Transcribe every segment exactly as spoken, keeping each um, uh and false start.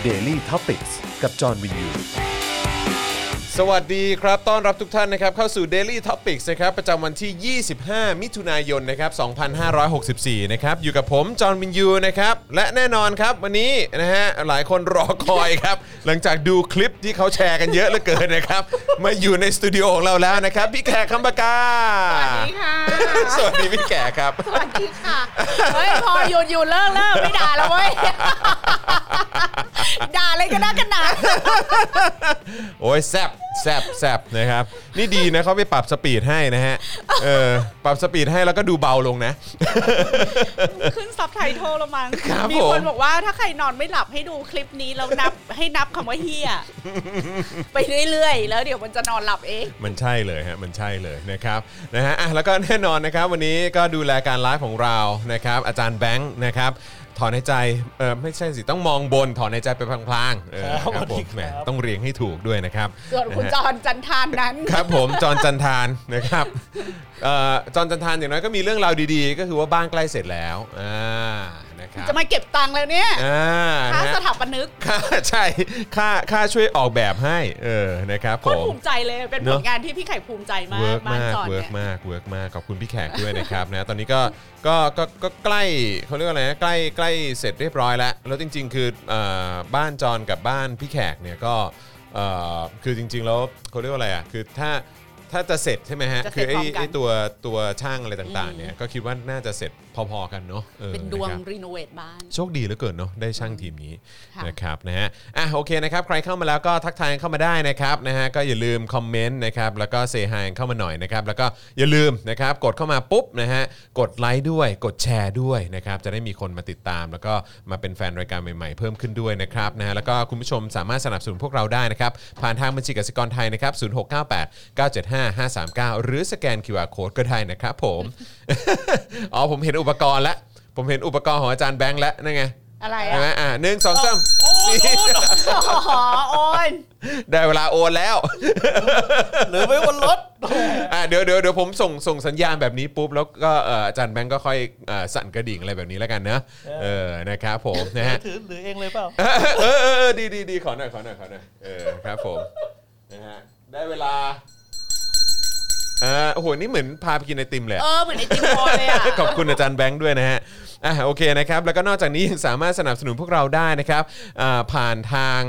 Daily Topics กับจอห์นวินยูสวัสดีครับต้อนรับทุกท่านนะครับเข้าสู่ Daily Topics นะครับประจำวันที่ยี่สิบห้ามิถุนายนนะครับสองพันห้าร้อยหกสิบสี่นะครับอยู่กับผมจอห์นวินยูนะครับและแน่นอนครับวันนี้นะฮะหลายคนรอคอยครับหลังจากดูคลิปที่เขาแชร์กันเยอะเหลือเกินนะครับมาอยู่ในสตูดิโอของเราแล้วนะครับพี่แขกคำปากาสวัสดีค่ะสวัสดีพี่แขกครับสวัสดีค่ะเฮ้ยพอหยุดหยุดเลิกเลิกไม่ด่าแล้วเว้ยด่าอะไรกันนะกันนะโอ้ยแซ่บแซบแซบนะครับนี่ดีนะเขาไปปรับสปีดให้นะฮะเออปรับสปีดให้แล้วก็ดูเบาลงนะขึ้นซับไตเติลละมั้งมีคนบอกว่าถ้าใครนอนไม่หลับให้ดูคลิปนี้แล้วนับให้นับคำว่าเฮียไปเรื่อยๆแล้วเดี๋ยวมันจะนอนหลับเองมันใช่เลยฮะมันใช่เลยนะครับนะฮะอ่ะแล้วก็แน่นอนนะครับวันนี้ก็ดูแลการไลฟ์ของเรานะครับอาจารย์แบงค์นะครับถอนในใจเออไม่ใช่สิต้องมองบนถอนในใจไปพลางๆเออครับผมแหมต้องเรียงให้ถูกด้วยนะครับส่วนคุณจรจันทานนั้นครับผมจรจันทานนะครับเอ่อจรจันทานอย่างน้อยก็มีเรื่องราวดีๆก็คือว่าบ้านใกล้เสร็จแล้วอ่านะครับจะมาเก็บตังค์แล้วเนี่ยค่าสถาปนิกค่าใช่ค่าค่าช่วยออกแบบให้เออนะครับผมภูมิใจเลยเป็นผลงานที่พี่ไข่ภูมิใจมากบ้านจรเนี่ยเวิร์กมากเวิร์กมากขอบคุณพี่แขกด้วยนะครับนะตอนนี้ก็ก็ก็ก็ใกล้เขาเรียกว่าอะไรนะใกล้ใกล้เสร็จเรียบร้อยแล้วแล้วจริงๆคือบ้านจรกับบ้านพี่แขกเนี่ยก็คือจริงๆแล้วเขาเรียกว่าอะไรอ่ะคือถ้าถ้าจะเสร็จใช่ไหมฮะคือไอ้ไอ้ตัวตัวช่างอะไรต่างๆเนี่ยก็คิดว่าน่าจะเสร็จพอๆกันเนาะเป็นดวงรีโนเวทบ้านโชคดีเหลือเกินเนาะได้ช่างทีมนี้นะครับนะฮะอ่ะโอเคนะครับใครเข้ามาแล้วก็ทักทายเข้ามาได้นะครับนะฮะก็อย่าลืมคอมเมนต์นะครับแล้วก็เซฮายเข้ามาหน่อยนะครับแล้วก็อย่าลืมนะครับกดเข้ามาปุ๊บนะฮะกดไลค์ด้วยกดแชร์ด้วยนะครับจะได้มีคนมาติดตามแล้วก็มาเป็นแฟนรายการใหม่ๆเพิ่มขึ้นด้วยนะครับนะฮะแล้วก็คุณผู้ชมสามารถสนับสนุนพวกเราได้นะครับผ่านทางบัญชีกสิกรไทยนะครับศูนย์หกเก้าแปด เก้าเจ็ดห้า ห้าสามเก้าหรือสแกน คิว อาร์ Code ก็ได้นะครับผม อ๋อผมเห็นอุปกรณ์แล้วผมเห็นอุปกรณ์ของอาจารย์แบงค์แล้วนั่นไงอะไรอ่ะใช่ไหมอ่ะหนึ่งสองสามโอนโอนได้เวลาโอนแล้วหรือไม่วนรถอ่ะเดี๋ยวเดี๋ยวเดี๋ยวผมส่งส่งสัญญาณแบบนี้ปุ๊บแล้วก็อาจารย์แบงค์ก็ค่อยสั่นกระดิ่งอะไรแบบนี้แล้วกันเนอะเออนะครับผมนะฮะถือหรือเองเลยเปล่าเออเออดีดีดีขอหน่อยขอหน่อยขอหน่อยเออครับผมนะฮะได้เวลาอ่าโอ้โหนี่เหมือนพาไปกินไอติมเลยเออเหมือนไอติมพอเลยอ่ะขอบคุณอาจารย์แบงค์ด้วยนะฮะอ่ะโอเคนะครับแล้วก็นอกจากนี้ยังสามารถสนับสนุนพวกเราได้นะครับผ่านทาง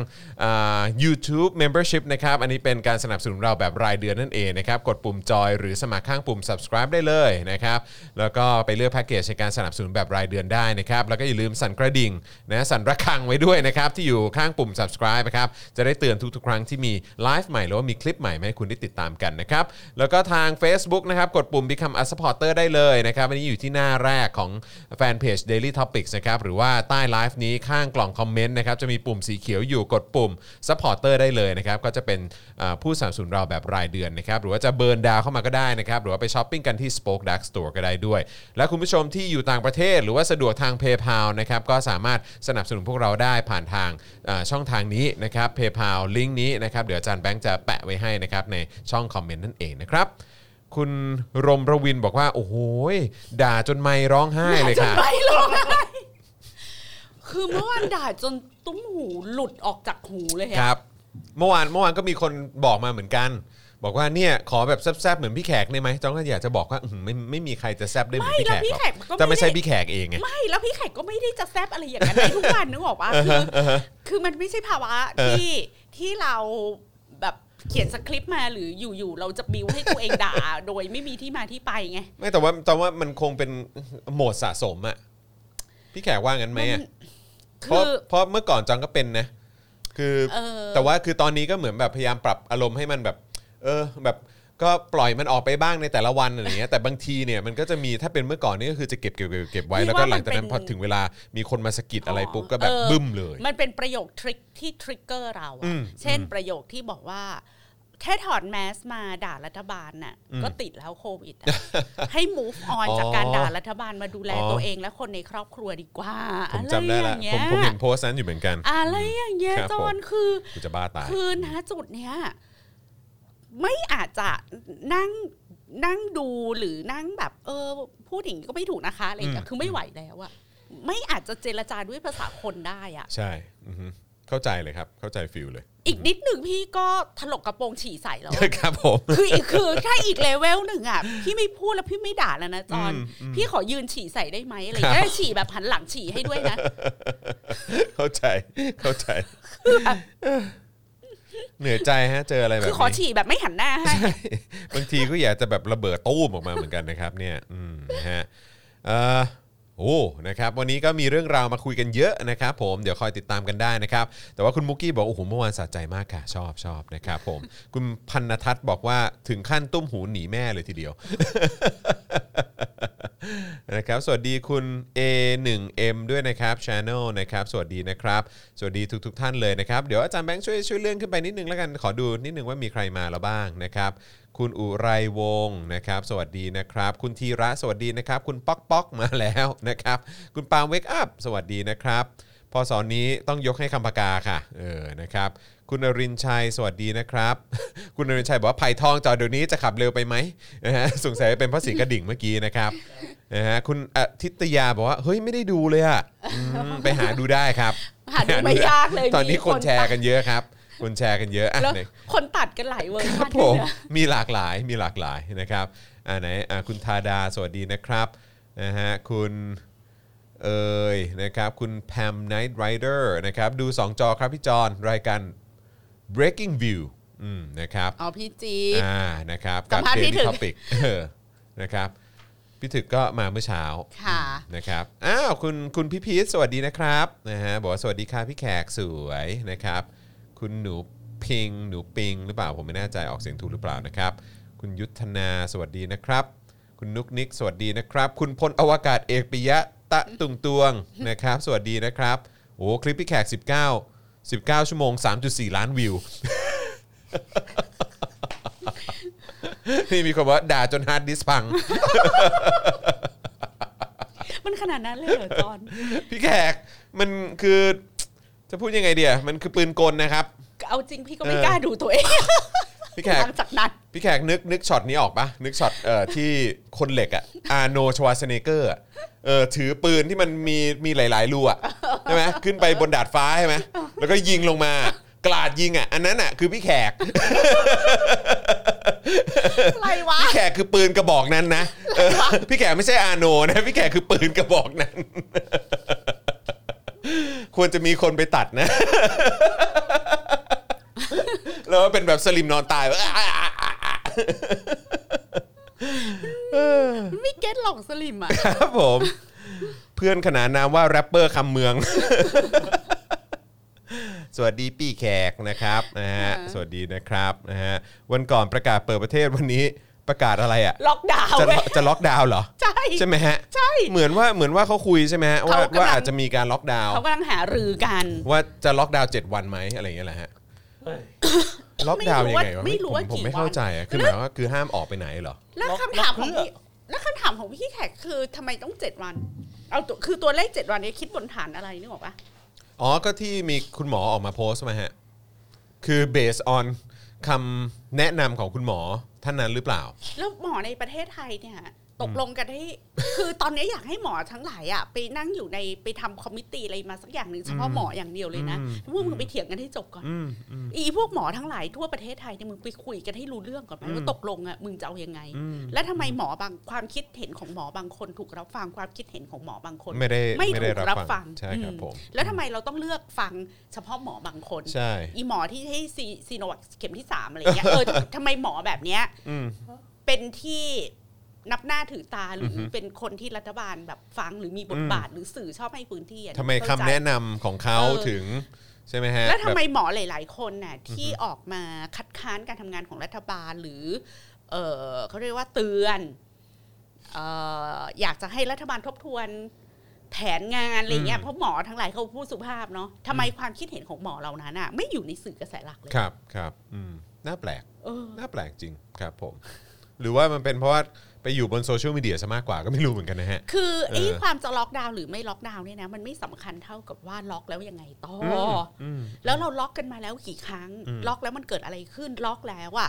YouTube Membership นะครับอันนี้เป็นการสนับสนุนเราแบบรายเดือนนั่นเองนะครับกดปุ่มจอยหรือสมัครข้างปุ่ม Subscribe ได้เลยนะครับแล้วก็ไปเลือกแพ็กเกจในการสนับสนุนแบบรายเดือนได้นะครับแล้วก็อย่าลืมสั่นกระดิ่งนะสั่นระฆังไว้ด้วยนะครับที่อยู่ข้างปุ่ม Subscribe นะครับจะได้เตือนทุกๆครั้งที่มีไลฟ์ใหม่หรือว่ามีคลิปใหม่ให้คุณได้ติดตามกันนะครับแล้วก็ทาง Facebook นะครับกดปุ่ม Become a Supporter ได้เลยนะครับอันนี้อยู่ที่หน้าแรกของแฟนเพจ Daily Topics นะครับหรือว่าใต้ไลฟ์นี้ข้างกล่องคอมเมนต์นะครับจะมีปุ่มสีเขียวอยู่กดปุ่ม Supporter ได้เลยนะครับก็จะเป็นผู้สนับสนุนเราแบบรายเดือนนะครับหรือว่าจะเบิร์นดาวเข้ามาก็ได้นะครับหรือว่าไปช้อปปิ้งกันที่ Spoke Dark Store ก็ได้ด้วยและคุณผู้ชมที่อยู่ต่างประเทศหรือว่าสะดวกทาง PayPal นะครับก็สามารถสนับสนุนพวกเราได้ผ่านทางช่องทางนี้นะครับ PayPal ลิงก์นี้นะครับเดี๋ยวอาจารย์แบงค์จะแปะไว้ให้นะครับในช่องคอมเมนต์นั่นเองนะครับคุณรมรวินบอกว่าโอ้โหด่าจนไมค์ร้องไห้เลยค่ะจนไมค์ร้องไห้คือเมื่อวานด่าจนตุ้มหูหลุดออกจากหูเลยครับเมื่อวานเมื่อวานก็มีคนบอกมาเหมือนกันบอกว่าเนี่ยขอแบบแซ่บๆเหมือนพี่แขกได้ไหมจ้องก็อยากจะบอกว่าไม่ไม่มีใครจะแซ่บได้เหมือนพี่แขกหรอกจะไม่ใช่พี่แขกเองไงไม่แล้วพี่แขกก็ไม่ได้จะแซ่บอะไรอย่างนั้นในทุกวันนึกออกป่ะคือคือมันไม่ใช่ภาวะที่ที่เราแบบเขียนสคริปต์มาหรืออยู่ๆเราจะบิวให้ตัวเองด่าโดยไม่มีที่มาที่ไปไงไม่แต่ว่าแต่ว่ามันคงเป็นโหมดสะสมอะพี่แขกว่างั้นไหมอะเพราะเพราะเมื่อก่อนจองก็เป็นนะคือแต่ว่าคือตอนนี้ก็เหมือนแบบพยายามปรับอารมณ์ให้มันแบบเออแบบก็ปล่อยมันออกไปบ้างในแต่ละวันอะไรเงี้ยแต่บางทีเนี่ยมันก็จะมีถ้าเป็นเมื่อก่อนนี่ก็คือจะเก็บเก็บเก็บไว้แล้วก็หลังจากนั้นพอถึงเวลามีคนมาสะกิดอะไรปุ๊บก็แบบบึ้มเลยมันเป็นประโยคทริคที่ทริกเกอร์เราเช่นประโยคที่บอกว่าแค่ถอดแมสมาด่ารัฐบาลน่ะก็ติดแล้วโควิดให้ move on จากการด่ารัฐบาลมาดูแลตัวเองและคนในครอบครัวดีกว่าผมจำได้แล้วผมผมเห็นโพสต์นั้นอยู่เหมือนกันอะไรอย่างเงี้ยจอนคือจะบ้าตายคือนะจุดเนี้ยไม่อาจจะนั่งนั่งดูหรือนั่งแบบเออพูดอย่างนี้ก็ไม่ถูกนะคะอะไรอย่างเงี้ยคือไม่ไหวแล้วอะไม่อาจจะเจรจาด้วยภาษาคนได้อะใช่เข้าใจเลยครับเข้าใจฟีลเลยอีกนิดหนึ่งพี่ก็ถลกกระโปรงฉี่ใส่แล้วครับผมคืออีกคือแค่อีกเลเวลหนึ่งอ่ะพี่ไม่พูดแล้วพี่ไม่ด่าแล้วนะจอนพี่ขอยืนฉี่ใส่ได้ไหมอะไรอย่างเงี้ยฉี่แบบหันหลังฉี่ให้ด้วยนะเข้าใจเข้าใจเหนื่อยใจฮะเจออะไรแบบนี้คือขอฉี่แบบไม่หันหน้าให้บางทีก็อยากจะแบบระเบิดตู้มออกมาเหมือนกันนะครับเนี่ยอืมนะฮะเอ่อโอ้นะครับวันนี้ก็มีเรื่องราวมาคุยกันเยอะนะครับผมเดี๋ยวคอยติดตามกันได้นะครับแต่ว่าคุณมุกกี้บอกโอ้โหเมื่อวานสะใจมากค่ะชอบชอบนะครับผมคุณพันนทัศน์บอกว่าถึงขั้นตุ้มหูหนีแม่เลยทีเดียวนะครับสวัสดีคุณ เอ หนึ่ง เอ็ม ด้วยนะครับ Channel นะครับสวัสดีนะครับสวัสดีทุกๆ ท, ท่านเลยนะครับเดี๋ยวอาจารย์แบงค์ช่วยช่วยเลื่อนขึ้นไปนิดนึงแล้วกันขอดูนิดนึงว่ามีใครมาแล้วบ้างนะครับคุณอุไรวงศ์นะครับสวัสดีนะครับคุณธีระสวัสดีนะครับคุณป๊อกป๊อกมาแล้วนะครับคุณปาล์มเวกอัพสวัสดีนะครับพอสอนนี้ต้องยกให้คำปากาค่ะเออนะครับคุณนรินทร์ชัยสวัสดีนะครับคุณนรินทร์ชัยบอกว่าไผ่ทองจอดเดี๋ยวนี้จะขับเร็วไปไหมนะฮะสงสัยเป็นเพราะเสียงกระดิ่งเมื่อกี้นะครับนะฮะคุณอาทิตยาบอกว่าเฮ้ยไม่ได้ดูเลยอ่ะไปหาดูได้ครับหาดูไม่ยากเลยตอนนี้คนแชร์กันเยอะครับคนแชร์กันเยอะอ่ะคนตัดกันหลายเวอร์ชันผมมีหลากหลายมีหลากหลายนะครับอ่าไหนอ่าคุณธาดาสวัสดีนะครับนะฮะคุณเอ่ยนะครับคุณแพม Night Rider นะครับดูสองจอครับพี่จอนรายการ Breaking View อืมนะครับอ๋อพี่จีอ่านะครับกับ Daily Topic เออนะครับพี่ถึกก็มาเมื่อเช้าค่ะนะครับอ้าวคุณคุณพี่พีชสวัสดีนะครับนะฮะบอกว่าสวัสดีค่ะพี่แขกสวยนะครับคุณหนูพิงหนูปิงหรือเปล่าผมไม่แน่ใจออกเสียงถูกหรือเปล่านะครับคุณยุทธนาสวัสดีนะครับคุณนุกนิกสวัสดีนะครับคุณพลอวกาศเอกปิยะตะตุงตวงนะครับสวัสดีนะครับโอ้คลิปพี่แขกสิบเก้า สิบเก้าชั่วโมง สามจุดสี่ ล้านวิวนี่มีคนว่าด่าจนฮาร์ดดิสก์พังมันขนาดนั้นเลยเหรอจอนพี่แขกมันคือจะพูดยังไงเดียมันคือปืนกลนะครับเอาจริงพี่ก็ไม่กล้าดูตัวเองพี่แขกหลังจากนั้นพี่แขกนึกนึกช็อตนี้ออกปะนึกช็อตเอ่อที่คนเหล็กอ่ะอาร์โนชวาร์เซเนเกอร์เออถือปืนที่มันมีมีหลายๆรูอ่ะใช่ไหมขึ้นไปบนดาดฟ้าใช่ไหมแล้วก็ยิงลงมากราดยิงอ่ะอันนั้นอ่ะคือพี่แขกอะไรวะพี่แขกคือปืนกระบอกนั้นนะพี่แขกไม่ใช่อาร์โนนะพี่แขกคือปืนกระบอกนั้นควรจะมีคนไปตัดนะแล้วเป็นแบบสลิมนอนตายไม่เก็ตหรอกสลิมอ่ะครับผมเพื่อนขนานนามว่าแรปเปอร์คำเมืองสวัสดีพี่แขกนะครับนะฮะสวัสดีนะครับนะฮะวันก่อนประกาศเปิดประเทศวันนี้ประกาศอะไรอ่ะล็อกดาวน์จะจะล็อกดาวน์เหรอใช่ใช่ไหมฮะใช่เหมือนว่าเหมือนว่าเขาคุยใช่ไหมฮะว่าว่าอาจจะมีการล็อกดาวน์เขากำลังหารือกันว่าจะล็อกดาวน์เจ็ดวันไหมอะไรอย่างเงี้ยแหละฮะล็อกดาวน์ยังไงวะไม่รู้ว่าผมไม่เข้าใจอ่ะคือหมายว่าคือห้ามออกไปไหนเหรอแล้วคำถามของพี่แล้วคำถามของพี่แขกคือทำไมต้องเจ็ดวันเอาตัวคือตัวเลขเจ็ดวันนี้คิดบนฐานอะไรนึกออกปะอ๋อก็ที่มีคุณหมอออกมาโพสต์มาฮะคือ based on คำแนะนำของคุณหมอท่านนั้นหรือเปล่าแล้วหมอในประเทศไทยเนี่ยตกลงกันให้คือตอนนี้อยากให้หมอทั้งหลายอ่ะไปนั่งอยู่ในไปทำคอมมิตี้อะไรมาสักอย่างหนึ่งเฉพาะหมออย่างเดียวเลยนะพวกมึงไปเถียงกันให้จบก่อนอีพวกหมอทั้งหลายทั่วประเทศไทยเนี่ยมึงไปคุยกันให้รู้เรื่องก่อนไหมว่าตกลงอ่ะมึงจะเอายังไงและทำไมหมอบางความคิดเห็นของหมอบางคนถูกรับฟังความคิดเห็นของหมอบางคนไม่ได้ไม่ถูกรับฟังใช่ครับผมแล้วทำไมเราต้องเลือกฟังเฉพาะหมอบางคนใช่อีหมอที่ให้ซีโนแวคเข็มที่สามอะไรเงี้ยเออทำไมหมอแบบเนี้ยเป็นที่นับหน้าถือตาหรือเป็นคนที่รัฐบาลแบบฟังหรือมีบทบาทหรือสื่อชอบให้พื้นที่ทำไมคำแนะนำของเขาถึงใช่ไหมฮะแล้วทำไมหมอหลายๆคนน่ะที่ออกมาคัดค้านการทำงานของรัฐบาลหรือเออเขาเรียกว่าเตือนเอออยากจะให้รัฐบาลทบทวนแผนงานอะไรเงี้ยเพราะหมอทั้งหลายเขาพูดสุภาพเนาะทำไมความคิดเห็นของหมอเหล่านั้นน่ะไม่อยู่ในสื่อกระแสหลักเลยครับครับอืมน่าแปลกน่าแปลกจริงครับผมหรือว่ามันเป็นเพราะว่าไปอยู่บนโซเชียลมีเดียซะมากกว่าก็ไม่รู้เหมือนกันนะฮะคือไอ้ความจะล็อกดาวน์หรือไม่ล็อกดาวน์เนี่ยนะมันไม่สำคัญเท่ากับว่าล็อกแล้วยังไงต่อแล้วเราล็อกกันมาแล้วกี่ครั้งล็อกแล้วมันเกิดอะไรขึ้นล็อกแล้วอ่ะ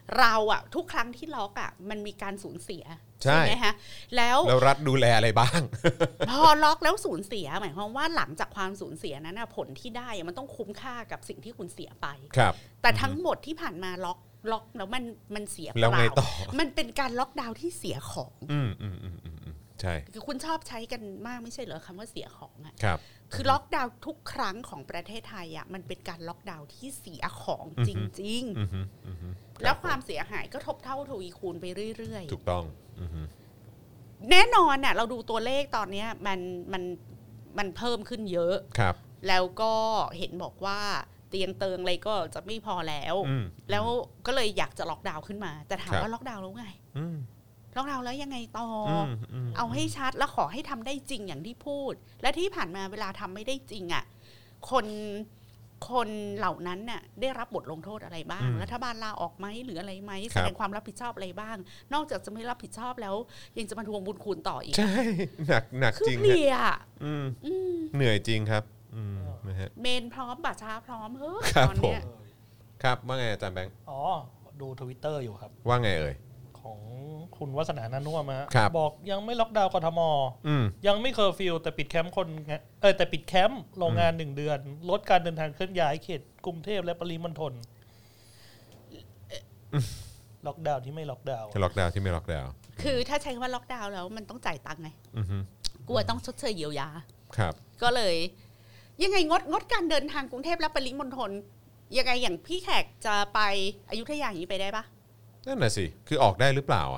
เราอะทุกครั้งที่ล็อกอะมันมีการสูญเสียใช่ไหมคะแล้วแล้วรัฐดูแลอะไรบ้างพอล็อกแล้วสูญเสียหมายความว่าหลังจากความสูญเสียนั้นผลที่ได้มันต้องคุ้มค่ากับสิ่งที่คุณเสียไปครับแต่ทั้งหมดที่ผ่านมาล็อกล็อกแล้วมันมันเสียเปแล้วไงล่าต่อมันเป็นการล็อกดาวน์ที่เสียของอืมอืมอืมอืมอืมใช่คือคุณชอบใช้กันมากไม่ใช่เหรอคำว่าเสียของอะครับคือล็อกดาวน์ทุกครั้งของประเทศไทยอะมันเป็นการล็อกดาวน์ที่เสียของจริงอือฮึอือฮึๆ แล้วความเสียหายก็ทบเท่าทวีคูณไปเรื่อยๆถูกต้องอือฮึแน่นอนน่ะเราดูตัวเลขตอนนี้มันมันมันเพิ่มขึ้นเยอะครับแล้วก็เห็นบอกว่าเตียงเติงอะไรก็จะไม่พอแล้ว แล้วก็เลยอยากจะล็อกดาวน์ขึ้นมา แต่ถามว่าล็อกดาวน์แล้วไงล็อกดาวน์แล้วยังไงต่ออเอาให้ชัดแล้วขอให้ทำได้จริงอย่างที่พูด และที่ผ่านมาเวลาทำไม่ได้จริงอ่ะคนคนเหล่านั้นน่ะได้รับบทลงโทษอะไรบ้างรัฐบาลลาออกไหมหรืออะไรไหมแสดงความรับผิดชอบอะไรบ้าง นอกจากจะไม่รับผิดชอบแล้วยังจะมาทวงบุญคุณต่ออีกใช่หนักหนักจริงคือเพลียเหนื่อยจริงครับนะฮะเมนพร้อมบัตรช้าพร้อมเฮ้ยครับตอนเนี้ยผม ครับว่าไงอาจารย์แบงค์อ๋อดูทวิตเตอร์อยู่ครับว่าไงเอ่ยของคุณวัฒนานานุ่วมฮะครับบอกยังไม่ล็อกดาวน์กทมอืมยังไม่เคอร์ฟิวแต่ปิดแคมป์คนเออแต่ปิดแคมป์โรงงานหนึ่งเดือน ลดการเดินทางเคลื่อนย้ายเขตกรุงเทพและปริมณฑลล็อกดาวน์ที่ไม่ล็อกดาวน์ล็อกดาวน์ที่ไม่ล็อกดาวน์คือถ้าใช้คำว่าล็อกดาวน์แล้วมันต้องจ่ายตังค์ไงอือฮึกลัวต้องชดเชยเยียวยาครับก็เลย ยังไงงดงดการเดินทางกรุงเทพและปริมณฑลยังไงอย่างพี่แขกจะไปอยุธยาอย่างนี้ไปได้ปะนั่นน่ะสิคือออกได้หรือเปล่าอ่ะ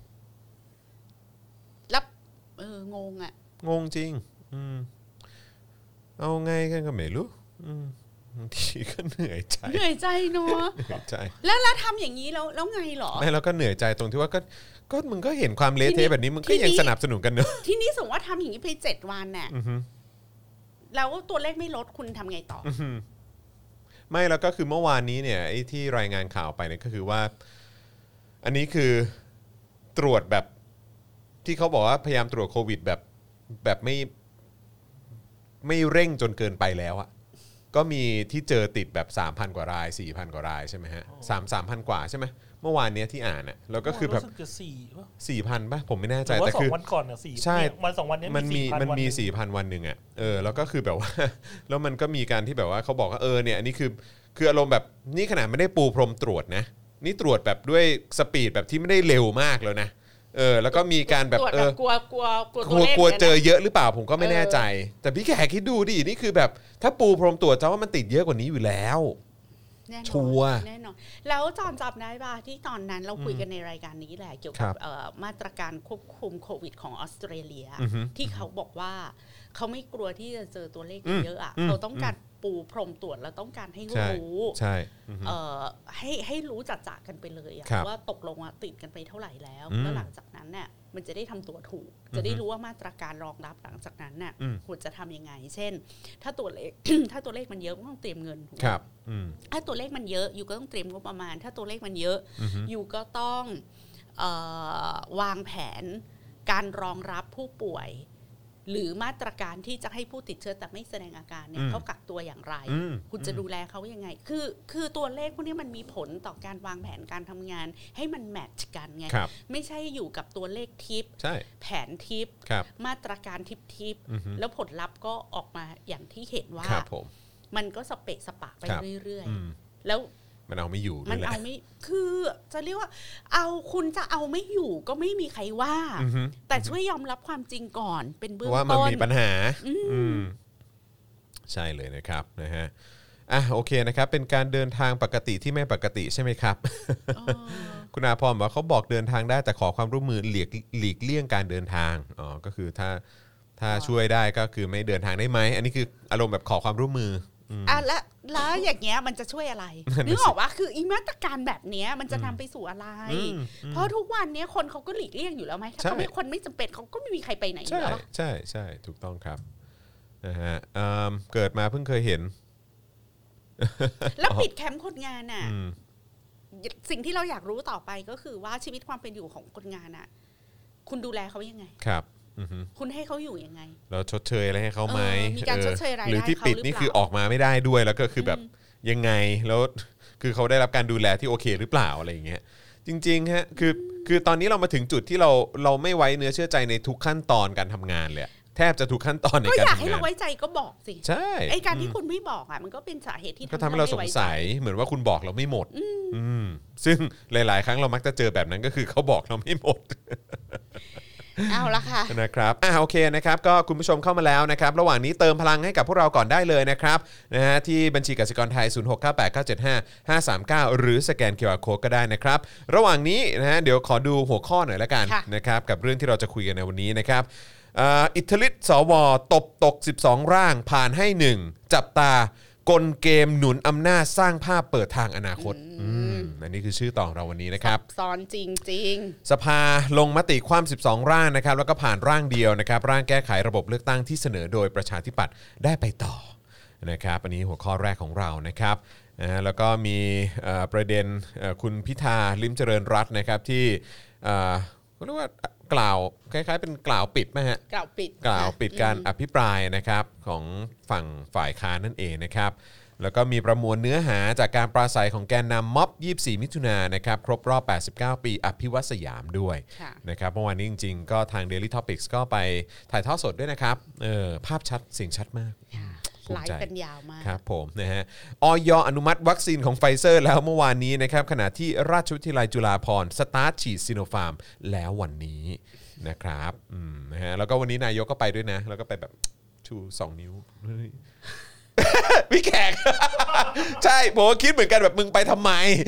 แล้วเอองงอ่ะงงจริงอืมเอาไงกันก็ไม่รู้อืมบางทีก็เหนื่อยใจเหนื่อยใจเนาะเหนื่อยใจแล้วแล้วทำอย่างนี้แล้วแล้วไงหรอไม่แล้วก็เหนื่อยใจตรงที่ว่าก็ก็มึงก็เห็นความเละทีนี้เทะแบบนี้มึงก็ทีนี้ยังสนับสนุนกันเนอะที่นี่สมมติว่าทำอย่างนี้ไปเจ็ดวันน่ะอือฮึแล้วตัวเลขไม่ลดคุณทำไงต่ออไม่แล้วก็คือเมื่อวานนี้เนี่ยไอ้ที่รายงานข่าวไปเนี่ยก็คือว่า อันนี้คือตรวจแบบที่เขาบอกว่าพยายามตรวจโควิดแบบแบบไม่ไม่เร่งจนเกินไปแล้วอะก็มีที่เจอติดแบบ สามพัน กว่าราย สี่พัน กว่ารายใช่ไหมฮะสาม สามพัน กว่าใช่ไหมเมื่อวานเนี้ยที่อ่านอะแล้วก็คือแบบรู้สึกจะสี่ป่ะสี่พัน ป่ะผมไม่แน่ใจหรือว่าแต่สอคืงอวันก่อนเนี่ยสี่ใช่วันสองวันเนี้ยมันมี 4,000 มันมีวัหงสี่พันวันหนึ่งอ่ะเออแล้วก็คือแบบว่า แล้วมันก็มีการที่แบบว่าเขาบอกว่าเออเนี่ยอันนี้คือคืออารมณ์แบบนี่ขนาดไม่ได้ปูพรมตรวจนะนี่ตรวจแบบด้วยสปีดแบบที่ไม่ได้เร็วมากแล้วนะเออแล้วก็มีการแบบตรวจเอแบอบกลัวกลัวกลัวกตัวลัวเลขกลัวนี่ยนะเจอเยอะหรือเปล่าผมก็ไม่แน่ใจ แต่พี่แขกคิดดูดินี่คือแบบถ้าปูพรมตรวจจะว่ามันติดเยอะกว่านี้อยู่แล้วแน่นอนชัวร์แน่นอนแล้วจอนจำได้ป่ะที่ตอนนั้นเราคุยกันในรายการนี้แหละเกี่ยวกับเอ่อมาตรการควบคุมโควิดของออสเตรเลียอือฮึที่เขาบอกว่าเขาไม่กลัวที่จะเจอตัวเลขอืมเยอะอ่ะอืมเขาต้องการปูพรมตรวจแล้วต้องการให้ใช่รู้ใช่อือฮึเอ่อให้ให้รู้จัดจ่ากันไปเลยอะครับว่าตกลงอะติดกันไปเท่าไหร่แล้วอืมแล้วหลังจากนั้นเนี่ยมันจะได้ทำตัวถูก จะได้รู้ว่ามาตรการรองรับหลังจากนั้นน่ะอืมควรจะทำยังไง เช่น ถ้าตัวเลข ถ้าตัวเลขมันเยอะก็ต้องเตรียมเงินถูกไหมครับอืมถ้าตัวเลขมันเยอะอยู่ก็ต้องเตรียมงบประมาณ ถ้าตัวเลขมันเยอะอือฮึอยู่ก็ต้องเอ่อวางแผนการรองรับผู้ป่วย หรือมาตรการที่จะให้ผู้ติดเชื้อแต่ไม่แสดงอาการเนี่ยเขากักตัวอย่างไรอืมคุณจะดูแลเขายังไง คือคือตัวเลขพวกนี้มันมีผลต่อการวางแผนการทำงาน ให้มันแมทช์กันไงครับไม่ใช่อยู่กับตัวเลขทิปใช่แผนทิปครับมาตรการทิปทิปอือฮึแล้วผลลัพธ์ก็ออกมาอย่างที่เห็นว่าครับผมมันก็สเปะสปะไปครับเรื่อยอืมๆ แล้วมันเอาไม่อยู่มัด้วน ยแหละเอาไม่ คือจะเรียกว่า เอาคุณจะเอาไม่อยู่ก็ไม่มีใครว่าอือฮึแต่ช่วยยอมรับความจริงก่อน เป็นเบื้องว่ามันต้นมีปัญหาอืมใช่เลยนะครับนะฮะอ่ะโอเคนะครับ เป็นการเดินทางปกติที่ไม่ปกติใช่ไหมครับเออคุณอาพรบอกว่าเขาบอกเดินทางได้แต่ขอความร่วมมือหลีกหลีกเลี่ยงการเดินทางอ๋อก็คือถ้าถ้าช่วยได้ก็คือไม่เดินทางได้ไหมอันนี้คืออารมณ์แบบขอความร่วมมืออืมอ่ะแล้วแล้วอย่างเงี้ยมันจะช่วยอะไรนั่นน่ะสินึกออกว่าคืออีมาตรการแบบเนี้ยมันจะนำไปสู่อะไรอืมเพราะทุกวันเนี้ยคนเขาก็หลีกเลี่ยงอยู่แล้วไหมถ้าใช่เขาไม่คนไม่จำเป็นเขาก็ไม่มีใครไปไหนอยู่ใช่แล้วอะใช่ใช่ถูกต้องครับนะฮะเอิ่มเกิดมาเพิ่งเคยเห็นแล้วปิดแคมป์คนงานอ่ะอืมสิ่งที่เราอยากรู้ต่อไปก็คือว่าชีวิตความเป็นอยู่ของคนงานอ่ะ คุณดูแลเขายังไงครับอือฮึคุณให้เขาอยู่ยังไงเราชดเชยอะไรให้เขาไหมเออมีการชดเชยรายได้หรือที่เขาปิดหรือนี่เปล่าคือออกมาไม่ได้ด้วยแล้วก็คือแบบยังไงแล้วคือเขาได้รับการดูแลที่โอเคหรือเปล่าอะไรอย่างเงี้ยจริงๆฮะคือคือตอนนี้เรามาถึงจุดที่เราเราไม่ไว้เนื้อเชื่อใจในทุกขั้นตอนการทำงานเลยแทบจะทุกขั้นตอนในก็การอยากทำให้งาเรานไว้ใจก็บอกสิใช่ไอการที่คุณไม่บอกอ่ะมันก็เป็นสาเหตุที่ก็ทำให้เราสงสัยเหมือนว่าคุณบอกเราไม่หมดอืมซึ่งหลายๆครั้งเรามักจะเจอแบบนั้นก็คือเขาบอกเราไม่หมดเอาละค่ะนะครับอ่าโอเคนะครับก็คุณผู้ชมเข้ามาแล้วนะครับระหว่างนี้เติมพลังให้กับพวกเราก่อนได้เลยนะครับนะฮะที่บัญชีกสิกรไทยศูนย์ หก เก้า แปด เก้า เจ็ด ห้า ห้า สาม เก้าหรือสแกน คิว อาร์ Code ก็ได้นะครับระหว่างนี้นะฮะเดี๋ยวขอดูหัวข้อหน่อยละกันค่ะนะครับกับเรื่องที่เราจะคุยกันในวันนี้นะครับอ่าอิทธิฤทธิ์สวตบตกสิบสองร่างผ่านให้หนึ่งจับตากลเกมหนุนอำนาจสร้างภาพเปิดทางอนาคตอืมอันนี้คือชื่อต่อของเราวันนี้นะครับซ้อนจริงสภาลงมติคว่ำสิบสองร่างนะครับแล้วก็ผ่านร่างเดียวนะครับร่างแก้ไขระบบเลือกตั้งที่เสนอโดยประชาธิปัตย์ได้ไปต่อนะครับอันนี้หัวข้อแรกของเรานะครับนะฮะแล้วก็มีเอ่อประเด็นเอ่อคุณพิธาลิ้มเจริญรัตน์นะครับที่เอ่อเรียกว่ากล่าวคล้ายๆเป็นกล่าวปิดไหมฮะๆ กล่าวปิดกล่าวปิดการอืมอภิปรายนะครับของฝั่งฝ่ายค้านนั่นเองนะครับแล้วก็มีประมวลเนื้อหาจากการปราศัยของแกนนำม็อบยี่สิบสี่มิถุนายนนะครับครบรอบแปดสิบเก้าปีอภิวัตสยามด้วยค่ะนะครับเมื่อวานนี้จริงๆ ก็ทาง Daily Topics ก็ไปถ่ายทอดสดด้วยนะครับเออภาพชัดเสียงชัดมาก ภูมิไลใจฟ์กันยาวมากครับผมนะฮะอย.อนุมัติวัคซีนของไฟเซอร์แล้วเมื่อวานนี้นะครับขณะที่ราชวิทยาลัยจุฬาภรณ์สตาร์ทฉีดซิโนฟาร์มแล้ววันนี้นะครับอืมนะฮะแล้วก็วันนี้นายกก็ไปด้วยนะแล้วก็ไปแบบชูสองนิ้ว พี่แขก ใช่ผมก็คิดเหมือนกันแบบมึงไปทำไม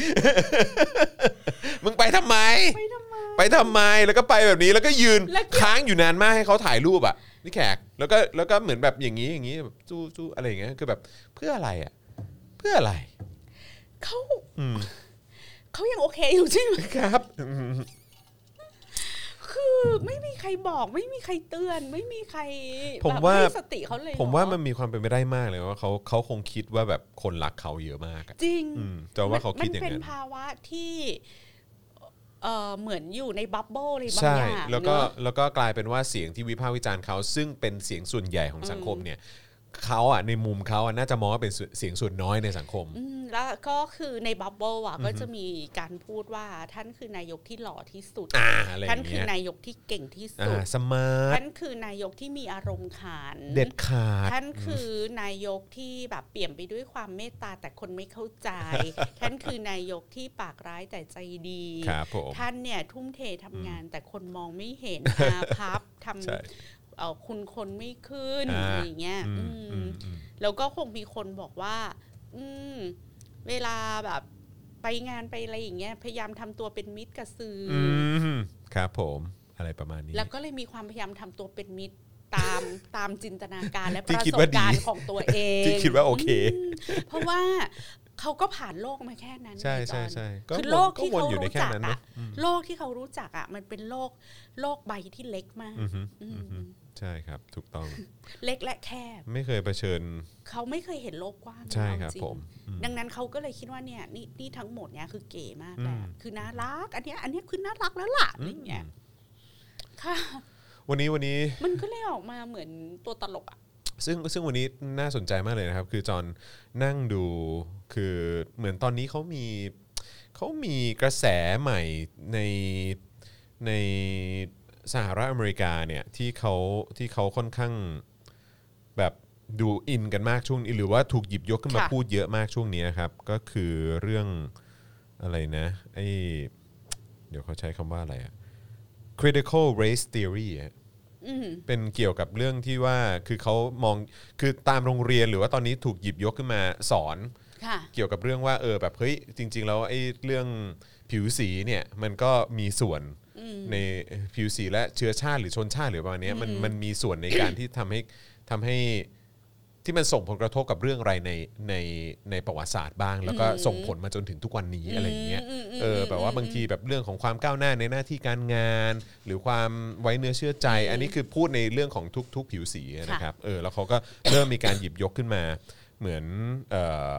มึงไปทำไมไปทำไมไปทำไมแล้วก็ไปแบบนี้แล้วก็ยืนแล้วก็ค้างอยู่นานมากให้เขาถ่ายรูปอ่ะพี่แขกแล้วก็แล้วก็เหมือนแบบอย่างนี้อย่างนี้แบบจู้จู้อะไรอย่างเงี้ยคือแบบเพื่ออะไรอ่ะเพื่ออะไรเขาอืมเขายังโอเคอยู่ใช่ไหมครับคือไม่มีใครบอกไม่มีใครเตือน ไม่มีใครผมแบบว่าให้สติเขาเลยผมว่าเหรอมันมีความเป็นไปได้มากเลยว่าเขาเขาคงคิดว่าแบบคนรักเขาเยอะมากอะจริงอืมแต่ว่าเขาคิดอย่างมันนั้เป็นนภาวะที่เออเหมือนอยู่ในบับเบิ้ลอะไรบางใช่อย่างแล้วก็เนอะแล้วก็กลายเป็นว่าเสียงที่วิพากษ์วิจารณ์เขาซึ่งเป็นเสียงส่วนใหญ่ของสังคมเนี่ยเขาอ่ะในมุมเขาอ่ะน่าจะมองว่าเป็นเสียงส่วนน้อยในสังคมอืมแล้วก็คือในบับเบิ้ลอ่ะก็จะมีการพูดว่าท่านคือนายกที่หล่อที่สุดอ่าอะไรอย่าท่านงคืเงี้อย นายกที่เก่งที่สุอ่าดสมาร์ทท่านคือนายกที่มีอารมณ์ขันเด็ดขาดท่านคือนายกที่แบบเปี่ยมไปด้วยความเมตตาแต่คนไม่เข้าใจ ท่านคือนายกที่ปากร้ายแต่ใจดีครับผมท่านเนี่ยทุ่มเททำงานแต่คนมองไม่เห็น อาพับทใช่ำเอ่อคุณคนไม่ขึ้นอ่าอะไรอย่างเงี้ยอืมอืมอืมอืมแล้วก็คงมีคนบอกว่า อืมเวลาแบบไปงานไปอะไรอย่างเงี้ยพยายามทำตัวเป็นมิตรกับสื่อออืมครับผมอะไรประมาณนี้แล้วก็เลยมีความพยายามทำตัวเป็นมิตรตาม ตามจินตนาการและปที่ระคิดสบว่าดีการณ์ของตัวเองที่คิดว่าโอเคมเพราะว่าเขาก็ผ่านโลกมาแค่นั้นใช่ไงจใช่อนใช่ก็คือวนโลกที่ก็วนเขาอยู่ในรู้แค่จักนั้นอะนะอืมโลกที่เขารู้จักอะมันเป็นโลกโลกใบที่เล็กมากอือฮึอือืมอฮึใช่ครับถูกต้องเล็กและแคบไม่เคยเผชิญเขาไม่เคยเห็นโลกกว้างใช่ครับเอาจงผมอืมดังนั้นเขาก็เลยคิดว่าเนี่ยนี่นี่ทั้งหมดเนี่ยคือเก๋มากแหละอืมคือน่ารักอันเนี้ยอันเนี้ยคือน่ารักแล้วล่ะอะไรอย่างเงี้ยค่ะวันนี้วันนี้มันก็เลยออกมาเหมือนตัวตลกอ่ะซึ่งซึ่งวันนี้น่าสนใจมากเลยนะครับ คือจอนนั่งดูคือเหมือนตอนนี้เขามีเขามีกระแสใหม่ในในสหรัฐอเมริกาเนี่ยที่เขาที่เขาค่อนข้างแบบดูอินกันมากช่วงนี้หรือว่าถูกหยิบยกขึ้นมาค่ะพูดเยอะมากช่วงนี้ครับก็คือเรื่องอะไรนะไอเดี๋ยวเขาใช้คำว่าอะไรอะ critical race theory อะอืมเป็นเกี่ยวกับเรื่องที่ว่าคือเขามองคือตามโรงเรียนหรือว่าตอนนี้ถูกหยิบยกขึ้นมาสอนค่ะเกี่ยวกับเรื่องว่าเออแบบเฮ้ยจริง ๆ แล้วไอ้เรื่องผิวสีเนี่ยมันก็มีส่วนในผิวสีและเชื้อชาติหรือชนชาติหรือประมาณเนี้ยมันมันมีส่วนในการที่ทำให้ทำให้ที่มันส่งผลกระทบกับเรื่องอะไรในในในประวัติศาสตร์บ้าง แล้วก็ส่งผลมาจนถึงทุกวันนี้อะไรอย่างเงี้ยเออแบบว่าบางทีแบบเรื่องของความก้าวหน้าในหน้าที่การงาน หรือความไว้เนื้อเชื่อใจ อันนี้คือพูดในเรื่องของทุกๆผิวสีนะครับเออแล้วเขาก็เริ่มมีการหยิบยกขึ้นมาเหมือนเอ่อ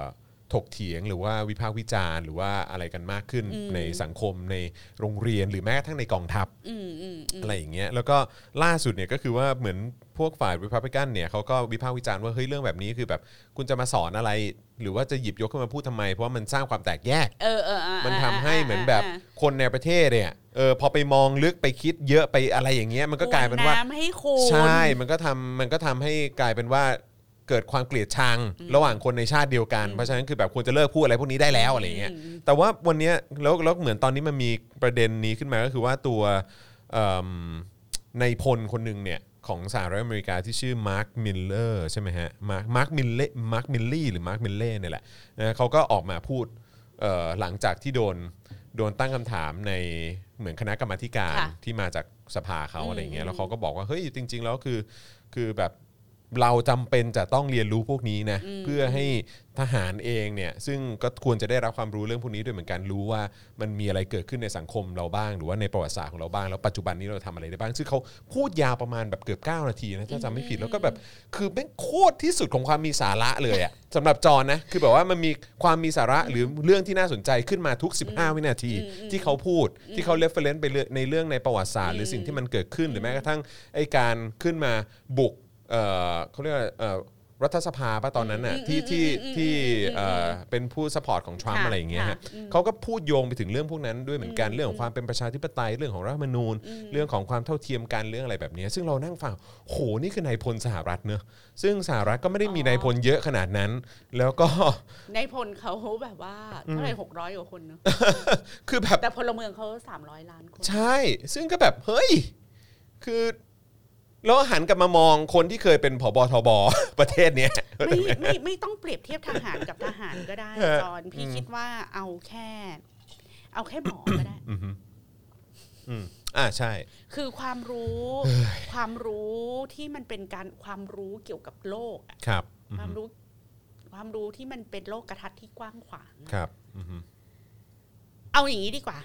ถกเถียงหรือว่าวิพากษ์วิจารณ์หรือว่าอะไรกันมากขึ้นในสังคมในโรงเรียนหรือแม้กระทั่งในกองทัพอืมอืมอืมอะไรอย่างเงี้ยแล้วก็ล่าสุดเนี่ยก็คือว่าเหมือนพวกฝ่าย Republican เนี่ยเขาก็วิพากษ์วิจารณ์ว่าเฮ้ยเรื่องแบบนี้คือแบบคุณจะมาสอนอะไรหรือว่าจะหยิบยกขึ้นมาพูดทำไมเพราะว่ามันสร้างความแตกแยกเออเออเออมันทำให้เหมือนแบบคนในประเทศเนี่ยเออพอไปมองลึกไปคิดเยอะไปอะไรอย่างเงี้ยมันก็กลายเป็นว่าน้ำให้คุณใช่มันก็ทำมันก็ทำให้กลายเป็นว่าเกิดความเกลียดชังระหว่างคนในชาติเดียวกันเพราะฉะนั้นคือแบบควรจะเลิกพูดอะไรพวกนี้ได้แล้วอะไรอย่างเงี้ยแต่ว่าวันเนี้ยแล้วแล้วเหมือนตอนนี้มันมีประเด็นนี้ขึ้นมาก็คือว่าตัวในพลคนหนึ่งเนี่ยของสหรัฐอเมริกาที่ชื่อมาร์คมิลเลอร์ใช่ไหมฮะมาร์คมาร์คมิลเล่มาร์คมิลลี่หรือมาร์คมิลเล่เนี่ยแหละนะเขาก็ออกมาพูดหลังจากที่โดนโดนตั้งคำถามในเหมือนคณะกรรมาธิการที่มาจากสภาเขาอะไรอย่างเงี้ยแล้วเขาก็บอกว่าเฮ้ยจริงๆแล้วคือคือแบบเราจำเป็นจะต้องเรียนรู้พวกนี้นะเพื่อให้ทหารเองเนี่ยซึ่งก็ควรจะได้รับความรู้เรื่องพวกนี้ด้วยเหมือนกันรู้ว่ามันมีอะไรเกิดขึ้นในสังคมเราบ้างหรือว่าในประวัติศาสตร์ของเราบ้างแล้วปัจจุบันนี้เราทำอะไรได้บ้างซึ่งเขาพูดยาวประมาณแบบเกือบเก้านาทีนะถ้าจำไม่ผิดแล้วก็แบบคือเป็นโคตรที่สุดของความมีสาระเลยอ่ะสำหรับจอนะคือแบบว่ามันมีความมีสาระหรือเรื่องที่น่าสนใจขึ้นมาทุกสิบห้าวินาทีที่เขาพูดที่เขาเรฟเฟอเรนซ์ไปในเรื่องในประวัติศาสตร์หรือสิ่งที่มันเกิดขึ้นหรือแม้กระทั่งไอ้การขึ้นมาบุกเอ่อเขาเรียกว่าเอ่อรัฐสภาป่ะตอนนั้นน่ะที่ที่ที่เอ่อเป็นผู้ซัพพอร์ตของทรัมป์อะไรอย่างเงี้ยฮะเขาก็พูดโยงไปถึงเรื่องพวกนั้นด้วยเหมือนกันเรื่องของความเป็นประชาธิปไตยเรื่องของรัฐธรรมนูญเรื่องของความเท่าเทียมกันเรื่องอะไรแบบนี้ซึ่งเรานั่งฟังโหนี่คือนายพลสหรัฐเนอะซึ่งสหรัฐก็ไม่ได้มีนายพลเยอะขนาดนั้นแล้วก็นายพลเขาแบบว่าเท่าไหร่หกร้อยกว่าคนเนอะคือแบบแต่พลเมืองเขาสามร้อยล้านคนใช่ซึ่งก็แบบเฮ้ยคือแล้วหันกลับมามองคนที่เคยเป็นผบทบประเทศเนี้ยไม่ไม่ไม่ต้องเปรียบเทียบทหารกับทหารก็ได้จอนพี่คิดว่าเอาแค่เอาแค่หมอก็ได้อืมอืมอ่าใช่คือความรู้ความรู้ที่มันเป็นการความรู้เกี่ยวกับโลกครับความรู้ความรู้ที่มันเป็นโลกทัศน์ที่กว้างขวางครับเอาอย่างนี้ดีกว่า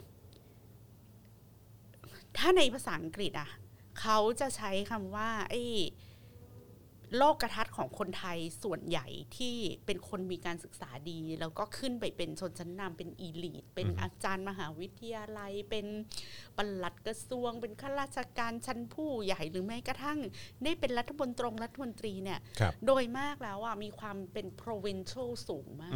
ถ้าในภาษาอังกฤษอ่ะเขาจะใช้คำว่าไอ้โลกทัศน์ของคนไทยส่วนใหญ่ที่เป็นคนมีการศึกษาดีแล้วก็ขึ้นไปเป็นชนชั้นนำเป็นอีลีทเป็นอาจารย์มหาวิทยาลัยเป็นปลัดกระทรวงเป็นข้าราชการชั้นผู้ใหญ่หรือแม้กระทั่งได้เป็นรัฐมนตรีรัฐมนตรีเนี่ยโดยมากแล้วอ่ะมีความเป็น provincial สูงมาก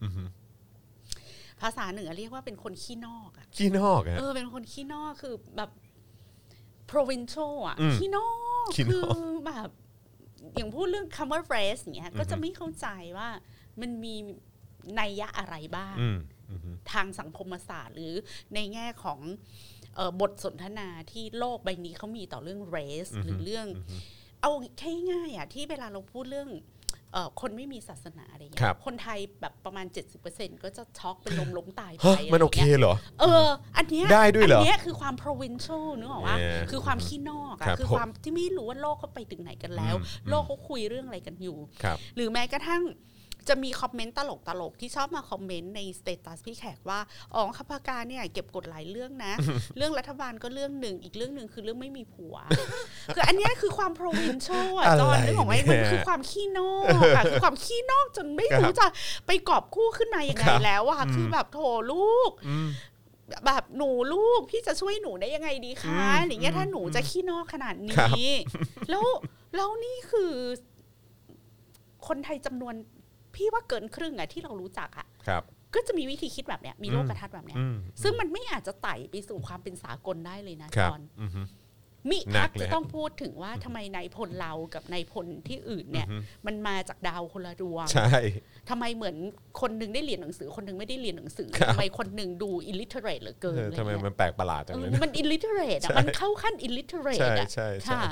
ภาษาเหนือเรียกว่าเป็นคนขี้นอกอ่ะขี้นอกอ่ะเออเป็นคนขี้นอกคือแบบprovincial อ่ะขี้นอกคือแบบอย่างพูดเรื่องคำว่า race อย่างเงี้ยก็จะไม่เข้าใจว่ามันมีนัยยะอะไรบ้างทางสังคมศาสตร์หรือในแง่ของเอ่อบทสนทนาที่โลกใบนี้เขามีต่อเรื่อง race หรือเรื่องเอาแค่ง่ายๆอ่ะที่เวลาเราพูดเรื่องคนไม่มีศาสนาอะไรอย่างเงี้ยคนไทยแบบประมาณ เจ็ดสิบเปอร์เซ็นต์ ก็จะช็อกเป็นลมล้มตายไปมันโอเคเหรอเอออันเนี้ยได้ด้วยเหรออันเนี้ยคือความ provincial นึกออกว่าคือความขี้นอกอ่ะคือความที่ไม่รู้ว่าโลกเขาไปถึงไหนกันแล้วโลกเขาคุยเรื่องอะไรกันอยู่หรือแม้กระทั่งจะมีคอมเมนต์ตลกตลกที่ชอบมาคอมเมนต์ในสเตตัสพี่แขกว่าอ๋อข้าพเจ้าเนี่ยเก็บกดหลายเรื่องนะ เรื่องรัฐบาลก็เรื่องหนึ่งอีกเรื่องนึงคือเรื่องไม่มีผัว คืออันนี้คือความ provincial อ่ะจอนนึกออกไหมมันคือความขี้นอกอ่ะคือความขี้นอกจนไม่รู้จะไปกอบคู่ขึ้นมายังไงแล้วอ่ะคือแบบโถลูกแบบหนูลูกพี่จะช่วยหนูได้ยังไงดีคะอย่างเงี้ยถ้าหนูจะขี้นอกขนาดนี้แล้วแล้วนี่คือคนไทยจำนวนพี่ว่าเกินครึ่งอะที่เรารู้จักอะก็จะมีวิธีคิดแบบเนี้ยมีโลกทัศน์แบบเนี้ยซึ่งมันไม่อาจจะไต่ไปสู่ความเป็นสากลได้เลยนะจอนมิพักจะต้องพูดถึงว่าทำไมนายพลเรากับนายพลที่อื่นเนี่ยมันมาจากดาวคนละดวงใช่ทำไมเหมือนคนนึงได้เรียนหนังสือคนนึงไม่ได้เรียนหนังสือทำไมคนนึงดู illiterate เหลือเกินทำไมมันแปลกประหลาดจังเลยมัน illiterate อะมันเข้าขั้น illiterate อะใช่ใช่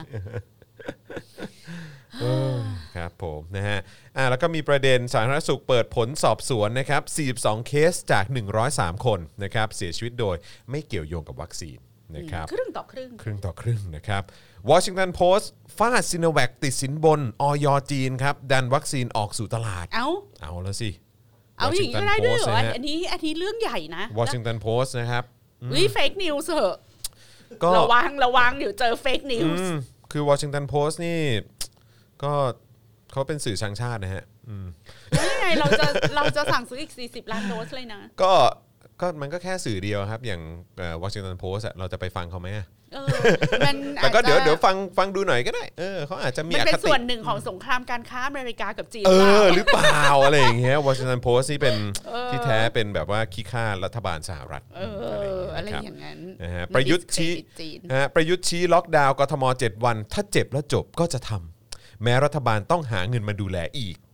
ครับผมนะฮะอ่าแล้วก็มีประเด็นสาธารณสุขเปิดผลสอบสวนนะครับสี่สิบสองเคสจากหนึ่งร้อยสามคนนะครับเสียชีวิตโดยไม่เกี่ยวโยงกับวัคซีนนะครับครึ่งต่อครึ่งครึ่งต่อครึ่งนะครับ Washington Post ฟาดซิโนแวคติดสินบนอย.จีนครับดันวัคซีนออกสู่ตลาดเอาเอาแล้วสิเอาอย่างนี้ก็ได้ด้วยเหรออันนี้อันนี้เรื่องใหญ่นะ Washington Post นะครับวิเฟกนิวส์เหอะระวังระวังเดี๋ยวเจอเฟกนิวส์คือ Washington Post นี่ก็เขาเป็นสื่อชังชาตินะฮะแล้วยังไงไงเราจะเราจะสั่งซื้ออีกสี่สิบล้านโดสเลยนะก็ก็มันก็แค่สื่อเดียวครับอย่างเอ่อ Washington Post อ่ะเราจะไปฟังเขามั้ยเออมันแต่ก็เดี๋ยวเดี๋ยวฟังฟังดูหน่อยก็ได้เออเขาอาจจะมีอคติมันเป็นส่วนหนึ่งของสงครามการค้าอเมริกากับจีนเออหรือเปล่าอะไรอย่างเงี้ย Washington Post นี่เป็นที่แท้เป็นแบบว่าขี้ข้ารัฐบาลสหรัฐเอออะไรอย่างนั้นนะฮะประยุทธ์ชี้นะฮะประยุทธ์ชี้ล็อกดาวน์กทมเจ็ดวันถ้าเจ็บแล้วจบก็จะทำแม้รัฐบาลต้องหาเงินมาดูแลอีก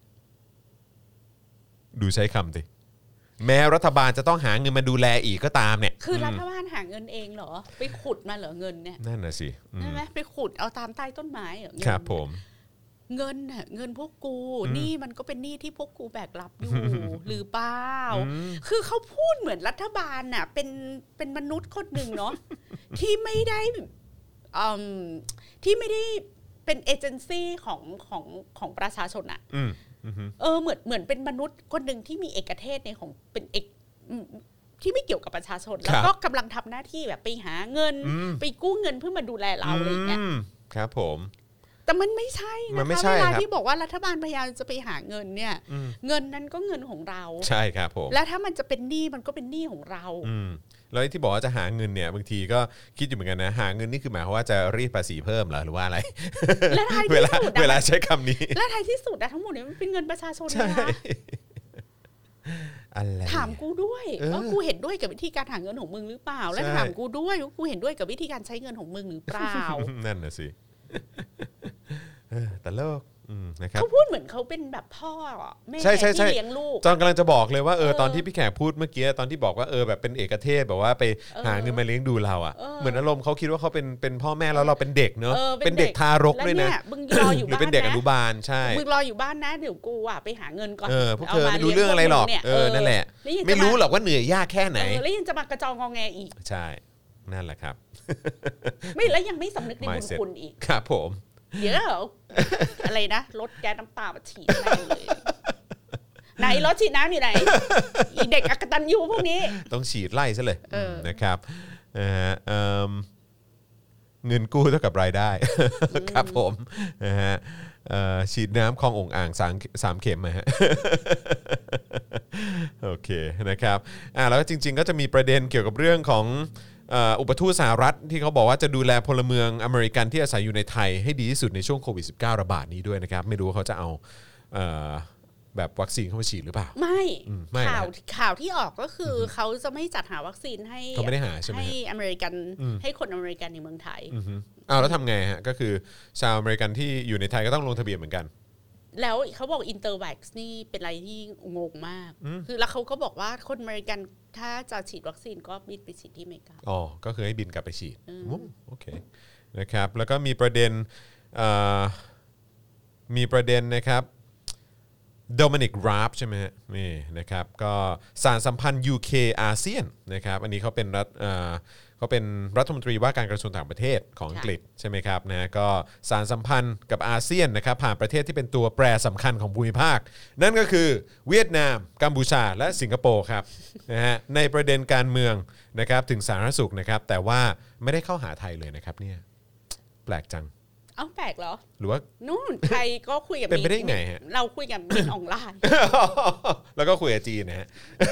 ดูใช้คำดิแม้รัฐบาลจะต้องหาเงินมาดูแลอีกก็ตามเนี่ยคือรัฐบาลหาเงินเองเหรอไปขุดมาเหรอเงินเนี่ยนั่นน่ะสิใช่ไหมไปขุดเอาตามใต้ต้นไม้เหรอครับผมเงินน่ะเงินพวกกูนี่มันก็เป็นหนี้ที่พวกกูแบกรับอยู่หรือเปล่าคือเขาพูดเหมือนรัฐบาลน่ะเป็นเป็นมนุษย์คนหนึ่งเนาะที่ไม่ได้อืมที่ไม่ได้เป็นเอเจนซี่ของของของประชาชนอะเออเหมือนเหมือนเป็นมนุษย์คนหนึ่งที่มีเอกเทศในของเป็นเอกที่ไม่เกี่ยวกับประชาชนแล้วก็กำลังทำหน้าที่แบบไปหาเงินไปกู้เงินเพื่อมาดูแลเราอะไรอย่างเงี้ยครับผมแต่มันไม่ใช่นะคะเวลาที่บอกว่ารัฐบาลพยายามจะไปหาเงินเนี่ยเงินนั้นก็เงินของเราใช่ครับผมแล้วถ้ามันจะเป็นหนี้มันก็เป็นหนี้ของเราแล้วที่บอกว่าจะหาเงินเนี่ยบางทีก็คิดอยู่เหมือนกันนะหาเงินนี่คือหมายความว่าจะรีดภาษีเพิ่มเหรอหรือว่าอะไรเวลาเวลาใช้คำนี้และท้ายที่สุดอะทั้งหมดนี้มันเป็นเงินประชาชนนะคะถามกูด้วยว่ากูเห็นด้วยกับวิธีการหาเงินของมึงหรือเปล่าและถามกูด้วยว่ากูเห็นด้วยกับวิธีการใช้เงินของมึงหรือเปล่านั่นน่ะสิแต่โลกเขาพูดเหมือนเขาเป็นแบบพ่อแม่ที่เลี้ยงลูกจอนกำลังจะบอกเลยว่าเออตอนที่พี่แขกพูดเมื่อกี้ตอนที่บอกว่าเออแบบเป็นเอกเทศแบบว่าไปหาเงินมาเลี้ยงดูเราอ่ะเหมือนอารมณ์เขาคิดว่าเขาเป็นเป็นพ่อแม่แล้วเราเป็นเด็กเนอะเป็นเด็กทารกด้วยนะมึงรออยู่บ้านนะเป็นเด็กอนุบาลใช่มึงรออยู่บ้านนะเดี๋ยวกูอ่ะไปหาเงินก่อนเออพวกเธอไม่รู้เรื่องอะไรหรอกเออนั่นแหละไม่รู้หรอกว่าเหนื่อยยากแค่ไหนแล้วยังจะมากระจองงอแงอีกใช่นั่นแหละครับไม่แล้วยังไม่สำนึกในบุญคุณอีกครับผมเดี๋ยวอะไรนะรถแก๊สน้ำตามาฉีดอะไรเลยไหนรถฉีดน้ำอยู่ไหนอีเด็กอกตัญญูพวกนี้ต้องฉีดไล่ซะเลยนะครับเงินกู้เท่ากับรายได้ครับผมนะฮะฉีดน้ำคลององอ่างสามสามเข็มนะฮะโอเคนะครับอ่าแล้วจริงๆก็จะมีประเด็นเกี่ยวกับเรื่องของอุปทูตสหรัฐที่เขาบอกว่าจะดูแลพลเมืองอเมริกันที่อาศัยอยู่ในไทยให้ดีที่สุดในช่วงโควิด สิบเก้า ระบาดนี้ด้วยนะครับไม่รู้ว่าเขาจะเอาแบบวัคซีนเข้ามาฉีดหรือเปล่าไม่ข่าวข่าวที่ออกก็คือเขาจะไม่จัดหาวัคซีนให้เขาไม่ได้หาใช่ไหมให้อเมริกันให้คนอเมริกันในเมืองไทยอ้าวแล้วทำไงฮะก็คือชาวอเมริกันที่อยู่ในไทยก็ต้องลงทะเบียนเหมือนกันแล้วเขาบอกอินเตอร์แว็กซ์นี่เป็นอะไรที่งงมากคือแล้วเขาก็บอกว่าคนอเมริกันถ้าจะฉีดวัคซีนก็บินไปฉีดที่อเมริกาอ๋อก็คือให้บินกลับไปฉีดโอเคนะครับแล้วก็มีประเด็นมีประเด็นนะครับโดมินิก ราฟใช่ไหมฮะนี่นะครับก็สานสัมพันธ์ ยู เค อาเซียนนะครับอันนี้เขาเป็นรัฐเขาเป็นรัฐมนตรีว่าการกระทรวงต่างประเทศของอังกฤษใช่ไหมครับนะก็สานสัมพันธ์กับอาเซียนนะครับผ่านประเทศที่เป็นตัวแปรสำคัญของภูมิภาคนั่นก็คือเวียดนามกัมพูชาและสิงคโปร์ครับนะฮะในประเด็นการเมืองนะครับถึงสาธารณสุขนะครับแต่ว่าไม่ได้เข้าหาไทยเลยนะครับเนี่ยแปลกจังเอ้าแปลกเหรอหรือว่านู่นไทยก็คุยกับเป็นไปได้ไงฮะเราคุยกับมินออนไลน์แล้วก็คุยกับจีนนะฮะ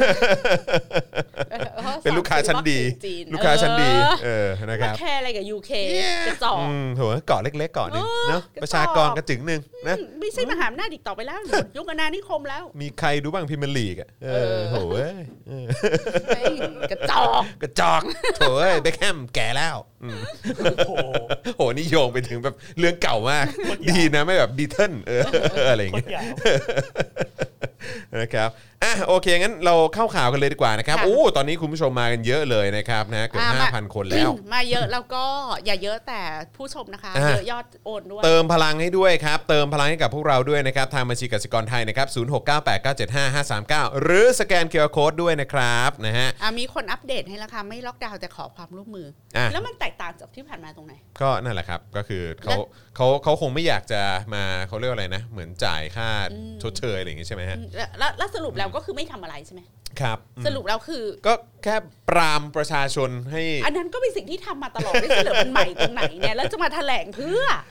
เป็นลูกค้าชั้นดีลูกค้าชั้นดีเออนะครับแค่อะไรกับ ยู เค กระจอกโหเกาะเล็กๆเกาะนึงเนาะประชากรกระจึงนึงนะไม่ใช่มหาอำนาจอีกต่อไปแล้วยุคอาณานิคมแล้วมีใครดูบ้างพรีเมียร์ลีกอ่ะเออโหเอ้ยกระจอกกระจอกโถเอ้ยเบคแฮมแก่แล้วโอ้โหนี่โยงไปถึงแบบเรื่องเก่ามากดีนะไม่แบบบีเทิลเอออะไรอย่างเงี้ยนะครับอ่ะโอเคงั้นเราเข้าข่าวกันเลยดีกว่านะครับโอ้ตอนนี้คุณผู้ชมมากันเยอะเลยนะครับนะเกือบ ห้าพัน คนแล้วมาเยอะแล้วก็อย่าเยอะแต่ผู้ชมนะคะเยอะยอดโอนด้วยเติมพลังให้ด้วยครับเติมพลังให้กับพวกเราด้วยนะครับทางบัญชีกสิกรไทยนะครับศูนย์ หก เก้า แปด เก้า เจ็ด ห้า ห้า สาม เก้าหรือสแกน คิว อาร์ Code ด้วยนะครับนะฮะอ่ะมีคนอัปเดตให้แล้วค่ะไม่ล็อกดาวน์แต่ขอความร่วมมือแล้วมันแตกต่างจากที่ผ่านมาตรงไหนก็นั่นแหละครับก็คือเขาเขาเขาคงไม่อยากจะมาเขาเรียกอะไรนะเหมือนจ่ายค่าชดเชยอะไรอย่างงี้ใช่ไหมฮะแล้วสรุปแล้วก็คือไม่ทำอะไรใช่ไหมครับสรุปแล้วคือก็แค่ปรามประชาชนให้อันนั้นก็เป็นสิ่งที่ทำมาตลอดไม่ใช่เหรอมันใหม่ตรงไหนเนี่ยแล้วจะมาแถลงเพื่อ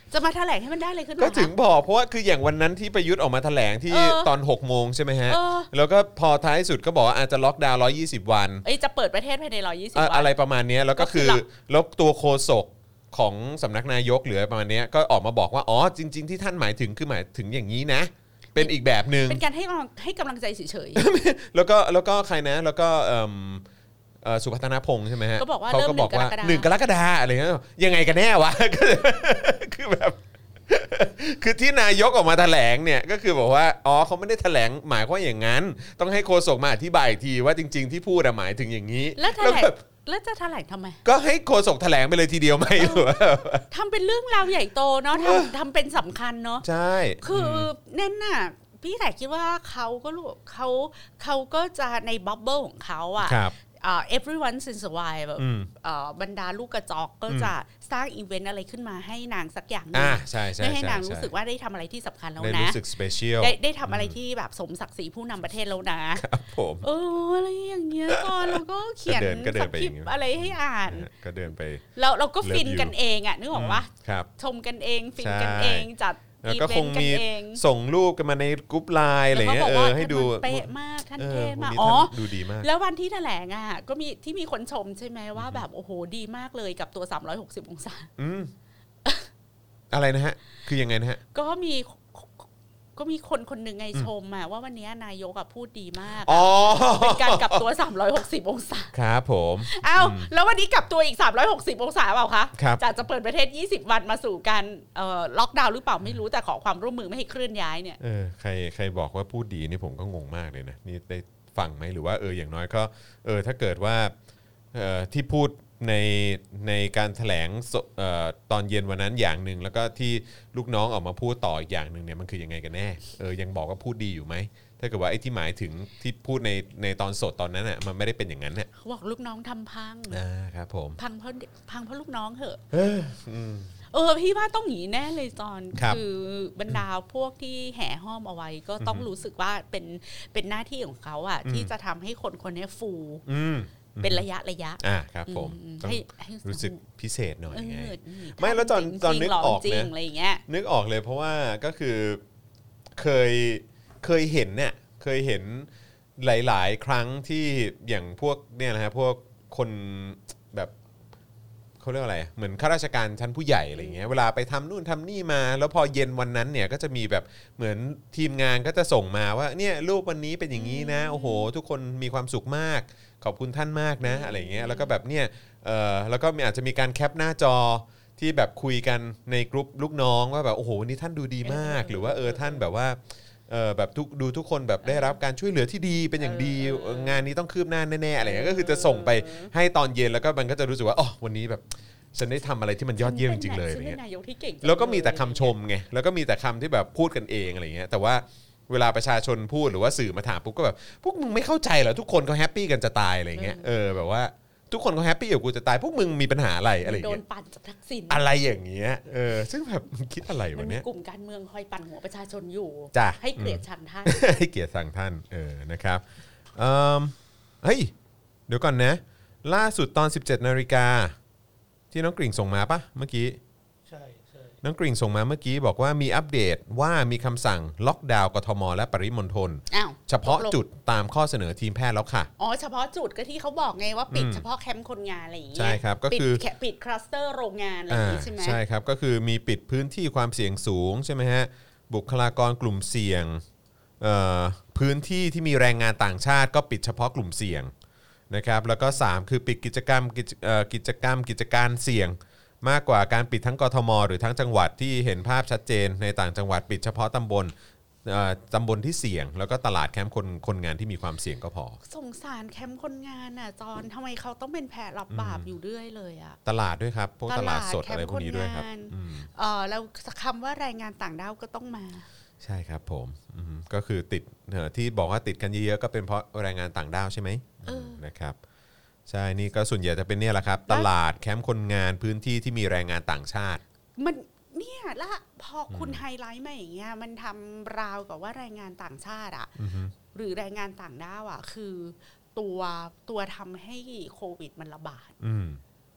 จะมาแถลงให้มันได้เลยขึ้นมาก็ถึงบอกเพราะว่าคืออย่างวันนั้นที่ประยุทธ์ออกมาแถลงที่เออตอนหกโมงใช่ไหมฮะเออแล้วก็พอท้ายสุดก็บอกว่าอาจจะล็อกดาวน์หนึ่งร้อยยี่สิบวันเอ้ยจะเปิดประเทศภายในหนึ่งร้อยยี่สิบอะวันอะไรประมาณเนี้ยแล้วก็คือก็คือหลักแล้วตัวโฆษกของสำนักนายกหรืออะไรประมาณเนี้ยก็ออกมาบอกว่าอ๋อจริง ๆที่ท่านหมายถึงคือหมายถึงอย่างนี้นะ เป็นอีกแบบหนึ่งเป็นการให้กำลังให้กำลังใจเฉยแล้วก็แล้วก็ใครนะแล้วก็เอิ่มเอ่อสุพัฒนพงษ์ใช่ไหมฮะก็บอกว่าเขาเริ่ก็มบอกว่าหหนึ่นึ่งงกกรรกกฎาฎาคคมมอะไรเงี้ยยังไงกันแน่วะ คือแบบ คือที่นายกออกมาแถลงเนี่ยก็คือบอกว่าอ๋อเขาไม่ได้แถลงหมายความอย่างนั้น ต้องให้โฆษกมาอธิบายอีกทีว่าจริง ๆที่พูดอะหมายถึงอย่างนี้แล้วแถลงแบบแล้วจะแถลงทำไมก็ให้โฆษกแถลงไปเลยทีเดียวไหมหรือว่าทำเป็นเรื่องราวใหญ่โตเนาะทำทำเป็นสำคัญเนาะใช่คือแน่นน่ะพี่แต่คิดว่าเขาก็รู้เขาเขาก็จะในบับเบิ้ลของเขาอ่ะครับอ่า everyone since a while แบบอืมอ่าบรรดาลูกกระจอกก็จะสร้างอีเวนต์อะไรขึ้นมาให้นางสักอย่างหนึอ่าง ใช่ใช่เพื่อให้ใช่นางใช่รู้สึกว่าได้ทำอะไรที่สำคัญแล้วได้นะรู้สึกสเปเชียลได้ได้ทำอะไรที่แบบสมศักดิ์ศรีผู้นำประเทศแล้วนะครับผมเอออะไรอย่างเงี้ยก่อนเราก็เขียนก็เดินก็เดิสนไปคอริย่าปงงี้ต์อะไรให้อ่านก็เดินไปเราเราก็ฟิน Love you กันเองอ่ะนึกออกปะครับชมกันเองฟินกันใช่เองจัดแล้วอีก็เวคน งต์กันมีเองส่งรูปกันมาในกรุ๊ปไลน์อะไรแล้วเงี้ก็ยบอกเอว่าอให้ดูท่านเป๊ะมากท่านเออเท่วันมากนี้อ๋อท่านดูดีมากแล้ววันที่แถลงอ่ะก็มีที่มีคนชมใช่ไหมว่าแบบโอ้โหดีมากเลยกับตัวสามร้อยหกสิบองศาอืมอะไรนะฮะ คือยังไงนะฮะก็มีก็มีคนคนหนึ่งไงชมอ่ะว่าวันนี้นายกอ่ะพูดดีมากอ๋อเป็นการกลับตัวสามร้อยหกสิบองศาครับผมอ้าวแล้ววันนี้กลับตัวอีกสามร้อยหกสิบองศาเปล่าคะครับจากจะเปิดประเทศยี่สิบวันมาสู่การเอ่อล็อกดาวน์หรือเปล่าไม่รู้แต่ขอความร่วมมือไม่ให้เคลื่อนย้ายเนี่ยเออใครใครบอกว่าพูดดีนี่ผมก็งงมากเลยนะนี่ได้ฟังไหมหรือว่าเอออย่างน้อยก็เออถ้าเกิดว่าเอ่อที่พูดในในการแถลงสเอ่อตอนเย็นวันนั้นอย่างหนึ่งแล้วก็ที่ลูกน้องออกมาพูดต่ออีกอย่างหนึ่งเนี่ยมันคือยังไงกันแน่เออยังบอกว่าพูดดีอยู่ไหมถ้าเกิดว่าไอ้ที่หมายถึงที่พูดในในตอนสดตอนนั้นน่ะมันไม่ได้เป็นอย่างนั้นเนี่ยเขาบอกลูกน้องทำพังอ่าครับผมพังเพราะพังเพราะลูกน้องเหอะเอออืมเออพี่ว่าต้องหนีแน่เลยจอนครับอบรรดาพวกที่แห่ห้อมเอาไว้ก็ต้องรู้สึกว่าเป็นเป็นหน้าที่ของเขาอะที่จะทำให้คนคนนี้ฟูอืมเป็นระยะระยะอ่าครับผมอืมต้องให้ให้รู้สึกพิเศษหน่อยเออไงอืไม่แล้วจอนทำจอนริงๆนึกหล่ออกจรินะงอะไรอย่างเงี้ยนึกออกเลยเพราะว่าก็คือเคยเคยเห็นเนี่ยเคยเห็นหลาย ๆ ครั้งที่อย่างพวกเนี่ยนะฮะพวกคนแบบเขาเรียกว่าอะไรเหมือนข้าราชการชั้นผู้ใหญ่อะไรเงี้ยเวลาไปทำนู่นทำนี่มาแล้วพอเย็นวันนั้นเนี่ยก็จะมีแบบเหมือนทีมงานก็จะส่งมาว่าเนี่ยรูปวันนี้เป็นอย่างนี้นะโอ้โหทุกคนมีความสุขมากขอบคุณท่านมากนะอะไรเงี้ยแล้วก็แบบเนี่ยเออแล้วก็มีอาจจะมีการแคปหน้าจอที่แบบคุยกันในกลุ่มลูกน้องว่าแบบโอ้โหวันนี้ท่านดูดีมากหรือว่าเออท่านแบบว่าเออแบบทุกดูทุกคนแบบได้รับการช่วยเหลือที่ดีเป็นอย่างดีเอองานนี้ต้องคืบหน้าแน่ๆอะไรเงี้ยก็คือจะส่งไปให้ตอนเย็นแล้วก็มันก็จะรู้สึกว่าอ๋อวันนี้แบบฉันได้ทำอะไรที่มันยอดเยี่ยมจริงๆเลยฉัอะไรนเป็เงี้นยนายกที่เก่งจังแล้วก็มีแต่เยคำชมไงแล้วก็มีแต่คำที่แบบพูดกันเองอะไรเงี้ยแต่ว่าเวลาประชาชนพูดหรือว่าสื่อมาถามปุ๊บก็แบบพวกมึงไม่เข้าใจเหรอทุกคนเขาแฮปปี้กันจะตายอะไรเงี้ยเออแบบว่าทุกคนเขาแฮปปี้กับกูจะตายพวกมึงมีปัญหาอะไรอะไรโดนเงี้ยปั่นจากทักษิณอะไรอย่างเงี้ยเออซึ่งแบบมึงคิดอะไรมัวะนมีเนี้ยกลุ่มการเมืองคอยปั่นหัวประชาชนอยู่จ้ะให้เกลียดชังท่านให้เกียรติสั่งท่านเออนะครับเอ่อเฮ้ยเดี๋ยวก่อนนะล่าสุดตอน สิบเจ็ดนาฬิกาที่น้องกริ่งส่งมาปะเมื่อกี้ใช่ใช่น้องกริ่งส่งมาเมื่อกี้บอกว่ามีอัปเดตว่ามีคำสั่งล็อกดาวน์กทมและปริมณฑลอ้าวเฉพาะตกลงจุดตามข้อเสนอทีมแพทย์แล้วค่ะอ๋อเฉพาะจุดก็ที่เขาบอกไงว่าปิดอืมเฉพาะแคมป์คนงานอะไรอย่างเงี้ยใช่ครับก็คือปิดแคปิดคลัสเตอร์โรงงานอะไรอย่างงี้ใช่ไหมใช่ครับก็คือมีปิดพื้นที่ความเสี่ยงสูงใช่ไหมฮะบุคลากรกลุ่มเสี่ยงเอ่อพื้นที่ที่มีแรงงานต่างชาติก็ปิดเฉพาะกลุ่มเสี่ยงนะครับแล้วก็สามคือปิดกิจกรรมกิจเอ่อกิจกรรมกิจการเสี่ยงมากกว่าการปิดทั้งกทมหรือทั้งจังหวัดที่เห็นภาพชัดเจนในต่างจังหวัดปิดเฉพาะตำบลเอ่อตำบลที่เสี่ยงแล้วก็ตลาดแคมป์คนคนงานที่มีความเสี่ยงก็พอสงสารแคมป์คนงานน่ะจอนทำไมเขาต้องเป็นแผลรับบาปอยู่เรื่อยเลยอ่ะตลาดด้วยครับพวกตลาดสดแคอะไรมป์พวกนี้ด้วยครับคนงานอืมเออแล้วคำว่าแรงงานต่างด้าวก็ต้องมาใช่ครับผมอืมก็คือติดเอ่อที่บอกว่าติดกันเยอะๆก็เป็นเพราะแรงงานต่างด้าวใช่ไหมเออนะครับใช่นี่ก็ส่วนใหญ่จะเป็นเนี่ยแหละครับ ตลาดแคมป์คนงานพื้นที่ที่มีแรงงานต่างชาติมันเนี่ยละพอคุณไฮไลท์มาอย่างเงี้ยมันทำราวกับว่าแรงงานต่างชาติอ่ะหรือแรงงานต่างด้าวอ่ะคือตัวตัวทำให้โควิดมันระบาดอืม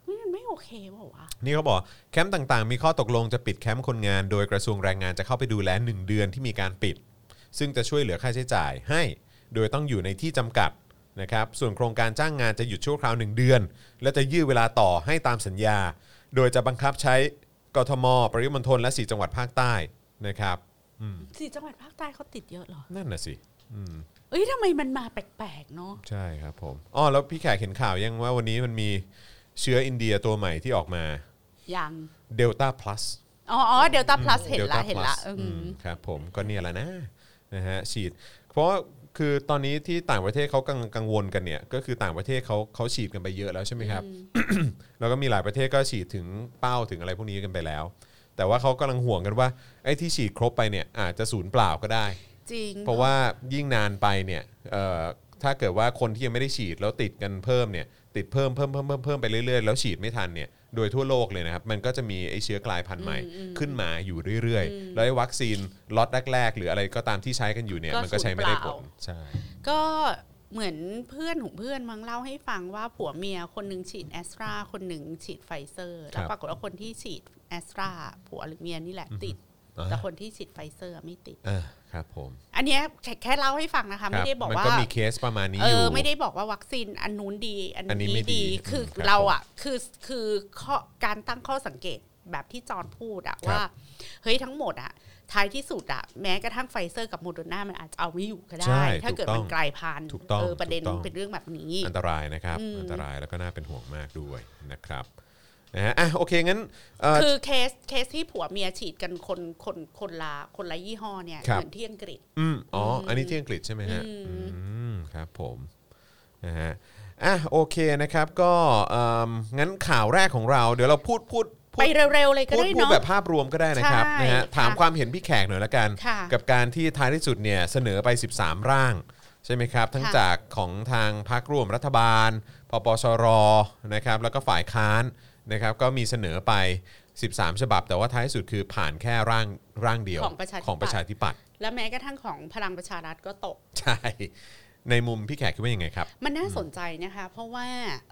มันไม่โอเคเปล่าวะนี่เขาบอกแคมป์ต่างๆมีข้อตกลงจะปิดแคมป์คนงานโดยกระทรวงแรงงานจะเข้าไปดูแลหนึ่งเดือนที่มีการปิดซึ่งจะช่วยเหลือค่าใช้จ่ายให้โดยต้องอยู่ในที่จำกัดนะครับส่วนโครงการจ้างงานจะหยุดชั่วคราวหนึ่งเดือนและจะยืดเวลาต่อให้ตามสัญญาโดยจะบังคับใช้กทมปริมณฑลและสี่จังหวัดภาคใต้นะครับสี่จังหวัดภาคใต้เขาติดเยอะเหรอนั่นน่ะสิเอ้ยทำไมมันมาแปลกๆเนาะใช่ครับผมอ๋อแล้วพี่แขกเห็นข่าวยังว่าวันนี้มันมีเชื้ออินเดียตัวใหม่ที่ออกมายังเดลต้าพลัสอ๋อเดลต้าพลัสเห็นละเห็นละครับผมก็เนี่ยแหละนะนะฮะฉีดเพราะคือตอนนี้ที่ต่างประเทศเขากังกังวลกันเนี่ยก็คือต่างประเทศเขาเขาฉีดกันไปเยอะแล้วใช่ไหมครับ แล้วก็มีหลายประเทศก็ฉีดถึงเป้าถึงอะไรพวกนี้กันไปแล้วแต่ว่าเขากำลังห่วงกันว่าไอ้ที่ฉีดครบไปเนี่ยอาจจะสูญเปล่าก็ได้จริงเพราะว่ายิ่งนานไปเนี่ยถ้าเกิดว่าคนที่ยังไม่ได้ฉีดแล้วติดกันเพิ่มเนี่ยติดเพิ่มเพิ่มเพิ่มเพิ่มเพิ่มไปเรื่อยๆแล้วฉีดไม่ทันเนี่ยโดยทั่วโลกเลยนะครับมันก็จะมีไอ้เชื้อกลายพันธุ์ใหม่ขึ้นมาอยู่เรื่อยๆแล้วไอ้วัคซีนล็อตแรกๆหรืออะไรก็ตามที่ใช้กันอยู่เนี่ยมันก็ใช้ไม่ได้ผลใช่ก็เหมือนเพื่อนของเพื่อนมังเล่าให้ฟังว่าผัวเมียคนหนึ่งฉีดแอสตราคนหนึ่งฉีดไฟเซอร์แล้วปรากฏว่าคนที่ฉีดแอสตราผัวหรือเมียนี่แหละติดแต่คนที่ฉีดไฟเซอร์ไม่ติดครับผมอันนี้แค่เล่าให้ฟังนะคะไม่ได้บอกว่ามันก็มีเคสประมาณนี้อยู่เออไม่ได้บอกว่าวัคซีนอันนู้นดีอันนี้ไม่ดีคือเราอ่ะคือคือข้อการตั้งข้อสังเกตแบบที่จอห์นพูดอะว่าเฮ้ยทั้งหมดอะท้ายที่สุดอะแม้กระทั่งไฟเซอร์กับโมเดอร์นามันอาจจะเอาไม่อยู่ก็ได้ถ้าเกิดมันกลายพันธุ์เออประเด็นเป็นเรื่องแบบนี้อันตรายนะครับอันตรายแล้วก็น่าเป็นห่วงมากด้วยนะครับนะฮะอ่ะโอเคงั้นคือเคสเคสที่ผัวเมียฉีดกันคนคนคนละคนละยี่ห้อเนี่ยเหมือนที่อังกฤษอืมอ๋ออันนี้ที่อังกฤษใช่ไหมฮะอืมครับผมนะฮะอ่ะโอเคนะครับก็งั้นข่าวแรกของเราเดี๋ยวเราพูดพูดไปเร็วๆเลยก็ได้เนาะพูดแบบภาพรวมก็ได้นะครับนะฮะถามความเห็นพี่แขกหน่อยละกันกับการที่ท้ายที่สุดเนี่ยเสนอไปสิบสามร่างใช่ไหมครับทั้งจากของทางพรรคร่วมรัฐบาลปปชรนะครับแล้วก็ฝ่ายค้านนะครับก็มีเสนอไปสิบสามฉบับแต่ว่าท้ายสุดคือผ่านแค่ร่างร่างเดียวของประชาธิปัตย์และแม้กระทั่งของพลังประชารัฐก็ตกใช่ในมุมพี่แขกคิดว่ายังไงครับมันน่าสนใจนะคะเพราะว่า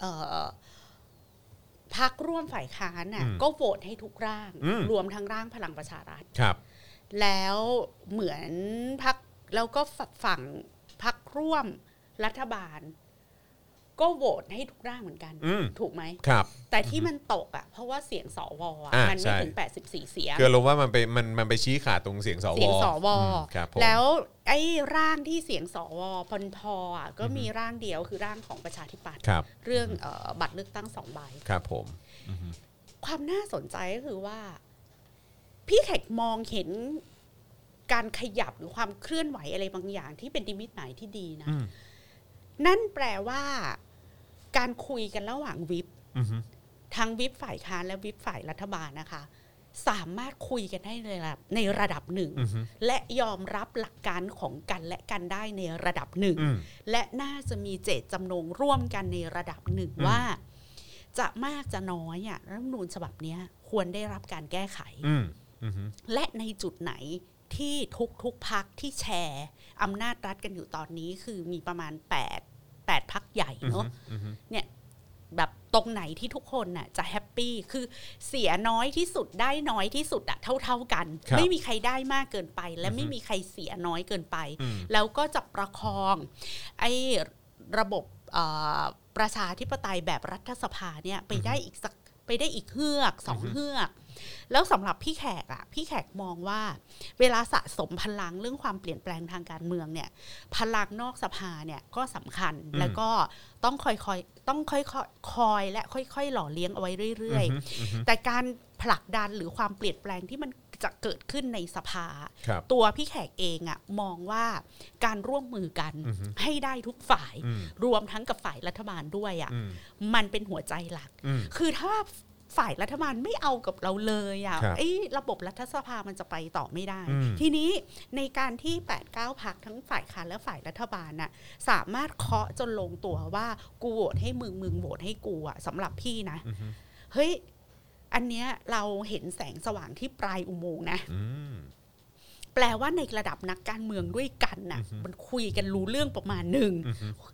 พรรคร่วมฝ่ายค้านน่ะก็โหวตให้ทุกร่างรวมทั้งร่างพลังประชารัฐครับแล้วเหมือนพรรคแล้วก็ฝั่งพรรคร่วมรัฐบาลก็โหวตให้ทุกร่างเหมือนกันถูกไหมครับแต่ที่มันตกอ่ะเพราะว่าเสียงสวอ่ะมันไม่ถึงแปดสิบสี่เสียงคือรู้ว่ามันไปมันมันไปชี้ขาดตรงเสียงสวเสียงสวแล้วไอ้ร่างที่เสียงสวพอพออ่ะก็มีร่างเดียวคือร่างของประชาธิปัตย์เรื่องบัตรเลือกตั้งสองใบครับผมความน่าสนใจก็คือว่าพี่แขกมองเห็นการขยับหรือความเคลื่อนไหวอะไรบางอย่างที่เป็นนิมิตหมายที่ดีนะนั่นแปลว่าการคุยกันระหว่างวิปทั้งวิปฝ่ายค้านและวิปฝ่ายรัฐบาลนะคะสามารถคุยกันได้ในระดับในระดับหนึ่งและยอมรับหลักการของกันและกันได้ในระดับหนึ่งและน่าจะมีเจตจำนงร่วมกันในระดับหนึ่งว่าจะมากจะน้อยอ่ะรัฐธรรมนูญฉบับนี้ควรได้รับการแก้ไขและในจุดไหนที่ทุกทุกพรรคที่แชร์อำนาจรัฐกันอยู่ตอนนี้คือมีประมาณแปด แปดพรรคใหญ่เนาะเนี่ยแบบตรงไหนที่ทุกคนน่ะจะแฮปปี้คือเสียน้อยที่สุดได้น้อยที่สุดอะเท่าๆกันไม่มีใครได้มากเกินไปและไม่มีใครเสียน้อยเกินไปแล้วก็จะประคองไอ้ระบบประชาธิปไตยแบบรัฐสภาเนี่ยไปได้อีกสักไปได้อีกเฮือกสองเฮือกแล้วสำหรับพี่แขกอ่ะพี่แขกมองว่าเวลาสะสมพลังเรื่องความเปลี่ยนแปลงทางการเมืองเนี่ยพลังนอกสภาเนี่ยก็สำคัญแล้วก็ต้องค่อยๆต้องค่อยๆคอยและค่อยๆหล่อเลี้ยงเอาไว้เรื่อยๆแต่การผลักดันหรือความเปลี่ยนแปลงที่มันจะเกิดขึ้นในสภาตัวพี่แขกเองอ่ะมองว่าการร่วมมือกันให้ได้ทุกฝ่ายรวมทั้งกับฝ่ายรัฐบาลด้วยอ่ะมันเป็นหัวใจหลักคือถ้าฝ่ายรัฐบาลไม่เอากับเราเลยอ่ะไอ้ระบบรัฐสภามันจะไปต่อไม่ได้ทีนี้ในการที่ แปด เก้า พรรคทั้งฝ่ายค้านและฝ่ายรัฐบาลน่ะสามารถเคาะจนลงตัวว่ากูโหวตให้มึงมึงโหวตให้กูอ่ะสำหรับพี่นะเฮ้ยอันเนี้ยเราเห็นแสงสว่างที่ปลายอุโมงค์นะแปลว่าในระดับนักการเมืองด้วยกันน่ะมันคุยกันรู้เรื่องประมาณหนึ่ง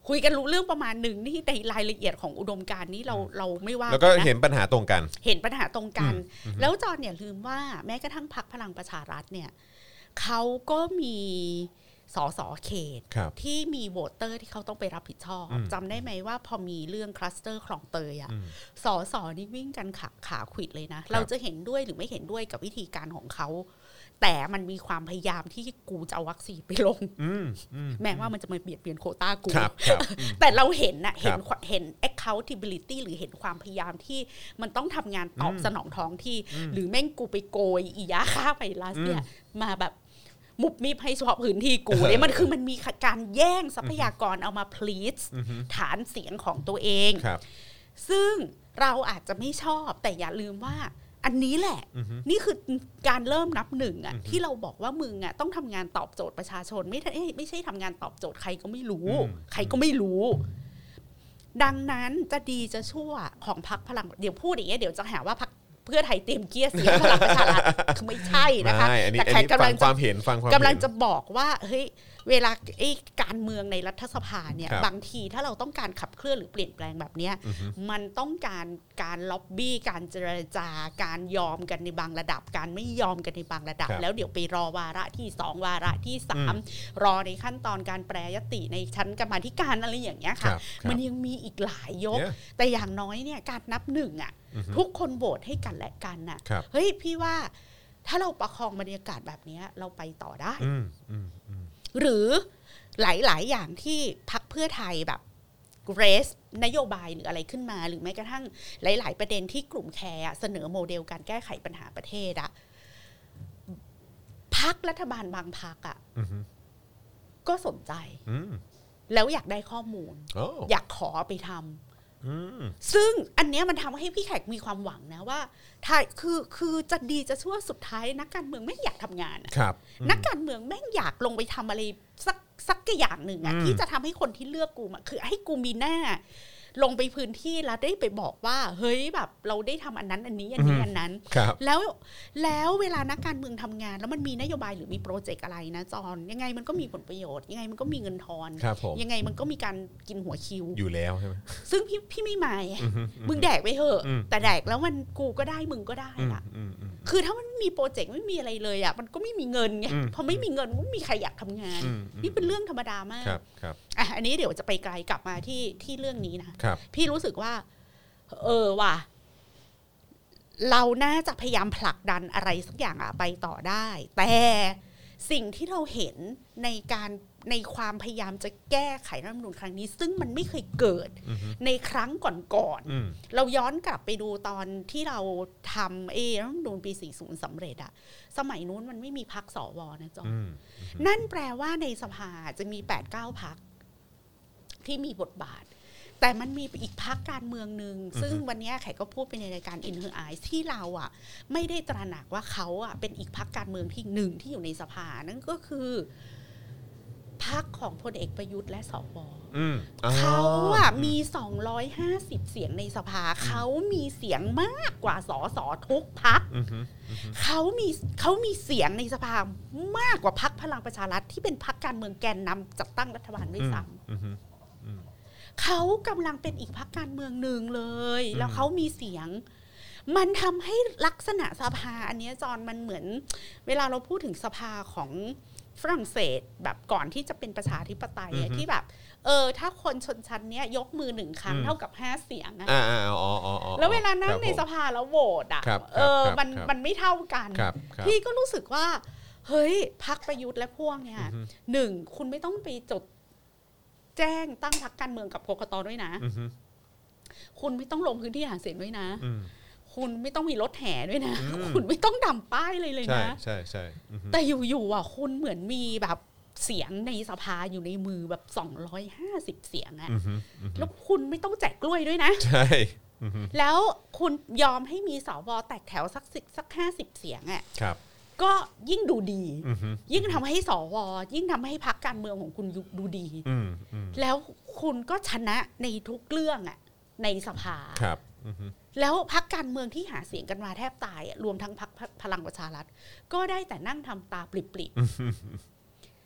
คุยกันรู้เรื่องประมาณหนึ่งนี่ในรายละเอียดของอุดมการณ์นี้เราเราไม่ว่าแล้วก็เห็นปัญหาตรงกันเห็นปัญหาตรงกันแล้วจอนอย่าลืมว่าแม้กระทั่งพรรคพลังประชารัฐเนี่ยเขาก็มีสสเขตที่มีโหวตเตอร์ที่เขาต้องไปรับผิดชอบจำได้ไหมว่าพอมีเรื่องคลัสเตอร์คลองเตยอ่ะสสนี่วิ่งกันขาขาขวิดเลยนะเราจะเห็นด้วยหรือไม่เห็นด้วยกับวิธีการของเขาแต่มันมีความพยายามที่กูจะเอาวัคซีนไปลงแม้ว่ามันจะมาเบียดเบียนโควต้ากูแต่เราเห็นน่ะเห็นเห็น accountability หรือเห็นความพยายามที่มันต้องทำงานตอบสนองท้องที่หรือแม่งกูไปโกยอียาฆ่าไวรัสเนี่ยมาแบบมุบมิบให้เฉพาะพื้นที่กูเนี่ยมันคือมันมีการแย่งทรัพยากรเอามา please ฐานเสียงของตัวเองซึ่งเราอาจจะไม่ชอบแต่อย่าลืมว่าอันนี้แหละนี่คือการเริ่มนับหนึ่งอ่ะที่เราบอกว่ามึงอ่ะต้องทำงานตอบโจทย์ประชาชนไม่ไม่ใช่ทำงานตอบโจทย์ใครก็ไม่รู้ใครก็ไม่รู้ดังนั้นจะดีจะชั่วของพรรคพลังเดี๋ยวพูดอย่างเงี้ยเดี๋ยวจะหาว่าพรรคเพื่อไทยเตรียมเกียร์เสียพลังประชารัฐคือไม่ใช่นะคะแต่แค่กำลังความเห็นฟังความกำลังจะบอกว่าเฮ้ยเวลาไอ้การเมืองในรัฐสภาเนี่ยบางทีถ้าเราต้องการขับเคลื่อนหรือเปลี่ยนแปลงแบบนี้มันต้องการการล็อบบี้การเจรจาการยอมกันในบางระดับการไม่ยอมกันในบางระดับแล้วเดี๋ยวไปรอวาระที่สองวาระที่สามรอในขั้นตอนการแปรยติในชั้นกรรมาธิการอะไรอย่างเงี้ยค่ะมันยังมีอีกหลายยกแต่อย่างน้อยเนี่ยการนับหนึ่งอ่ะทุกคนโหวตให้กันและกันน่ะเฮ้ยพี่ว่าถ้าเราประคองบรรยากาศแบบนี้เราไปต่อได้หรือหลายๆอย่างที่พรรคเพื่อไทยแบบเรสนโยบายหรืออะไรขึ้นมาหรือแม้กระทั่งหลายๆประเด็นที่กลุ่มแคร์เสนอโมเดลการแก้ไขปัญหาประเทศอะพรรครัฐบาลบางพรรคอะก็สนใจแล้วอยากได้ข้อมูลอยากขอไปทำซึ่งอันเนี้ยมันทำให้พี่แขกมีความหวังนะว่าถ้าคือคือจะดีจะชั่วสุดท้ายนักการเมืองไม่อยากทำงานนักการเมืองแม่งอยากลงไปทำอะไรสักสักอย่างหนึ่งอะที่จะทำให้คนที่เลือกกูมาคือให้กูมีหน้าลงไปพื้นที่แล้วได้ไปบอกว่าเฮ้ยแบบเราได้ทำอันนั้นอันนี้อันนี้อันนั้นแล้วแล้วเวลานักการเมืองทำงานแล้วมันมีนโยบายหรือมีโปรเจกต์อะไรนะจอนยังไงมันก็มีผลประโยชน์ยังไงมันก็มีเงินทอนยังไงมันก็มีการกินหัวคิวอยู่แล้วใช่ไหมซึ่งพี่พี่ไม่หมายมึงแดกไปเถอะแต่แดกแล้วมันกูก็ได้มึงก็ได้อะคือถ้ามันมีโปรเจกต์ไม่มีอะไรเลยอ่ะมันก็ไม่มีเงินไงพอไม่มีเงินไม่มีใครอยากทำงานนี่เป็นเรื่องธรรมดามากอ่ะอันนี้เดี๋ยวจะไปไกลกลับมาที่ที่เรื่องนี้นะพี่รู้สึกว่าเออว่ะเราน่าจะพยายามผลักดันอะไรสักอย่างอะไปต่อได้แต่สิ่งที่เราเห็นในการในความพยายามจะแก้ไขรัฐธรรมนูญครั้งนี้ซึ่งมันไม่เคยเกิดในครั้งก่อนๆเราย้อนกลับไปดูตอนที่เราทำเอรัฐธรรมนูญปีสี่สิบสำเร็จอะสมัยนู้นมันไม่มีพรรคสวนะจ๊ะนั่นแปลว่าในสภาจะมี แปดเก้า พรรคที่มีบทบาทแต่มันมีอีกพรรคการเมืองนึงซึ่งวันนี้แขกก็พูดไปในรายการ In Her Eyes ที่เราอ่ะไม่ได้ตระหนักว่าเขาอ่ะเป็นอีกพรรคการเมืองที่หนึ่งที่อยู่ในสภานั่นก็คือพรรคของพลเอกประยุทธ์และสวเขาอ่ะมีสองร้อยห้าสิบเสียงในสภาเขามีเสียงมากกว่าสสทุกพรรคเขามีเขามีเสียงในสภามากกว่าพรรคพลังประชารัฐที่เป็นพรรคการเมืองแกนนำจัดตั้งรัฐบาลด้วยซ้ำเขากำลังเป็นอีกพรรคการเมืองหนึ่งเลยแล้วเขามีเสียงมันทำให้ลักษณะสภาอันนี้จอนมันเหมือนเวลาเราพูดถึงสภาของฝรั่งเศสแบบก่อนที่จะเป็นประชาธิปไตยที่แบบเออถ้าคนชนชั้นเนี้ยยกมือหนึ่งครั้งเท่ากับห้าเสียงนะแล้วเวลานั่งในสภาแล้วโหวตอ่ะเออมันมันไม่เท่ากันพี่ก็รู้สึกว่าเฮ้ยพรรคประยุทธ์และพวกเนี่ยหนึ่งคุณไม่ต้องไปจดแจ้งตั้งพรรคการเมืองกับกกต.ด้วยนะคุณไม่ต้องลงพื้นที่หาเสียงด้วยนะคุณไม่ต้องมีรถแห่ด้วยนะคุณไม่ต้องดำป้ายเลยเลยนะใช่ใช่แต่อยู่ๆอ่ะคุณเหมือนมีแบบเสียงในสภาอยู่ในมือแบบสองร้อยห้าสิบเสียงอ่ะแล้วคุณไม่ต้องแจกกล้วยด้วยนะใช่แล้วคุณยอมให้มีสวแตกแถวสักสิบสักห้าสิบเสียงอ่ะก็ยิ่งดูดียิ่งทำให้สวยิ่งทำให้พรรคการเมืองของคุณดูดีแล้วคุณก็ชนะในทุกเรื่องอ่ะในสภาแล้วพรรคการเมืองที่หาเสียงกันมาแทบตายรวมทั้งพรรคพลังประชารัฐก็ได้แต่นั่งทำตาปริบ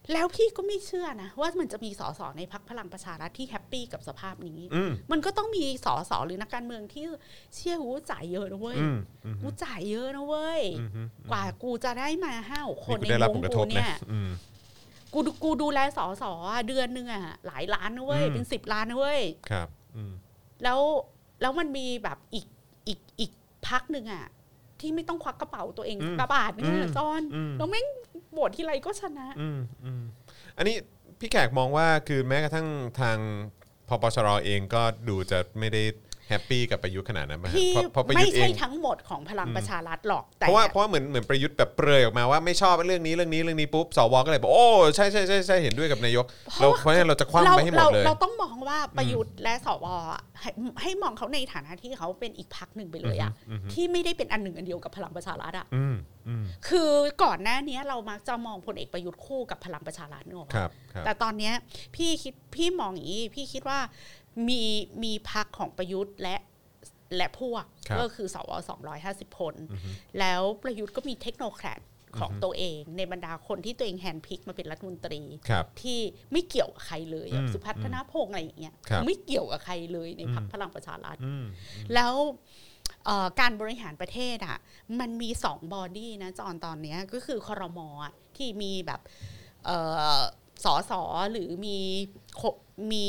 แล้วพี่ก็ไม่เชื่อนะว่ามันจะมีสสในพรรคพลังประชารัฐที่แฮปปี้กับสภาพนี้มันก็ต้องมีสสหรือนักการเมืองที่เชื่อกูจ่ายเยอะนะเว้ยกูจ่ายเยอะนะเว้ยกว่ากูจะได้มาห้าคนในวงกูเนี่ยกูกูดูแลสสเดือนนึงอ่ะหลายล้านนะเว้ยเป็นสิบล้านนะเว้ยครับแล้วแล้วมันมีแบบอีกอีกอีกพรรคนึงอ่ะที่ไม่ต้องควักกระเป๋าตัวเองกระบาดเนี่ยจอนแล้วแม่งโหวตที่ไรก็ชนะอันนี้พี่แขกมองว่าคือแม้กระทั่งทางพปชรเองก็ดูจะไม่ได้แฮปปี้กับประยุทธ์ขนาดนั้นไหมเพราะไม่ใช่ทั้งหมดของพลังประชารัฐหรอกแต่เพราะว่าเพราะเหมือนเหมือนประยุทธ์แบบเปรยออกมาว่าไม่ชอบเรื่องนี้เรื่องนี้เรื่องนี้ปุ๊บสวก็เลยบอกโอ้ใช่ใช่ใช่ใช่เห็นด้วยกับนายกเราเพราะฉะนั้นเราจะคว่ำไปให้หมดเลยเราต้องมองว่าประยุทธ์และสวให้ให้มองเขาในฐานะที่เขาเป็นอีกพรรคหนึ่งไปเลยอะที่ไม่ได้เป็นอันหนึ่งอันเดียวกับพลังประชารัฐอะคือก่อนหน้านี้เรามักจะมองพลเอกประยุทธ์คู่กับพลังประชารัฐเนอะแต่ตอนนี้พี่คิดพี่มองอย่างนี้พี่คิดว่ามีมีพรรคของประยุทธ์และและพวกก็คือสวสองร้อยห้าสิบคนแล้วประยุทธ์ก็มีเทคโนแครดของตัวเองในบรรดาคนที่ตัวเองแฮนด์พิกมาเป็นรัฐมนตรีที่ไม่เกี่ยวกับใครเลยสุพัฒนพงษ์อะไรอย่างเงี้ยไม่เกี่ยวกับใครเลยในพรรคพลังประชารัฐแล้วการบริหารประเทศอ่ะมันมีสองบอดี้นะจอนตอนนี้ก็คือครม.ที่มีแบบสสหรือมีมี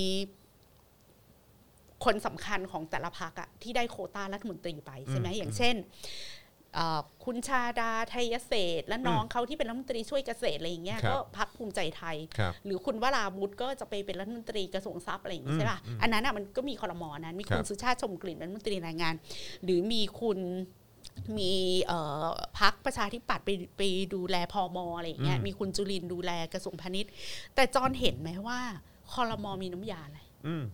คนสำคัญของแต่ละพรรคอะที่ได้โควต้ารัฐมนตรีไปใช่ไหมอย่างเช่นคุณชาดาไทยเศรษฐ์และน้องเขาที่เป็นรัฐมนตรีช่วยเกษตรอะไรอย่างเงี้ยก็พรรคภูมิใจไทยหรือคุณวราวุธก็จะไปเป็นรัฐมนตรีกระทรวงทรัพย์อะไรอย่างงี้ใช่ป่ะอันนั้นอะมันก็มีครม.นั้นมีคุณสุชาติชมกลิ่นรัฐมนตรีแรงงานหรือมีคุณมีพรรคประชาธิปัตย์ไปไปดูแลพม.อะไรอย่างเงี้ยมีคุณจุลินดูแลกระทรวงพาณิชย์แต่จอนเห็นไหมว่าครม.มีน้ำยาอะไร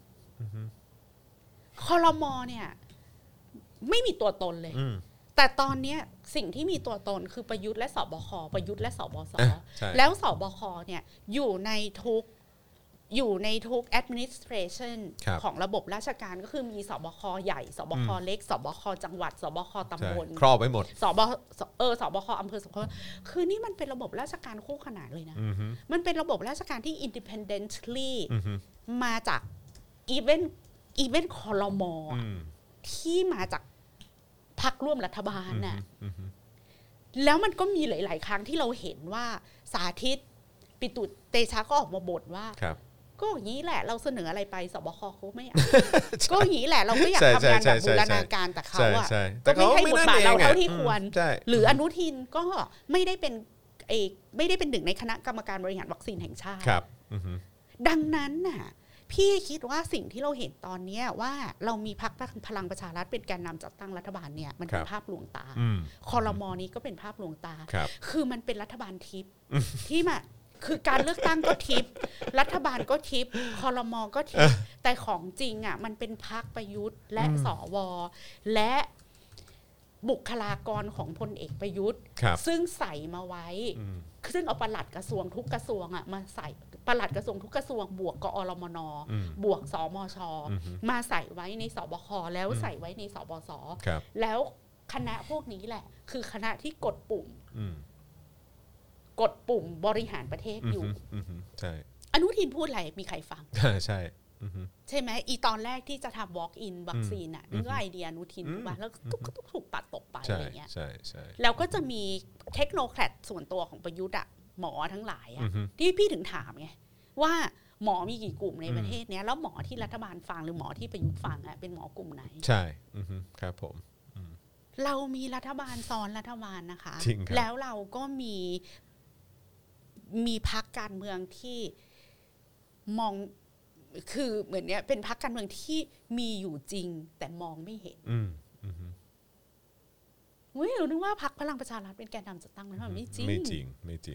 ครม.เนี่ยไม่มีตัวตนเลยแต่ตอนนี้สิ่งที่มีตัวตนคือประยุทธ์และสบคประยุทธ์และสบสแล้วสบคเนี่ยอยู่ในทุกอยู่ในทุก administration ของระบบราชการก็คือมีสบคใหญ่สบคเล็กสบคจังหวัดสบคตำบลครอบไว้หมดสบเออสบคอำเภอสบคคือนี่มันเป็นระบบราชการคู่ขนานเลยนะมันเป็นระบบราชการที่ independently มาจาก evenอีเวนต์ครม.ที่มาจากพรรคร่วมรัฐบาลน่ะแล้วมันก็มีหลายๆครั้งที่เราเห็นว่าสาธิตปิตุเตชะก็ออกมาบ่นว่าก็อย่างนี้แหละเราเสนออะไรไปสบคเขาไม่เอาก็อย่างนี้แหละเราก็อยากทำงานแบบบูรณาการแต่เขาอ่ะก็ไม่ให้บทบาทเราเท่าที่ควรหรืออนุทินก็ไม่ได้เป็นเอกไม่ได้เป็นหนึ่งในคณะกรรมการบริหารวัคซีนแห่งชาติดังนั้นน่ะพี่คิดว่าสิ่งที่เราเห็นตอนนี้ว่าเรามีพรรคพลังประชารัฐเป็นแกนนำจัดตั้งรัฐบาลเนี่ยมันเป็นภาพลวงตาครม.นี้ก็เป็นภาพลวงตาคือมันเป็นรัฐบาลทิพย์ที่มาคือการเลือกตั้งก็ทิพย์รัฐบาลก็ทิพย์ครม.ก็ทิพย์แต่ของจริงอ่ะมันเป็นพรรคประยุทธ์และสวและบุคลากรของพลเอกประยุทธ์ซึ่งใส่มาไว้ซึ่งเอาปลัดกระทรวงทุกกระทรวงอ่ะมาใส่ปลัดกระทรวงทุกกระทรวงบวกกอรมนบวกสมชมาใส่ไว้ในสบคแล้วใส่ไว้ในสบสแล้วคณะพวกนี้แหละคือคณะที่กดปุ่มกดปุ่มบริหารประเทศอยู่ใช่อนุทินพูดอะไรมีใครฟังใช่ใช่ไหมอีตอนแรกที่จะทำ walk in วัคซีนอ่ะนี่ก็ไอเดียอนุทินถูกป่ะแล้วก็ถูกปัดตกไปอะไรเงี้ยใช่ใช่แล้วก็จะมีเทคโนแครดส่วนตัวของประยุทธ์อ่ะหมอทั้งหลายอ่ะที่พี่ถึงถามไงว่าหมอมีกี่กลุ่มในประเทศเนี้ยแล้วหมอที่รัฐบาลฟังหรือหมอที่ประยุทธ์ฟังอ่ะเป็นหมอกลุ่มไหนใช่ครับผมเรามีรัฐบาลซ้อนรัฐบาลนะคะแล้วเราก็มีมีพรรคการเมืองที่มองคือเหมือนเนี้ยเป็นพรรคการเมืองที่มีอยู่จริงแต่มองไม่เห็นเฮ้ยเรานึกว่าพรรคพลังประชารัฐเป็นแกนนำจัดตั้งแล้วไม่จริงไม่จริงไม่จริง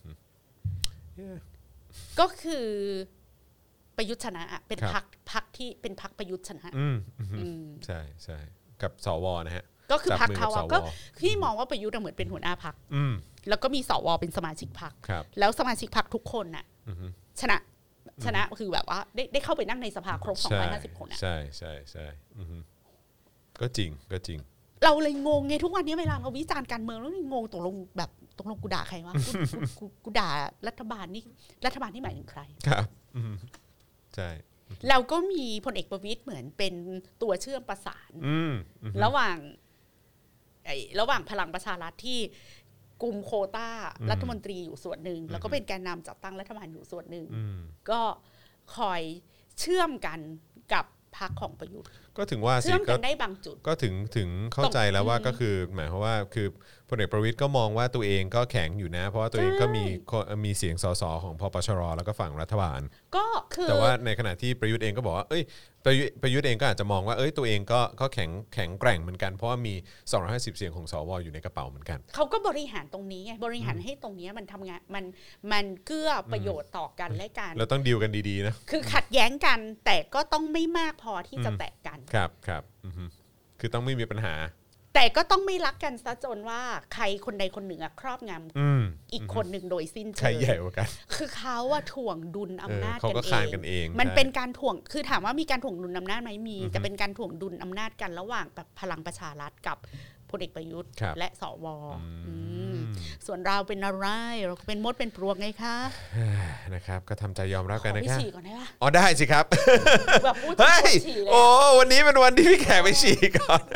ก็คือประยุทธ์ชนะอ่ะเป็นพรรคพรรคที่เป็นพรรคประยุทธ์ชนะใช่ใช่กับสวนะฮะก็คือพรรคเขาก็ที่มองว่าประยุทธ์เหมือนเป็นหัวหน้าพรรคแล้วก็มีสวเป็นสมาชิกพรรคแล้วสมาชิกพรรคทุกคนน่ะชนะชนะคือแบบว่าได้ได้เข้าไปนั่งในสภาครบสองร้อยห้าสิบคนอ่ะใช่ใช่ใช่ก็จริงก็จริงเราเลยงงไงทุกวันนี้เวลาเราวิจารณ์การเมืองแล้วงงตกลงแบบตกลงกูด่าใครวะกูกูกูกูด่ารัฐบาลนี่รัฐบาลที่หมายถึงใครครับใช่แล้วก็มีพลเอกประวิตรเหมือนเป็นตัวเชื่อมประสานระหว่างไอ้ระหว่างพลังประชารัฐที่กุมโควต้ารัฐมนตรีอยู่ส่วนหนึ่งแล้วก็เป็นแกนนำจัดตั้งรัฐบาลอยู่ส่วนหนึ่งก็คอยเชื่อมกันกับพรรคของประยุทธ์ก็ถึงว่าเชื่อมกันได้บางจุดก็ถึงถึงเข้าใจแล้วว่าก็คือหมายความว่าคือพลเอกประวิตรก็มองว่าตัวเองก็แข็งอยู่นะเพราะว่าตัวเองก็มีมีเสียงสสของพปชรแล้วก็ฝั่งรัฐบาลก็คือแต่ว่าในขณะที่ประยุทธ์เองก็บอกว่าเอ้ยประยุทธ์ประยุทธ์เองก็อาจจะมองว่าเอ้ยตัวเองก็ก็แข็งแข็งแกร่งเหมือนกันเพราะว่ามีสองร้อยห้าสิบเสียงของสวอยู่ในกระเป๋าเหมือนกันเขาก็บริหารตรงนี้ไงบริหารให้ตรงนี้มันทำงานมันมันเกื้อประโยชน์ต่อกันและกันเราต้องดีลกันดีๆนะคือขัดแย้งกันแต่ก็ต้องไม่มากพอที่จะแตกกันครับครับคือต้องไม่มีปัญหาแต่ก็ต้องไม่รักกันซะจนว่าใครคนใดคนหนึ่งครอบงำอีกคนหนึ่งโดยสิ้นเชิงใครใหญ่กว่ากันคือเขาว่าถ่วงดุลอำนาจกันเองมันเป็นการถ่วงคือถามว่ามีการถ่วงดุลอำนาจไหมมีแต่เป็นการถ่วงดุลอำนาจกันระหว่างแบบพลังประชารัฐกับพลเอกประยุทธ์และสวส่วนเราเป็นอะไรเราเป็นมดเป็นปลวกไงคะนะครับก็ทำใจยอมรับกันนะครับขอไปฉี่ก่อนได้ปะอ๋อได้สิครับเฮ้ยโอ้วันนี้เป็นวันที่พี่แขกไปฉี่ก่อน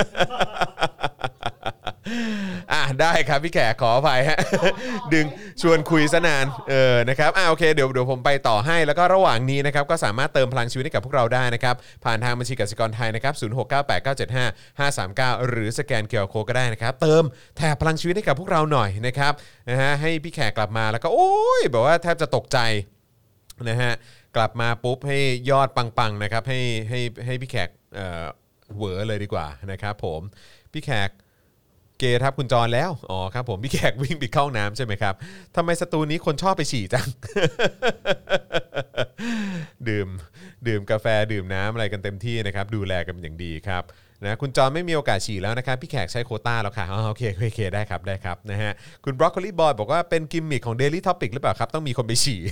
อ่ะได้ครับพี่แขกขออภัยฮะดึงชวนคุยซะนานเออนะครับอ่ะโอเคเดี๋ยวเดี๋ยวผมไปต่อให้แล้วก็ระหว่างนี้นะครับก็สามารถเติมพลังชีวิตให้กับพวกเราได้นะครับผ่านทางบัญชีกสิกรไทยนะครับศูนย์ หก เก้า แปด เก้า เจ็ด ห้า ห้า สาม เก้าหรือสแกน คิว อาร์ Code ก็ได้นะครับเติมแถบพลังชีวิตให้กับพวกเราหน่อยนะครับนะฮะให้พี่แขกกลับมาแล้วก็โอ้ยแบบว่าแทบจะตกใจนะฮะกลับมาปุ๊บให้ยอดปังๆนะครับให้ให้ให้พี่แขกเอ่อเหวอเลยดีกว่านะครับผมพี่แขกเกทับคุณจรแล้วอ๋อครับผมพี่แขกวิ่งไปเข้าน้ำใช่ไหมครับทำไมสตูนี้คนชอบไปฉี่จัง ดื่มดื่มกาแฟดื่มน้ำอะไรกันเต็มที่นะครับดูแลกันอย่างดีครับนะคุณจรไม่มีโอกาสฉี่แล้วนะครับพี่แขกใช้โควต้าแล้วค่ะอ๋อโอเคโอเคได้ครับได้ครับนะฮะคุณบรอกโคลีบอยบอกว่าเป็นกิมมิคของ Daily Topic หรือเปล่าครับต้องมีคนไปฉี่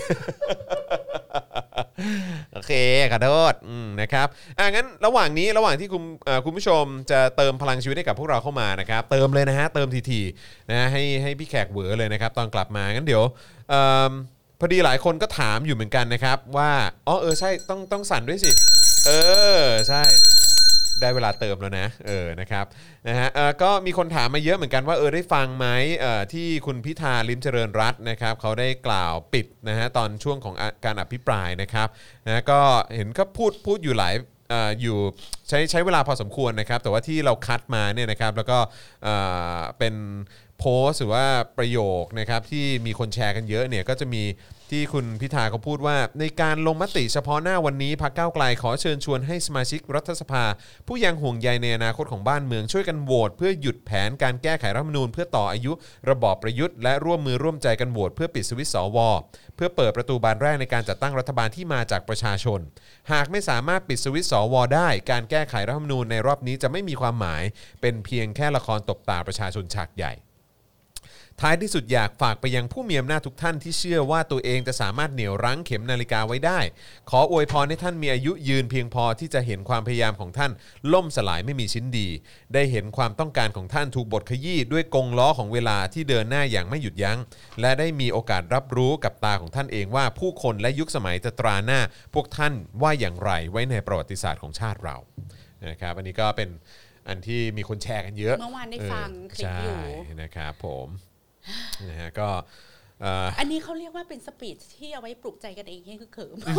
โอเคขอโทษนะครับอ่ะงั้นระหว่างนี้ระหว่างที่คุณคุณผู้ชมจะเติมพลังชีวิตให้กับพวกเราเข้ามานะครับเติมเลยนะฮะเติมทีๆนะให้ให้พี่แขกเหวอเลยนะครับตอนกลับมางั้นเดี๋ยวพอดีหลายคนก็ถามอยู่เหมือนกันนะครับว่าอ๋อเออใช่ต้องต้องสั่นด้วยสิเออใช่ได้เวลาเติมแล้วนะเออนะครับนะฮะเออก็มีคนถามมาเยอะเหมือนกันว่าเออได้ฟังไหมเอ่อที่คุณพิธาลิ้มเจริญรัตน์นะครับเขาได้กล่าวปิดนะฮะตอนช่วงของการอภิปรายนะครับนะก็เห็นก็พูดพูดอยู่หลายเอ่ออยู่ใช้ใช้เวลาพอสมควรนะครับแต่ว่าที่เราคัดมาเนี่ยนะครับแล้วก็เอ่อเป็นโพสต์หรือว่าประโยคนะครับที่มีคนแชร์กันเยอะเนี่ยก็จะมีที่คุณพิธาเขาพูดว่าในการลงมติเฉพาะหน้าวันนี้พรรคก้าวไกลขอเชิญชวนให้สมาชิกรัฐสภาผู้ยังห่วงใยในอนาคตของบ้านเมืองช่วยกันโหวตเพื่อหยุดแผนการแก้ไขรัฐธรรมนูญเพื่อต่ออายุระบอบประยุทธ์และร่วมมือร่วมใจกันโหวตเพื่อปิดสวิตช์สวเพื่อเปิดประตูบานแรกในการจัดตั้งรัฐบาลที่มาจากประชาชนหากไม่สามารถปิดสวิตช์สวได้การแก้ไขรัฐธรรมนูญในรอบนี้จะไม่มีความหมายเป็นเพียงแค่ละครตบตาประชาชนฉากใหญ่ท้ายที่สุดอยากฝากไปยังผู้มีอำนาจทุกท่านที่เชื่อว่าตัวเองจะสามารถเหนี่ยวรั้งเข็มนาฬิกาไว้ได้ขออวยพรให้ท่านมีอายุยืนเพียงพอที่จะเห็นความพยายามของท่านล่มสลายไม่มีชิ้นดีได้เห็นความต้องการของท่านถูกบดขยี้ด้วยกงล้อของเวลาที่เดินหน้าอย่างไม่หยุดยั้งและได้มีโอกาสรับรู้กับตาของท่านเองว่าผู้คนและยุคสมัยจะตราหน้าพวกท่านว่าอย่างไรไว้ในประวัติศาสตร์ของชาติเรานะครับอันนี้ก็เป็นอันที่มีคนแชร์กันเยอะเมื่อวานได้ฟังคลิปอยู่นะครับผมนะฮะก็อันนี้เขาเรียกว่าเป็นสปีชที่เอาไว้ปลุกใจกันเองให้คือเขิม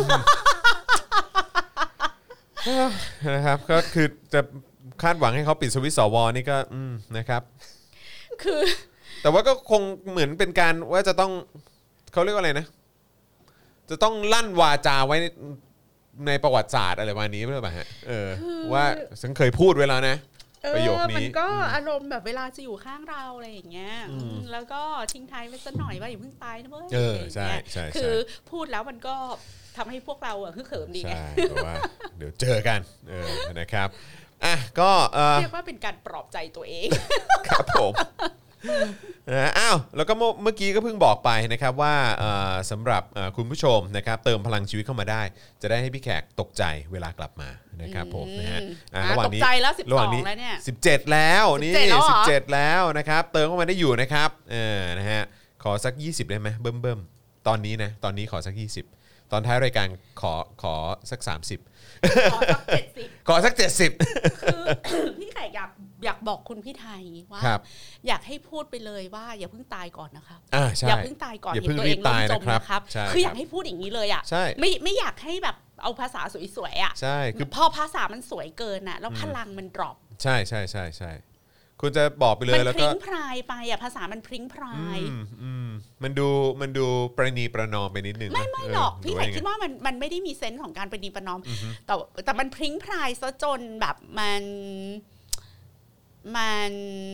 นะครับก็คือจะคาดหวังให้เขาปิดสวิตช์สวนี่ก็นะครับคือแต่ว่าก็คงเหมือนเป็นการว่าจะต้องเขาเรียกว่าอะไรนะจะต้องลั่นวาจาไว้ในประวัติศาสตร์อะไรประมาณนี้หรือเปล่าฮะเออว่าฉันเคยพูดไว้แล้วนะประโยคนี้มันก็อารมณ์แบบเวลาจะอยู่ข้างเราอะไรอย่างเงี้ยแล้วก็ทิ้งท้ายไว้สักหน่อยว่าอย่าเพิ่งตายนะเว้ยเออใช่ใช่คือพูดแล้วมันก็ทำให้พวกเราอะคือเขิมดีไงใช่เพราะว่าเดี๋ยวเจอกันเออนะครับอ่ะก็เรียกว่าเป็นการปลอบใจตัวเองครับผมนะอ้าวแล้วก็เมื่อกี้ก็เพิ่งบอกไปนะครับว่าสำหรับคุณผู้ชมนะครับเติมพลังชีวิตเข้ามาได้จะได้ให้พี่แขกตกใจเวลากลับมานะครับผมนะฮะระหว่างนี้ระหว่างนี้สิบเจ็ดแล้วนี่สิบเจ็ดแล้วนะครับเติมเข้ามาได้อยู่นะครับเออนะฮะขอสักยี่สิบได้ไหมเบิ่มเบิ่มตอนนี้นะตอนนี้ขอสักยี่สิบตอนท้ายรายการขอขอสักสามสิบขอสักเจ็ดสิบขอสักเจ็ดสิบคือพี่ไข่อยากอยากบอกคุณพี่ไทยว่าอยากให้พูดไปเลยว่าอย่าเพิ่งตายก่อนนะครับอย่าเพิ่งตายก่อนเห็นตัวเองล้มจมนะครับคืออยากให้พูดอย่างนี้เลยอ่ะไม่ไม่อยากให้แบบเอาภาษาสวยๆอ่ะใช่คือพอภาษามันสวยเกินอ่ะแล้วพลังมันดรอปใช่ใช่ใช่ใช่คุณจะบอกไปเลยแล้วก็มันพริ้งพรายไปอ่ะภาษามันพริ้งพรายมันดูมันดูประนีประนอมไปนิดนึงไม่ไม่หรอกพี่ไข่คิดว่ามันมันไม่ได้มีเซนส์ของการประนีประนอมแต่แต่มันพริ้งพรายซะจนแบบมันมัน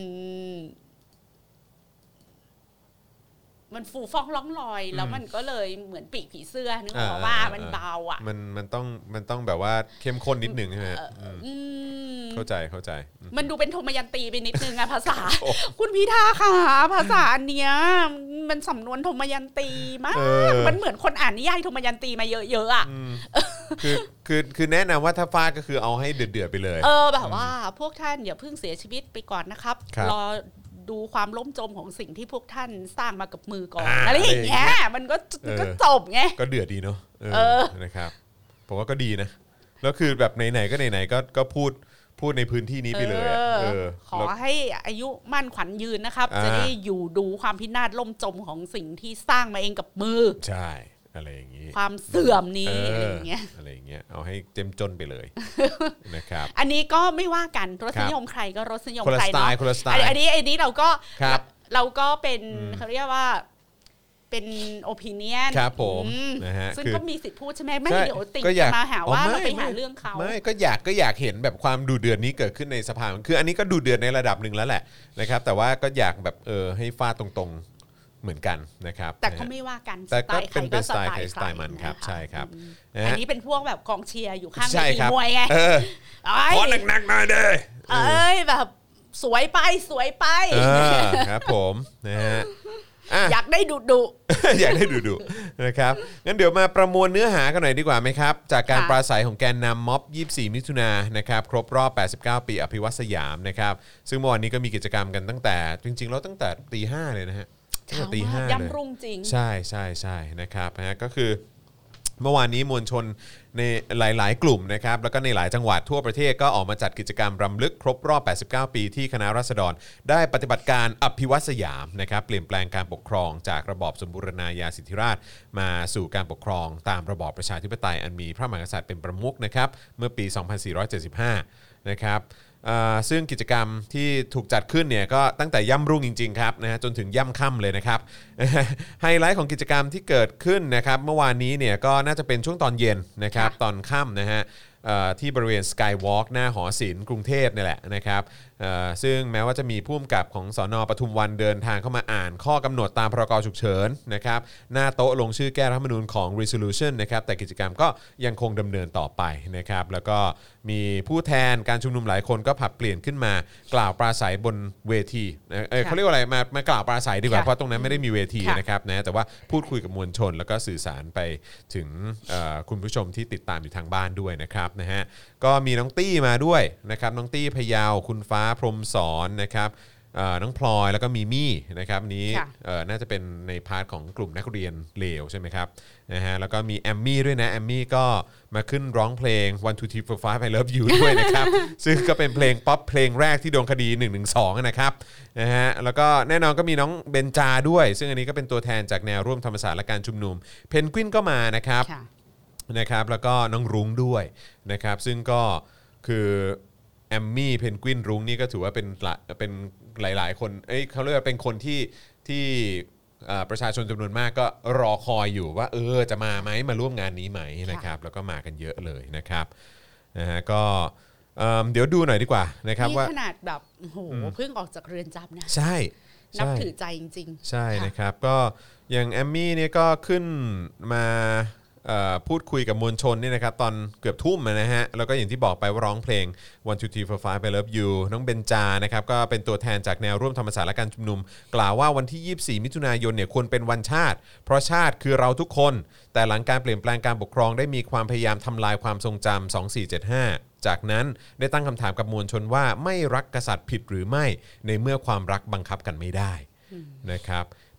มันฟูฟ่องล่องลอยแล้วมันก็เลยเหมือนปีกผีเสื้อนึกออกว่ามันเบาอ่ะมันมันต้องมันต้องแบบว่าเข้มข้นนิดนึงใช่ไหมเข้าใจเข้าใจมันดูเป็นโทมยันตีไปนิดนึงอะภาษาคุณพิธาค่ะภาษาอันเนี้ยมันสำนวนโทมยันตีมากมันเหมือนคนอ่านนิยายโทมยันตีมาเยอะๆอ่ะคือคือคือแนะนำว่าถ้าฟาดก็คือเอาให้เดือดๆไปเลยเออแบบว่าพวกท่านอย่าเพิ่งเสียชีวิตไปก่อนนะครับรอดูความล้มจมของสิ่งที่พวกท่านสร้างมากับมือก่อนอะไรอย่างเงี้ยมันก็ก็จบไงก็เดือดดีเนาะนะครับผมว่าก็ดีนะแล้วคือแบบไหนๆก็ไหนๆก็ก็พูดพูดในพื้นที่นี้ไปเลยเออขอให้อายุมั่นขวัญยืนนะครับจะได้อยู่ดูความพินาศล่มจมของสิ่งที่สร้างมาเองกับมือใช่อะไรอย่างงี้ความเสื่อมนี้อะไรอย่างเงี้ยอะไรอย่างเงี้ยเอาให้เต็มจนไปเลยนะครับอันนี้ก็ไม่ว่ากันรสนิยมใครก็รสนิยมใครเนาะอันนี้อันนี้เราก็เราก็เป็นเขาเรียกว่าเป็น opinion ครับผมนะฮะซึ่งก็มีสิทธิ์พูดใช่ไหมไม่เดี๋ยวติดจะมาหาว่าเราไปหาเรื่องเขาไม่ก็อยากก็อยากเห็นแบบความดูเดือดนี้เกิดขึ้นในสภาคืออันนี้ก็ดูเดือดในระดับหนึ่งแล้วแหละนะครับแต่ว่าก็อยากแบบเออให้ฟาดตรงๆเหมือนกันนะครับแต่ก็ไม่ว่ากันแต่ก็เป็นเป็นสไตล์ใครสไตล์มันครับใช่ครับอันนี้เป็นพวกแบบกองเชียร์อยู่ข้างเวทีมวยไงขอหนักๆหน่อยเด้อเอ้ยแบบสวยไปสวยไปครับผมนะฮะอยากได้ดุดุอยากได้ดุดุนะครับงั้นเดี๋ยวมาประมวลเนื้อหากันหน่อยดีกว่าไหมครับจากการปราศัยของแกนนำม็อบยี่สิบสี่มิถุนายนนะครับครบรอบแปดสิบเก้าปีอภิวัตสยามนะครับซึ่งเมื่อวานนี้ก็มีกิจกรรมกันตั้งแต่จริงๆแล้วตั้งแต่ตีห้าเลยนะฮะตั้งแต่ตีห้าย่ำรุ่งจริงใช่ใช่ใช่นะครับนะก็คือเมื่อวานนี้มวลชนในหลายๆกลุ่มนะครับแล้วก็ในหลายจังหวัดทั่วประเทศก็ออกมาจัดกิจกรรมรำลึกครบรอบแปดสิบเก้าปีที่คณะราษฎรได้ปฏิบัติการอภิวัตสยามนะครับเปลี่ยนแปลงการปกครองจากระบอบสมบูรณาญาสิทธิราชย์มาสู่การปกครองตามระบอบประชาธิปไตยอันมีพระมหากษัตริย์เป็นประมุขนะครับเมื่อปีสองพันสี่ร้อยเจ็ดสิบห้านะครับซึ่งกิจกรรมที่ถูกจัดขึ้นเนี่ยก็ตั้งแต่ย่ำรุ่งจริงๆครับนะฮะจนถึงย่ำค่ำเลยนะครับไฮไลท์ของกิจกรรมที่เกิดขึ้นนะครับเมื่อวานนี้เนี่ยก็น่าจะเป็นช่วงตอนเย็นนะครับตอนค่ำนะฮะที่บริเวณสกายวอล์กหน้าหอศิลป์กรุงเทพนี่แหละนะครับซึ่งแม้ว่าจะมีผู้กำกับของสน.ปทุมวันเดินทางเข้ามาอ่านข้อกำหนดตามพรก.ฉุกเฉินนะครับหน้าโต๊ะลงชื่อแก้รัฐธรรมนูญของ resolution นะครับแต่กิจกรรมก็ยังคงดำเนินต่อไปนะครับแล้วก็มีผู้แทนการชุมนุมหลายคนก็ผัดเปลี่ยนขึ้นมากล่าวปราศัยบนเวทีเออเขาเรียกว่าอะไรมามากล่าวปราศัยดีกว่าเพราะตรงนั้นไม่ได้มีเวทีนะครับนะแต่ว่าพูดคุยกับมวลชนแล้วก็สื่อสารไปถึงคุณผู้ชมที่ติดตามอยู่ทางบ้านด้วยนะครับนะฮะก็มีน้องตี้มาด้วยนะครับน้องตี้พยาวคุณฟ้าพรหมสอนนะครับน้องพลอยแล้วก็มีมี่นะครับนี้น่าจะเป็นในพาร์ทของกลุ่มนักเรียนเลวใช่ไหมครับนะฮะแล้วก็มีแอมมี่ด้วยนะแอมมี่ก็มาขึ้นร้องเพลงวัน ทู ที โฟร์ ไฟว์ I Love You ด้วยนะครับซึ่งก็เป็นเพลงป๊อปเพลงแรกที่โดนคดีหนึ่งหนึ่งสองนะครับนะฮะแล้วก็แน่นอนก็มีน้องเบนจาด้วยซึ่งอันนี้ก็เป็นตัวแทนจากแนวร่วมธรรมศาสตร์และการชุมนุมเพนกวินก็มานะครับนะครับแล้วก็น้องรุ้งด้วยนะครับซึ่งก็คือแอมมี่เพนกวินรุ้งนี่ก็ถือว่าเป็นเป็นหลายๆคนเอ้ยเขาเรียกว่าเป็นคนที่ที่ประชาชนจำนวนมากก็รอคอยอยู่ว่าเออจะมาไหมมาร่วมงานนี้ไหมนะครับแล้วก็มากันเยอะเลยนะครับนะฮะก็เดี๋ยวดูหน่อยดีกว่านะครับว่าขนาดแบบโอ้โหเพิ่งออกจากเรือนจำนะใช่นับถือใจจริงๆใช่นะครับก็อย่างแอมมี่เนี่ยก็ขึ้นมาพูดคุยกับมวลชนนี่นะครับตอนเกือบทุ่มนะฮะแล้วก็อย่างที่บอกไปว่าร้องเพลงวัน ทู ที โฟร์ ไฟว์ I Love You น้องเบนจานะครับก็เป็นตัวแทนจากแนวร่วมธรรมศาสตร์และการชุมนุมกล่าวว่าวันที่ยี่สิบสี่มิถุนายนเนี่ยควรเป็นวันชาติเพราะชาติคือเราทุกคนแต่หลังการเปลี่ยนแปลงการปกครองได้มีความพยายามทำลายความทรงจำสองสี่เจ็ดห้าจากนั้นได้ตั้งคำถามกับมวลชนว่าไม่รักกษัตริย์ผิดหรือไม่ในเมื่อความรักบังคับกันไม่ได้นะครับเพ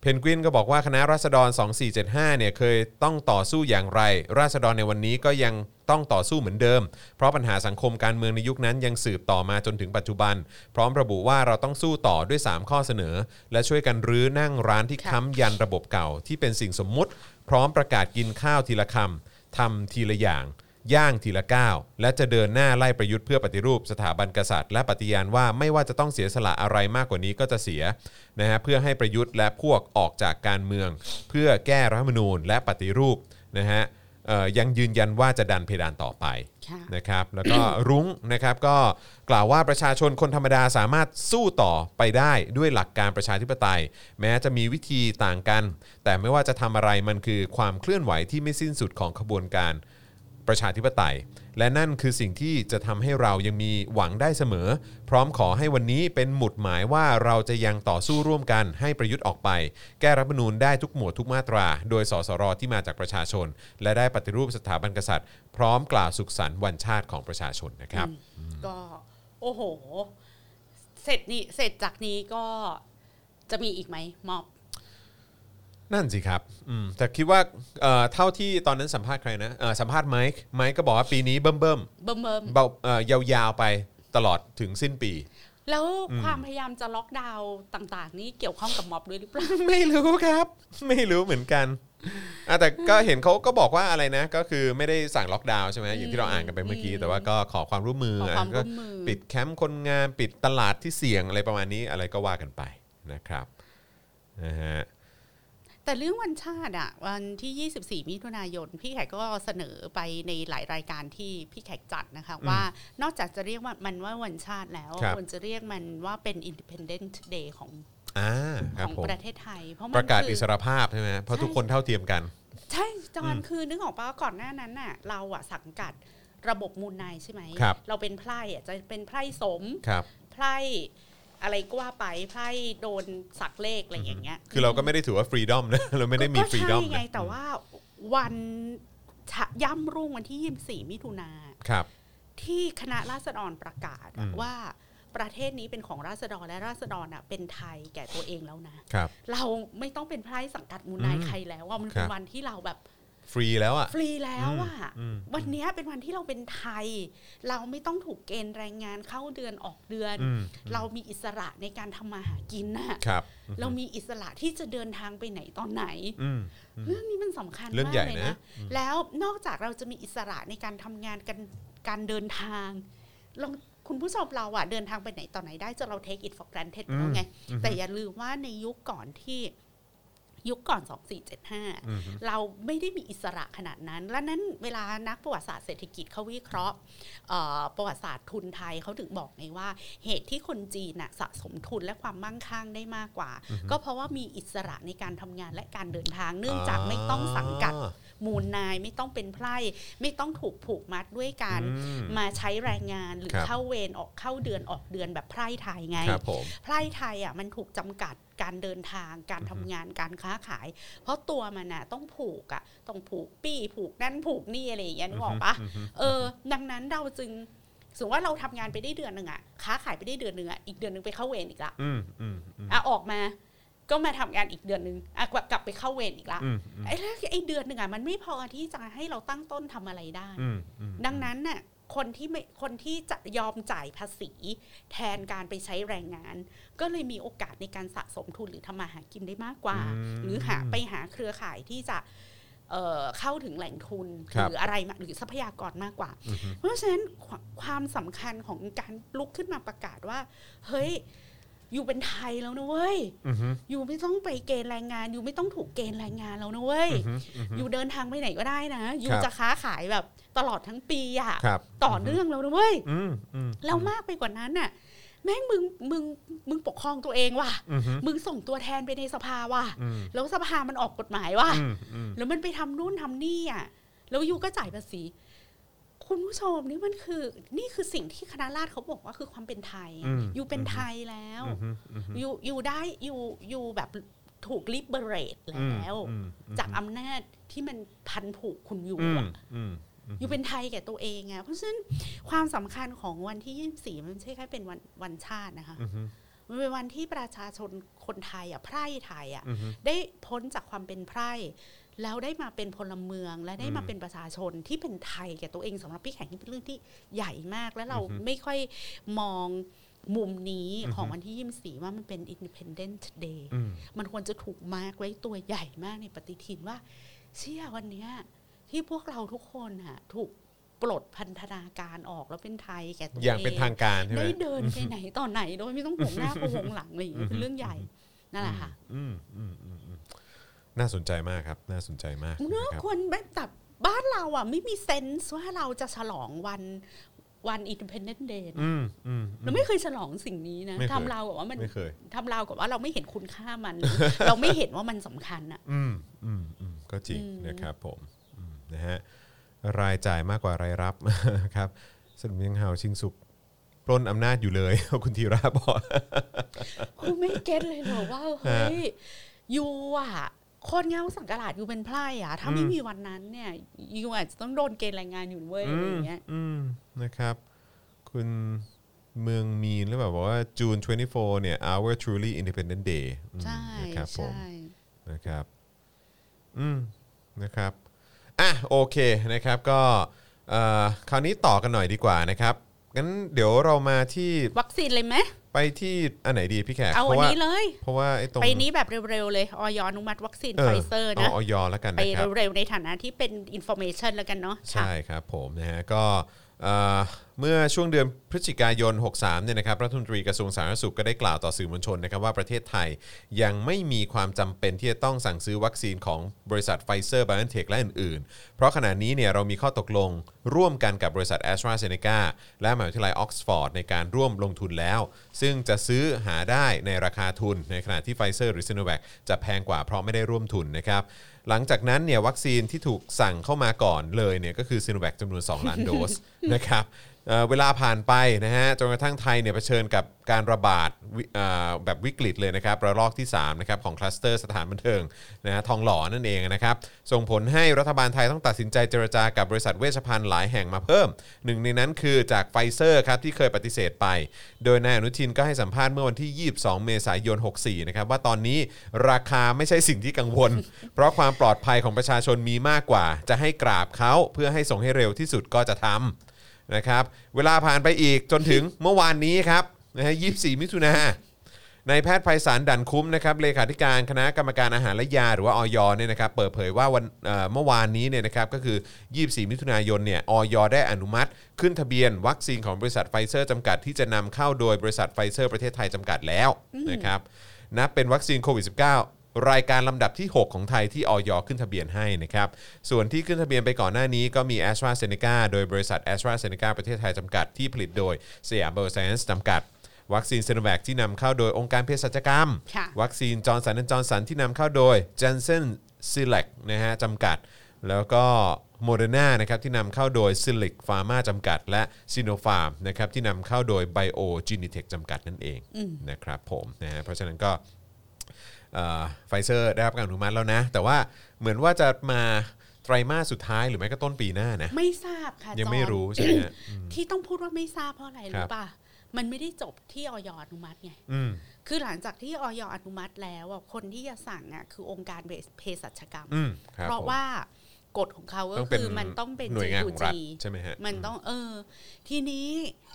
นกวินก็บอกว่าคณะราษฎรสองสี่เจ็ดห้าเนี่ยเคยต้องต่อสู้อย่างไรราษฎรในวันนี้ก็ยังต้องต่อสู้เหมือนเดิมเพราะปัญหาสังคมการเมืองในยุคนั้นยังสืบต่อมาจนถึงปัจจุบันพร้อมระบุว่าเราต้องสู้ต่อด้วยสามข้อเสนอและช่วยกันรื้อนั่งร้านที่ค้ำยันระบบเก่าที่เป็นสิ่งสมมุติพร้อมประกาศกินข้าวทีละคำทำทีละอย่างย่างทีละก้าวและจะเดินหน้าไล่ประยุทธ์เพื่อปฏิรูปสถาบันกษัตริย์และปฏิญาณว่าไม่ว่าจะต้องเสียสละอะไรมากกว่านี้ก็จะเสียนะฮะเพื่อให้ประยุทธ์และพวกออกจากการเมืองเพื่อแก้รัฐธรรมนูญและปฏิรูปนะฮะยังยืนยันว่าจะดันเพดานต่อไปนะครับแล้วก็ รุ้งนะครับก็กล่าวว่าประชาชนคนธรรมดาสามารถสู้ต่อไปได้ด้วยหลักการประชาธิปไตยแม้จะมีวิธีต่างกันแต่ไม่ว่าจะทำอะไรมันคือความเคลื่อนไหวที่ไม่สิ้นสุดของขบวนการประชาธิปไตยและนั่นคือสิ่งที่จะทำให้เรายังมีหวังได้เสมอพร้อมขอให้วันนี้เป็นหมุดหมายว่าเราจะยังต่อสู้ร่วมกันให้ประยุทธ์ออกไปแก้รัฐธรรมนูญได้ทุกหมวดทุกมาตราโดยสสรที่มาจากประชาชนและได้ปฏิรูปสถาบันกษัตริย์พร้อมกล่าวสุขสันต์วันชาติของประชาชนนะครับก็โอ้โหเสร็จนี่เสร็จจากนี้ก็จะมีอีกไหมม็อบนั่นสิครับแต่คิดว่า เ, เท่าที่ตอนนั้นสัมภาษณ์ใครนะสัมภาษณ์ไมค์ไมค์ก็บอกว่าปีนี้เบิ่มเบิ่มเบิ่มเบิ่มเบายาวๆไปตลอดถึงสิ้นปีแล้วความพยายามจะล็อกดาวน์ต่างๆนี้เกี่ยวข้องกับม็อบด้วยหรือเปล่าไม่รู้ครับไม่รู้เหมือนกันแต่ก็เห็นเขาก็บอกว่าอะไรนะก็คือไม่ได้สั่งล็อกดาวน์ใช่ไหมอย่างที่เราอ่านกันไปเมื่อกี้แต่ว่าก็ขอความร่วมมือก็ปิดแคมป์คนงานปิดตลาดที่เสี่ยงอะไรประมาณนี้อะไรก็ว่ากันไปนะครับนะฮะแต่เรื่องวันชาติอ่ะวันที่ยี่สิบสี่มิถุนายนพี่แขกก็เสนอไปในหลายรายการที่พี่แขกจัดนะคะว่านอกจากจะเรียกว่ามันว่าวันชาติแล้วควรจะเรียกมันว่าเป็น Independent Day ของของประเทศไทยเพราะมันประกาศอิสรภาพใช่ไหมเพราะทุกคนเท่าเทียมกันใช่จอนคือนึกออกป่ะก่อนหน้านั้นน่ะเราอ่ะสังกัดระบบมูลนายใช่ไหมเราเป็นไพร่อ่ะจะเป็นไพร่สมไพร่อะไรก็ว่าไปไพ่โดนสักเลขอะไรอย่างเงี้ยคือเราก็ไม่ได้ถือว่าฟรีดอมนะเราไม่ได้มีฟรีดอมนะไงแต่ว่าวันย่ำรุ่งวันที่ยี่สิบสี่มิถุนาครับที่คณะราษฎรประกาศว่าประเทศนี้เป็นของราษฎรและราษฎรอ่ะเป็นไทยแก่ตัวเองแล้วนะเราไม่ต้องเป็นไพร่สังกัดมูลนายใครแล้วว่ามันเป็นวันที่เราแบบฟรีแล้วอ่ะฟรีแล้วอ่ะวันนี้เป็นวันที่เราเป็นไทยเราไม่ต้องถูกเกณฑ์แรงงานเข้าเดือนออกเดือนเรามีอิสระในการทำมาหากินน่ะเรามีอิสระที่จะเดินทางไปไหนตอนไหนเรื่องนี้มันสำคัญมากเลยนะแล้วนอกจากเราจะมีอิสระในการทำงานกันการเดินทางลองคุณผู้ชมเราอ่ะเดินทางไปไหนตอนไหนได้จนเรา take it for granted แล้วไงแต่อย่าลืมว่าในยุคก่อนที่ยุคก่อนสองสี่เจ็ดห้าเราไม่ได้มีอิสระขนาดนั้นและนั้นเวลานักประวัติศาสตร์เศรษฐกิจเขาวิเคราะห์ประวัติศาสตร์ทุนไทยเขาถึงบอกไงว่าเหตุที่คนจีนน่ะสะสมทุนและความมั่งคั่งได้มากกว่าก็เพราะว่ามีอิสระในการทำงานและการเดินทางเนื่องจากไม่ต้องสังกัดมูลนายไม่ต้องเป็นไพร่ไม่ต้องถูกผูกมัดด้วยการมาใช้แรงงานหรือเข้าเวรออกเข้าเดือนออกเดือนแบบไพร่ไทยไงไพร่ไทยอ่ะมันถูกจำกัดการเดินทางการทำงานการค้าขายเพราะตัวมันน่ะต้องผูกอ่ะต้องผูกปี้ผูกนั่นผูกนี่อะไรอย่างเงี้ยนึกออกปะเออดังนั้นเราจึงสมมติว่าเราทำงานไปได้เดือนนึงอ่ะค้าขายไปได้เดือนนึงอ่ะอีกเดือนนึงไปเข้าเวรอีกละอ่ะออกมาก็มาทำงานอีกเดือนนึงอ่ะกลับไปเข้าเวรอีกละไอ้แล้วไอ้เดือนนึงอ่ะมันไม่พอที่จะให้เราตั้งต้นทำอะไรได้ดังนั้นน่ะคนที่ไม่คนที่จะยอมจ่ายภาษีแทนการไปใช้แรงงานก็เลยมีโอกาสในการสะสมทุนหรือทำมาหากินได้มากกว่าหรือหาไปหาเครือข่ายที่จะ เอ่อ เข้าถึงแหล่งทุนหรืออะไรหรือทรัพยากรมากกว่าเพราะฉะนั้นความสำคัญของการลุกขึ้นมาประกาศว่าเฮ้ยอยู่เป็นไทยแล้วนะเว้ยอยู่ไม่ต้องไปเกณฑ์แรงงานอยู่ไม่ต้องถูกเกณฑ์แรงงานแล้วนะเว้ยอยู่เดินทางไปไหนก็ได้นะอยู่จะค้าขายแบบตลอดทั้งปีอ่ะต่อเนื่องแล้วนะเว้ยแล้วมากไปกว่านั้นน่ะแม่งมึงมึงมึงปกครองตัวเองว่ะมึงส่งตัวแทนไปในสภาว่ะแล้วสภามันออกกฎหมายว่ะแล้วมันไปทำนู่นทำนี่อ่ะแล้วอยู่ก็จ่ายภาษีคุณผู้ชมนี่มันคือนี่คือสิ่งที่คณะราษฎรเขาบอกว่าคือความเป็นไทยอยู่เป็นไทยแล้วอยู่อยู่ได้อยู่อยู่แบบถูกลิเบเรตแล้วจากอำนาจที่มันพันผูกคุณอยู่อยู่เป็นไทยแก่ตัวเองไงเพราะฉะนั้นความสำคัญของวันที่ยี่สิบสี่มันไม่ใช่แค่เป็นวันวันชาตินะคะมันเป็นวันที่ประชาชนคนไทยอ่ะไพร่ไทยอ่ะได้พ้นจากความเป็นไพร่แล้วได้มาเป็นพลเมืองและได้มาเป็นประชาชนที่เป็นไทยแก่ตัวเองสำหรับพี่แขกนี่เป็นเรื่องที่ใหญ่มากแล้วเราไม่ค่อยมองมุมนี้ของวันที่ยี่สิบสี่ว่ามันเป็น Independent Day มันควรจะถูกมาร์กไว้ตัวใหญ่มากในปฏิทินว่าเชื่อวันนี้ที่พวกเราทุกคนอ่ะถูกปลดพันธนาการออกแล้วเป็นไทยแก่ตัวเองอย่างเป็นทางการใช่ไหมได้เดินไปไหนตอนไหนโดยไม่ต้องห่วงหน้าห่วงหลังอะไรอย่างเงี้ยเป็นเรื่องใหญ่นั่นแหละค่ะอืมอืมอืมน่าสนใจมากครับน่าสนใจมากเนอะคนแบบบ้านเราอ่ะไม่มีเซนส์ว่าเราจะฉลองวันวัน Independent Day เราไม่เคยฉลองสิ่งนี้นะทำเรากับว่ามันทำเรากับว่าเราไม่เห็นคุณค่ามัน เราไม่เห็นว่ามันสำคัญอ่ะอืมอืมอืมก็จริงนะครับผมนะฮะรายจ่ายมากกว่ารายรับครับสมยังเห่าชิงสุกปล้นอำนาจอยู่เลยคุณธีราบอกคุณไม่เก็ตเลยเหรอว่าเฮ้ยยูอ่ะคนเงาสังกัดอยู่เป็นไพร่อ่ะถ้าไม่มีวันนั้นเนี่ยยูอาจจะต้องโดนเกณฑ์แรงงานอยู่เว้ยอะไรอย่างเงี้ยนะครับคุณเมืองมีนหรือเปล่าบอกว่า June twenty-fourth เนี่ย our truly independent day ใช่นะครับผมใช่นะครับอืมนะครับอ่ะโอเคนะครับก็คราวนี้ต่อกันหน่อยดีกว่านะครับงั้นเดี๋ยวเรามาที่วัคซีนเลยไหมไปที่อันไหนดีพี่แขกเอาอันนี้เลยเพราะว่าไอ้ตรงไปนี้แบบเร็วๆเลยอย.อนุมัติวัคซีนไฟเซอร์นะอย.แล้วกันนะครับไปเร็วๆในฐานะที่เป็นอินฟอร์เมชันแล้วกันเนาะใช่ครับผมนะฮะก็เมื่อช่วงเดือนพฤศจิกายนหกสิบสามเนี่ยนะครับรัฐมนตรีกระทรวงสาธารณสุขก็ได้กล่าวต่อสื่อมวลชนนะครับว่าประเทศไทยยังไม่มีความจำเป็นที่จะต้องสั่งซื้อวัคซีนของบริษัท Pfizer BioNTech และอื่นๆเพราะขณะนี้เนี่ยเรามีข้อตกลงร่วมกันกับบริษัท AstraZeneca และมหาวิทยาลัยออกซฟอร์ดในการร่วมลงทุนแล้วซึ่งจะซื้อหาได้ในราคาทุนในขณะที่ Pfizer หรือ Sinovac จะแพงกว่าเพราะไม่ได้ร่วมทุนนะครับหลังจากนั้นเนี่ยวัคซีนที่ถูกสั่งเข้ามาก่อนเลยเนี่ยก็คือ Sinovac จำนวนสองล้านโดสนะครับเวลาผ่านไปนะฮะจนกระทั่งไทยเนี่ยเผชิญกับการระบาดแบบวิกฤตเลยนะครับระลอกที่สามนะครับของคลัสเตอร์สถานบันเทิงนะฮะทองหล่อนั่นเองนะครับส่งผลให้รัฐบาลไทยต้องตัดสินใจเจรจากับบริษัทเวชภัณฑ์หลายแห่งมาเพิ่มหนึ่งในนั้นคือจากไฟเซอร์ครับที่เคยปฏิเสธไปโดยนายอนุทินก็ให้สัมภาษณ์เมื่อวันที่ยี่สิบสองเมษายนหกสิบสี่นะครับว่าตอนนี้ราคาไม่ใช่สิ่งที่กังวล เพราะความปลอดภัยของประชาชนมีมากกว่าจะให้กราบเขาเพื่อให้ส่งให้เร็วที่สุดก็จะทำนะครับเวลาผ่านไปอีกจนถึงเมื่อวานนี้ครับนะฮะยี่สิบสี่มิถุนายนนายแพทย์ไพศาลดั่นคุ้มนะครับเลขาธิการคณะกรรมการอาหารและยาหรือว่าอย.เนี่ยนะครับเปิดเผยว่าวันเมื่อวานนี้เนี่ยนะครับก็คือยี่สิบสี่มิถุนายนเนี่ยอย.ได้อนุมัติขึ้นทะเบียนวัคซีนของบริษัทไฟเซอร์จำกัดที่จะนำเข้าโดยบริษัทไฟเซอร์ประเทศไทยจำกัดแล้วนะครับนับเป็นวัคซีนโควิด สิบเก้า รายการลำดับที่หกของไทยที่อย.ขึ้นทะเบียนให้นะครับส่วนที่ขึ้นทะเบียนไปก่อนหน้านี้ก็มี AstraZeneca โดยบริษัท AstraZeneca ประเทศไทยจำกัดที่ผลิตโดยสยามไบโอไซเอนซ์จำกัดวัคซีนซีโนแวคที่นำเข้าโดยองค์การเภสัชกรรมวัคซีนจอร์นสันและจอร์นสันที่นำเข้าโดย Janssen Select นะฮะจำกัดแล้วก็โมเดอร์นานะครับที่นำเข้าโดย Silic Pharma จำกัดและ Sinopharm นะครับที่นำเข้าโดย BioGenetech จำกัดนั่นเองนะครับผมนะฮะเพราะฉะนั้นก็ไฟเซอร์ได้รับการอนุมัติแล้วนะแต่ว่าเหมือนว่าจะมาไตรมาสสุดท้ายหรือไม่ก็ต้นปีหน้านะไม่ทราบค่ะยังไม่รู้ใช่ไหมที่ต้องพูดว่าไม่ทราบเพราะอะไรรู้ป่ะมันไม่ได้จบที่อย.อนุมัติไงคือหลังจากที่อย.อนุมัติแล้วคนที่จะสั่งอ่ะคือองค์การเภสัชกรรมเพราะว่ากฎของเขาก็คือมันต้องเป็นจี ยู จี ใช่ไหมฮะมันต้องเออทีนี้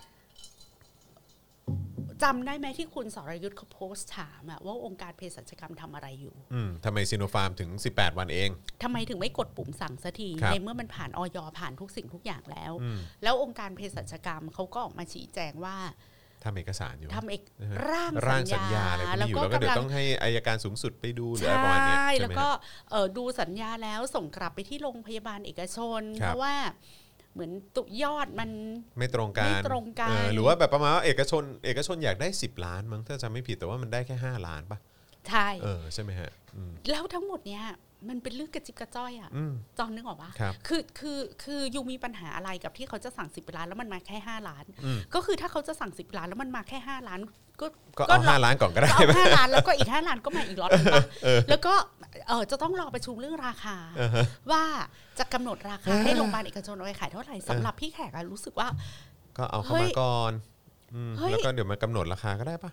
จำได้ไหมที่คุณสรยุทธ์เขาโพสต์ถามว่าองค์การเภสัชกรรมทำอะไรอยู่ทำไมซิโนฟาร์มถึงสิบแปดวันเองทำไมถึงไม่กดปุ่มสั่งสักทีในเมื่อมันผ่านอย.ผ่านทุกสิ่งทุกอย่างแล้วแล้วองค์การเภสัชกรรมเขาก็ออกมาชี้แจงว่าทำเอกสารอยู่ทำเอกร่างสัญญาอะไรพวกนี้อยู่แล้วก็เดี๋ยวต้องให้อัยการสูงสุดไปดูหรืออะไรประมาณนี้ใช่แล้วก็ดูสัญญาแล้วส่งกลับไปที่โรงพยาบาลเอกชนเพราะว่าเหมือนตุยอดมันไม่ตรงกันไม่ตรงกันหรือว่าแบบประมาณว่าเอกชนเอกชนอยากได้สิบล้านมั้งถ้าจำไม่ผิดแต่ว่ามันได้แค่ห้าล้านป่ะใช่เออใช่ไหมฮะแล้วทั้งหมดเนี้ยมันเป็นเรื่องกระจิบกระจ้อยอ่ะจอนนึกออกปะคือคือคือยูมีปัญหาอะไรกับที่เขาจะสั่งสิบล้านแล้วมันมาแค่ห้าล้านก็คือถ้าเขาจะสั่งสิบล้านแล้วมันมาแค่ห้าล้านก็ก็เอาห้าล้านก่อนก็ได้เอาห้าล้านแล้วก็อีกห้าล้านก็มาอีกล็อตนึงป่ะแล้วก็เออจะต้องรอประชุมเรื่องราคาว่าจะกำหนดราคาให้โรงพยาบาลเอกชนเอาไปขายเท่าไหร่สำหรับพี่แขกรู้สึกว่าก็เอาเข้ามาก่อนแล้วก็เดี๋ยวมากำหนดราคาก็ได้ป่ะ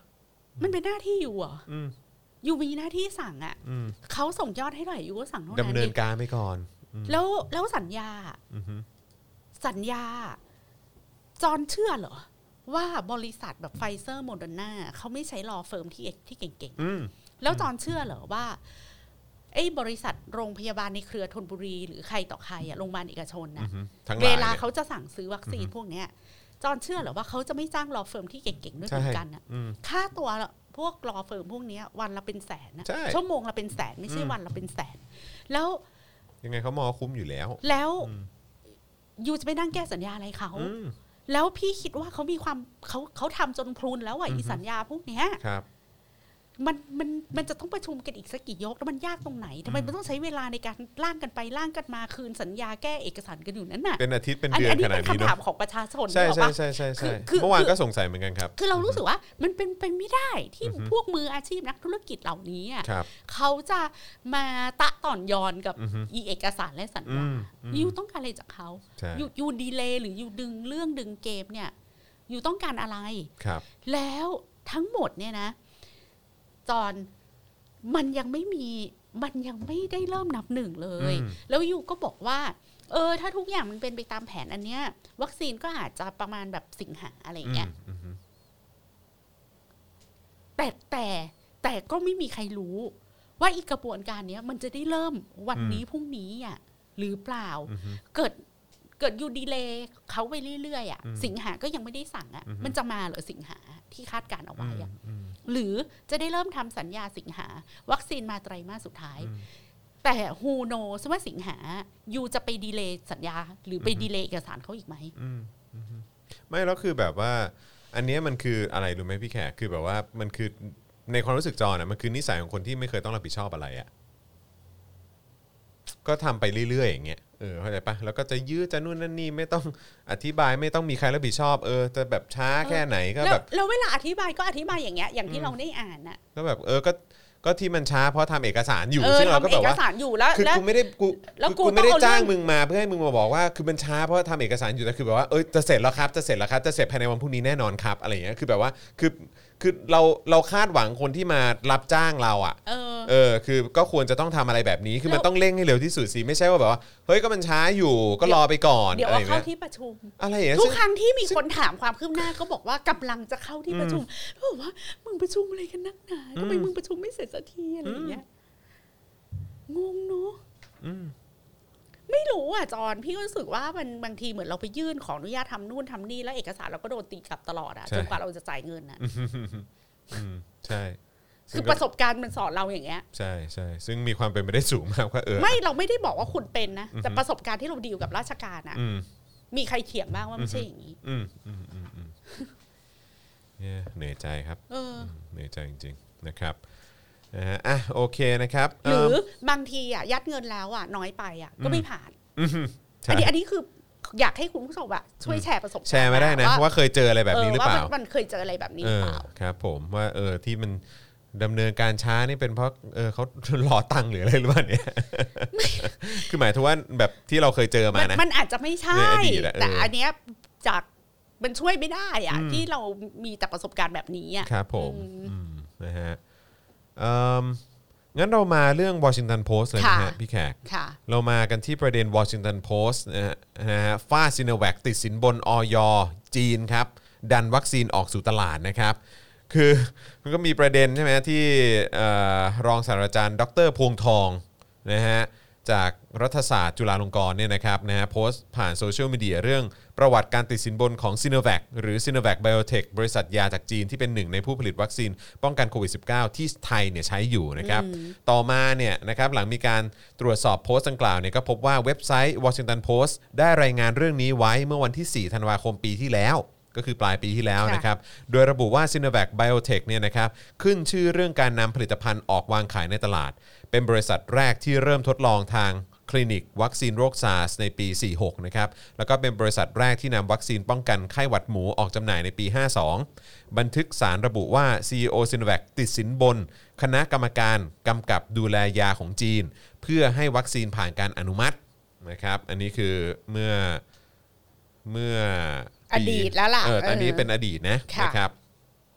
มันเป็นหน้าที่อยู่เหรออืมอยู่มีหน้าที่สั่งอ่ะอืมเขาส่งยอดให้เท่าไหร่อยู่ก็สั่งเท่านั้นดำเนินการไปก่อนอืมแล้วแล้วสัญญาอือฮึสัญญาจอนเชื่อเหรอว่าบริษัทแบบไฟเซอร์โมเดอร์นาเขาไม่ใช้รอเฟิร์มที่ที่เก่งอืมๆแล้วจอนเชื่อเหรอว่าไอ้บริษัทโรงพยาบาลในเครือธนบุรีหรือใครต่อใครอะโรงพยาบาลเอกชนอืนะอฮึทั้งหเวลายลานี่ยเขาจะสั่งซื้อวัคซีนพวกเนี้ยจอนเชื่อเหรอว่าเขาจะไม่จ้างรอเฟิร์มที่เก่งๆด้วยเหมือนกันอะอืมค่าตัวพวกรอเฟิร์มพวกเนี้ยวันละเป็นแสนนะใช่ชั่วโมงละเป็นแสนไม่ใช่อืมวันละเป็นแสน แล้วยังไงเขามองว่าคุ้มอยู่แล้วแล้วอืมยูจะไปนั่งแก้สัญญาอะไรเขาอืมแล้วพี่คิดว่าเขามีความเขาเขาทำจนพลุนแล้วอ่ะอือฮึอีสัญญาพวกเนี้ยครับมันมันมันจะต้องประชุมกันอีกสักกี่ยกแล้วมันยากตรงไหนทำไมมันต้องใช้เวลาในการร่างกันไปร่างกันมาคืนสัญญาแก้เอกสารกันอยู่นั้นน่ะเป็นอาทิตย์เป็นอันเดือนอันนี้ขนาดเป็นนี้คำเนถามอะของประชาชนใช่นึกออกใช่ปะใช่ใช่คืใช่อคือเมื่อวานก็สงสัยเหมือนกันครับคือเรารู้สึกว่ามันเป็นไปไม่ได้ที่อือฮึพวกมืออาชีพนักธุรกิจเหล่านี้อะครับเขาจะมาตะต่อนยอนกับอือฮึอีเอกสารและสัญอืญามอืมยูต้องการอะไรจากเขาใช่ยูยูดีเลย์หรือยูดึงเรื่องดึงเกมเนี่ยยูต้องการอะไรครับแล้วทั้งหมดเนี่ยนะจอนมันยังไม่มีมันยังไม่ได้เริ่มนับหนึ่งเลยอืมแล้วยูก็บอกว่า เออ ถ้าทุกอย่างมันเป็นไปตามแผนอันเนี้ย วัคซีนก็อาจจะประมาณแบบสิงหาอะไรอย่างเงี้ยอืมอืมแต่แต่แต่ก็ไม่มีใครรู้ ว่าอีกกระบวนการเนี้ย มันจะได้เริ่มวันนี้พรุ่งนี้อ่ะหรือเปล่าอืมเกิดเกิดยูดีเลย์เขาไปเรื่อยๆอ่ะอืมสิงหาก็ยังไม่ได้สั่งอ่ะอือฮึมันจะมาเหรอสิงหาที่คาดการเอาไว้อ่ะอืมหรือจะได้เริ่มทำสัญญาสิงหา วัคซีนมาไตรมาสสุดท้ายอืมแต่ฮูโนสว่าสิงหายูจะไปดีเลย์สัญญา หรือไปดีเลย์เอกสารเขาอีกไหมอืมอืมไม่แล้วคือแบบว่า อันเนี้ยมันคืออะไรรู้ไหมพี่แขกคือแบบว่ามันคือในความรู้สึกจอน่ะมันคือนิสัยของคนที่ไม่เคยต้องรับผิดชอบอะไรอ่ะก็ทำไปเรื่อยๆอย่างเงี้ยเออเข้าใจปะแล้วก็จะยื้อจะนู่นนั่นนี่ไม่ต้องอธิบายไม่ต้องมีใครรับผิดชอบเออจะแบบช้าแค่ไหนก็แล้วแบบแล้วเวลาอธิบายก็อธิบายอย่างเงี้ยอย่างที่เราได้อ่านน่ะก็แบบเออก็ก็ที่มันช้าเพราะทำเอกสารอยู่เออซึ่งเราก็ทำเอแบบกว่าสารอยู่แล้วคือแล้วกูไม่ได้กูแล้วกูกูไม่ได้ต้องเอาจ้างเรื่องมึงมาเพื่อให้มึงมาบอกว่าคือมันช้าเพราะว่าทำเอกสารอยู่แต่คือแบบว่าเอ้ยจะเสร็จแล้วครับจะเสร็จแล้วครับจะเสร็จภายในวันพรุ่งนี้แน่นอนครับอะไรอย่างเงี้ยคือแบบว่าคือคือเราเราคาดหวังคนที่มารับจ้างเราอ่ะเออเออคือก็ควรจะต้องทำอะไรแบบนี้คือมันแล้วต้องเร่งให้เร็วที่สุดสิไม่ใช่ว่าแบบว่าเฮ้ยก็มันช้าอยู่ก็รอไปก่อนเดี๋ยวอะไรเอาอย่างเข้าเงี้ยที่ประชุมอะไรอย่างเงี้ยทุกซึ่งครั้งที่มีคนถามความคืบหน้าก็บอกว่ากำลังจะเข้าที่ประชุมแล้วบอกว่ามึงประชุมอะไรกันนักหนาทำไมมึงประชุมไม่เสร็จสักทีอะไรอย่างเงี้ยงงเนาะอืมไม่รู้อ่ะจอนพี่ก็รู้สึกว่ามันบางทีเหมือนเราไปยื่นขออนุญาตทำนู่นทำนี่แล้วเอกสารเราก็โดนตีกลับตลอดอ่ะจนกว่าเราจะจ่ายเงินอ่ะอืมใช่คือประสบการณ์มันสอนเราอย่างเงี้ยใช่ใช่ซึ่งมีความเป็นไปได้สูงมากว่าเออไม่เราไม่ได้บอกว่าคุณเป็นนะแต่ประสบการณ์ที่เราดีลกับราชการอ่ะอืมมีใครเถียงบ้างว่าไม่ใช่อย่างนี้อืมอืมอืมอืมเนี่ยเหนื่อยใจครับเออเหนื่อยใจจริงๆนะครับนะฮะอ่ะโอเคนะครับหรือเบางทีอ่ะยัดเงินแล้วอ่ะน้อยไปอ่ะก็ไม่ผ่านอืมใช่อันนี้อันนี้คืออยากให้คุณผู้ชมอะช่วยแชร์ประสบการณ์แชร์มาได้นะว่าว่าเคยเจออะไรแบบนี้หรือเปล่าว่ามันเคยเจออะไรแบบนี้เอหรืออเปล่าครับผมว่าเออที่มันดำเนินการช้านี่เป็นเพราะเออเขา รอตังค์หรืออะไรหรือเปล่าเนี่ย คือหมายถึงว่าแบบที่เราเคยเจอมานะมันอาจจะไม่ใช่ในอดีตอะเออแต่อันเนี้ยจากมันช่วยไม่ได้อ่ะอืมที่เรามีแต่ประสบการณ์แบบนี้อ่ะครับผมอืมอืมนะฮะเอิ่มงั้นเรามาเรื่อง Washington Post เลยนะฮะค่ะพี่แขกค่ะเรามากันที่ประเด็น Washington Post นะฮะนะฮะฟาซิโนแวคติดสินบนอย.จีนครับดันวัคซีนออกสู่ตลาดนะครับคือมันก็มีประเด็นใช่ไหมที่เอ่อรองศาสตราจารย์ดรพวงทองนะฮะจากรัฐศาสตร์จุฬาลงกรณ์เนี่ยนะครับนะฮะโพสต์ผ่านโซเชียลมีเดียเรื่องประวัติการติดสินบนของ Sinovac หรือ Sinovac Biotech บริษัทยาจากจีนที่เป็นหนึ่งในผู้ผลิตวัคซีนป้องกันโควิด สิบเก้า ที่ไทยเนี่ยใช้อยู่นะครับต่อมาเนี่ยนะครับหลังมีการตรวจสอบโพสต์ดังกล่าวเนี่ยก็พบว่าเว็บไซต์ Washington Post ได้รายงานเรื่องนี้ไว้เมื่อวันที่สี่ธันวาคมปีที่แล้วก็คือปลายปีที่แล้วนะครับโดยระบุว่า Sinovac Biotech เนี่ยนะครับขึ้นชื่อเรื่องการนำผลิตภัณฑ์ออกวางขายในตลาดเป็นบริษัทแรกที่เริ่มทดลองทางคลินิกวัคซีนโรคซาร์สในปีสี่สิบหกนะครับแล้วก็เป็นบริษัทแรกที่นำวัคซีนป้องกันไข้หวัดหมูออกจำหน่ายในปีห้าสิบสองบันทึกสารระบุว่า ซี อี โอ Sinovac ติดสินบนคณะกรรมการกำกับดูแลยาของจีนเพื่อให้วัคซีนผ่านการอนุมัตินะครับอันนี้คือเมื่อเมื่ออดีตแล้วล่ะเออตอนนี้เออเป็นอดีตนะค่ะนะครับ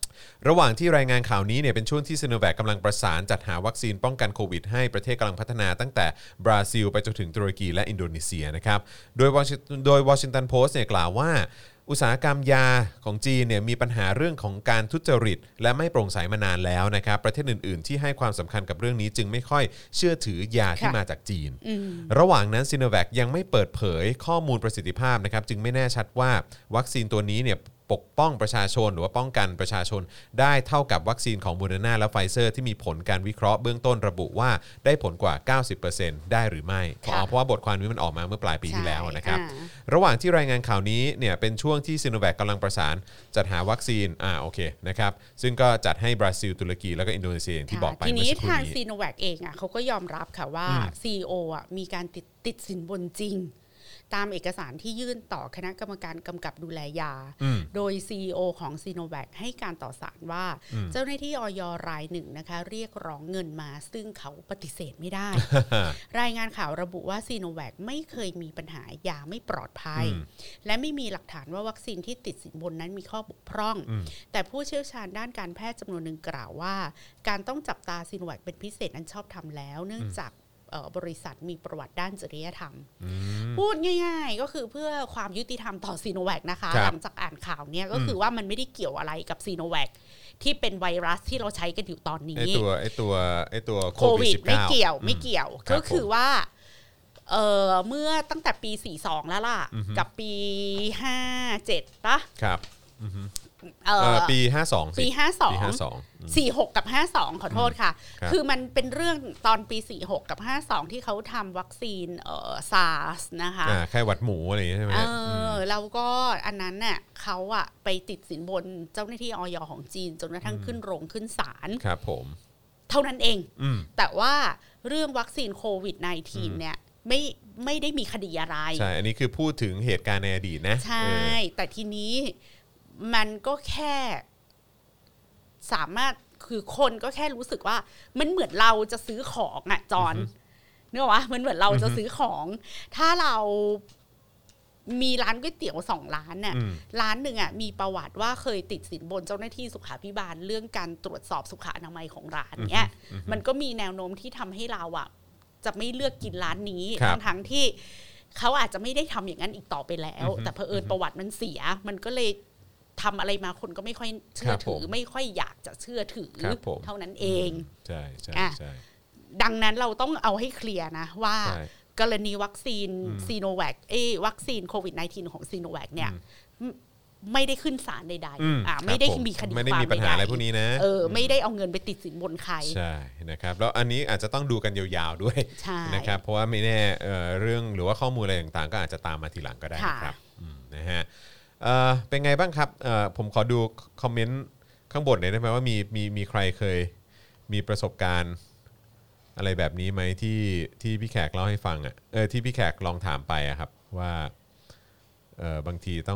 ระหว่างที่รายงานข่าวนี้เนี่ยเป็นช่วงที่ซิโนแวคกำลังประสานจัดหาวัคซีนป้องกันโควิดให้ประเทศกำลังพัฒนาตั้งแต่บราซิลไปจนถึงตุรกีและอินโดนีเซียนะครับโดยวอชิโดยวอชิงตันโพสต์เนี่ยกล่าวว่าอุตสาหกรรมยาของจีนเนี่ยมีปัญหาเรื่องของการทุจริตและไม่โปร่งใสมานานแล้วนะครับประเทศอื่นๆที่ให้ความสำคัญกับเรื่องนี้จึงไม่ค่อยเชื่อถือยาที่มาจากจีนระหว่างนั้นซิโนแวคยังไม่เปิดเผยข้อมูลประสิทธิภาพนะครับจึงไม่แน่ชัดว่าวัคซีนตัวนี้เนี่ยปกป้องประชาชนหรือว่าป้องกันประชาชนได้เท่ากับวัคซีนของโมเดอร์นาและไฟเซอร์ที่มีผลการวิเคราะห์เบื้องต้นระบุว่าได้ผลกว่า เก้าสิบเปอร์เซ็นต์ ได้หรือไม่เพราะว่าบทความนี้มันออกมาเมื่อปลายปีที่แล้วนะครับระหว่างที่รายงานข่าวนี้เนี่ยเป็นช่วงที่ซิโนแวคกำลังประสานจัดหาวัคซีนอ่าโอเคนะครับซึ่งก็จัดให้บราซิลตุรกีแล้วก็อินโดนีเซียที่บอกไปเมื่อสักครู่นี้ทีนี้ทางซีโนแวคเองอ่ะเขาก็ยอมรับค่ะว่า ซี อี โอ อ่ะมีการติดติดสินบนจริงตามเอกสารที่ยื่นต่อคณะกรรมการกำกับดูแลยาโดย ซี อี โอ ของซีโนแวคให้การต่อศาลว่าเจ้าหน้าที่อย.รายหนึ่งนะคะเรียกร้องเงินมาซึ่งเขาปฏิเสธไม่ได้ รายงานข่าวระบุว่าซีโนแวคไม่เคยมีปัญหายาไม่ปลอดภัยและไม่มีหลักฐานว่าวัคซีนที่ติดสินบนนั้นมีข้อบกพร่องแต่ผู้เชี่ยวชาญด้านการแพทย์จำนวนหนึ่งกล่าวว่าการต้องจับตาซีโนแวคเป็นพิเศษนั้นชอบทำแล้วเนื่องจากบริษัทมีประวัติด้านจริยธรรมพูดง่ายๆก็คือเพื่อความยุติธรรมต่อซีโนแวคนะคะหลังจากอ่านข่าวเนี้ยก็คือว่ามันไม่ได้เกี่ยวอะไรกับซีโนแวคที่เป็นไวรัสที่เราใช้กันอยู่ตอนนี้ไอตัวไอตัวไอตัวโควิด สิบเก้าไม่เกี่ยวไม่เกี่ยวก็คือว่าเอ่อเมื่อตั้งแต่ปีสี่สิบสองแล้วล่ะกับปีห้าสิบเจ็ดป่ะครับเอ่อปีห้าสิบสองปีห้าสิบสอง สี่สิบหกกับห้าสิบสองขอโทษค่ะคือมันเป็นเรื่องตอนปีสี่สิบหกกับห้าสิบสองที่เขาทำวัคซีนเอ่อ SARS นะคะอ่าไข้หวัดหมูอะไรอย่างงี้ใช่มั้ยเออแล้วก็อันนั้นน่ะเขาอ่ะไปติดสินบนเจ้าหน้าที่อย.ของจีนจนกระทั่งขึ้นโรงขึ้นศาลครับผมเท่านั้นเองแต่ว่าเรื่องวัคซีนโควิด สิบเก้า เนี่ยไม่ไม่ได้มีคดีอะไรใช่อันนี้คือพูดถึงเหตุการณ์ในอดีตนะใช่แต่ทีนี้มันก็แค่สามารถคือคนก็แค่รู้สึกว่ามันเหมือนเราจะซื้อของอ่ะจอนเนอะวะมันเหมือนเราจะซื้อของถ้าเรามีร้านก๋วยเตี๋ยวสองร้านเนี่ยร้านหนึ่งอ่ะมีประวัติว่าเคยติดสินบนเจ้าหน้าที่สุขาภิบาลเรื่องการตรวจสอบสุขอนามัยของร้านเนี้ยมันก็มีแนวโน้มที่ทำให้เราอ่ะจะไม่เลือกกินร้านนี้ทั้งๆที่เขาอาจจะไม่ได้ทำอย่างนั้นอีกต่อไปแล้วแต่เผอิญประวัติมันเสียมันก็เลยทำอะไรมาคนก็ไม่ค่อยเชื่อถือไม่ค่อยอยากจะเชื่อถือเท่านั้นเองใช่ใช่ใช่ดังนั้นเราต้องเอาให้เคลียร์นะว่ากรณีวัคซีนซีโนแวคเอวัคซีนโควิด สิบเก้า ของซีโนแวคเนี่ยไม่ได้ขึ้นศาลใดๆอ่าไม่ได้มีคดีความไม่ได้มีปัญหาอะไรพวกนี้นะเออไม่ได้เอาเงินไปติดสินบนใครใช่นะครับแล้วอันนี้อาจจะต้องดูกันยาวๆด้วยนะครับเพราะว่าไม่แน่เรื่องหรือว่าข้อมูลอะไรต่างๆก็อาจจะตามมาทีหลังก็ได้นะครับนะฮะเอ่อเป็นไงบ้างครับเอ่อผมขอดูคอมเมนต์ข้างบนหน่อยได้ไหมว่ามีมีมีใครเคยมีประสบการณ์อะไรแบบนี้ไหมที่ที่พี่แขกเล่าให้ฟังอ่ะเออที่พี่แขกลองถามไปอะครับว่าเออบางทีต้อง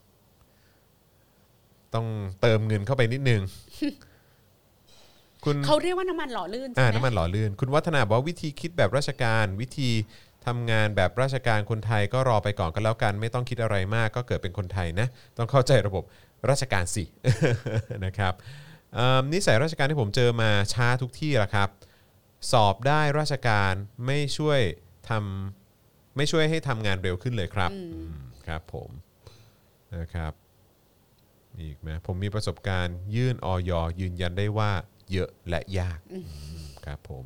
ต้องเติมเงินเข้าไปนิดนึงคุณเขาเรียกว่าน้ำมันหล่อลื่นใช่ไหมอ่าน้ำมันหล่อลื่นคุณวัฒนาบอกว่าวิธีคิดแบบราชการวิธีทำงานแบบราชการคนไทยก็รอไปก่อนก็แล้วกันไม่ต้องคิดอะไรมากก็เกิดเป็นคนไทยนะต้องเข้าใจระบบราชการสิ นะครับนิสัยราชการที่ผมเจอมาช้าทุกที่ละครับสอบได้ราชการไม่ช่วยทำไม่ช่วยให้ทำงานเร็วขึ้นเลยครับครับผมนะครับอีกไหมผมมีประสบการณ์ยื่นอย.ยืนยันได้ว่าเยอะและยากครับผม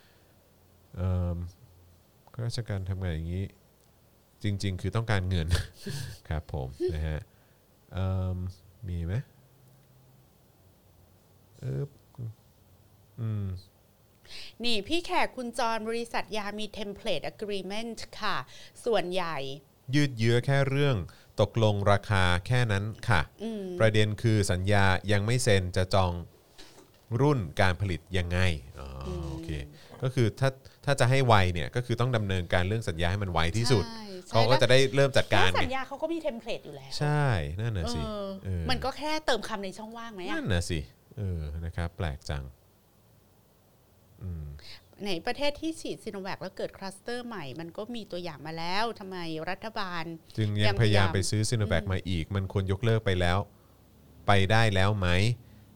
ราชการทำงานอย่างนี้จริงๆคือต้องการเงิน ครับผมนะฮะมีไหมเอออืมนี่พี่แขกคุณจรบริษัทยามี template agreement ค่ะส่วนใหญ่ยืดเยื้อแค่เรื่องตกลงราคาแค่นั้นค่ะประเด็นคือสัญญายังไม่เซ็นจะจองรุ่นการผลิตยังไงอ๋อโอเคก็คือถ้าถ้าจะให้ไวเนี่ยก็คือต้องดำเนินการเรื่องสัญญาให้มันไวที่สุดเขาก็จะได้เริ่มจัดการสัญญาเขาก็มีเทมเพลตอยู่แล้วใช่นั่นน่ะสิมันก็แค่เติมคำในช่องว่างไหมนั่นน่ะสิเออนะครับแปลกจังในประเทศที่ฉีดซิโนแวคแล้วเกิดคลัสเตอร์ใหม่มันก็มีตัวอย่างมาแล้วทำไมรัฐบาลจึงยังพยายามไปซื้อซิโนแวคมาอีกมันควรยกเลิกไปแล้วไปได้แล้วไหม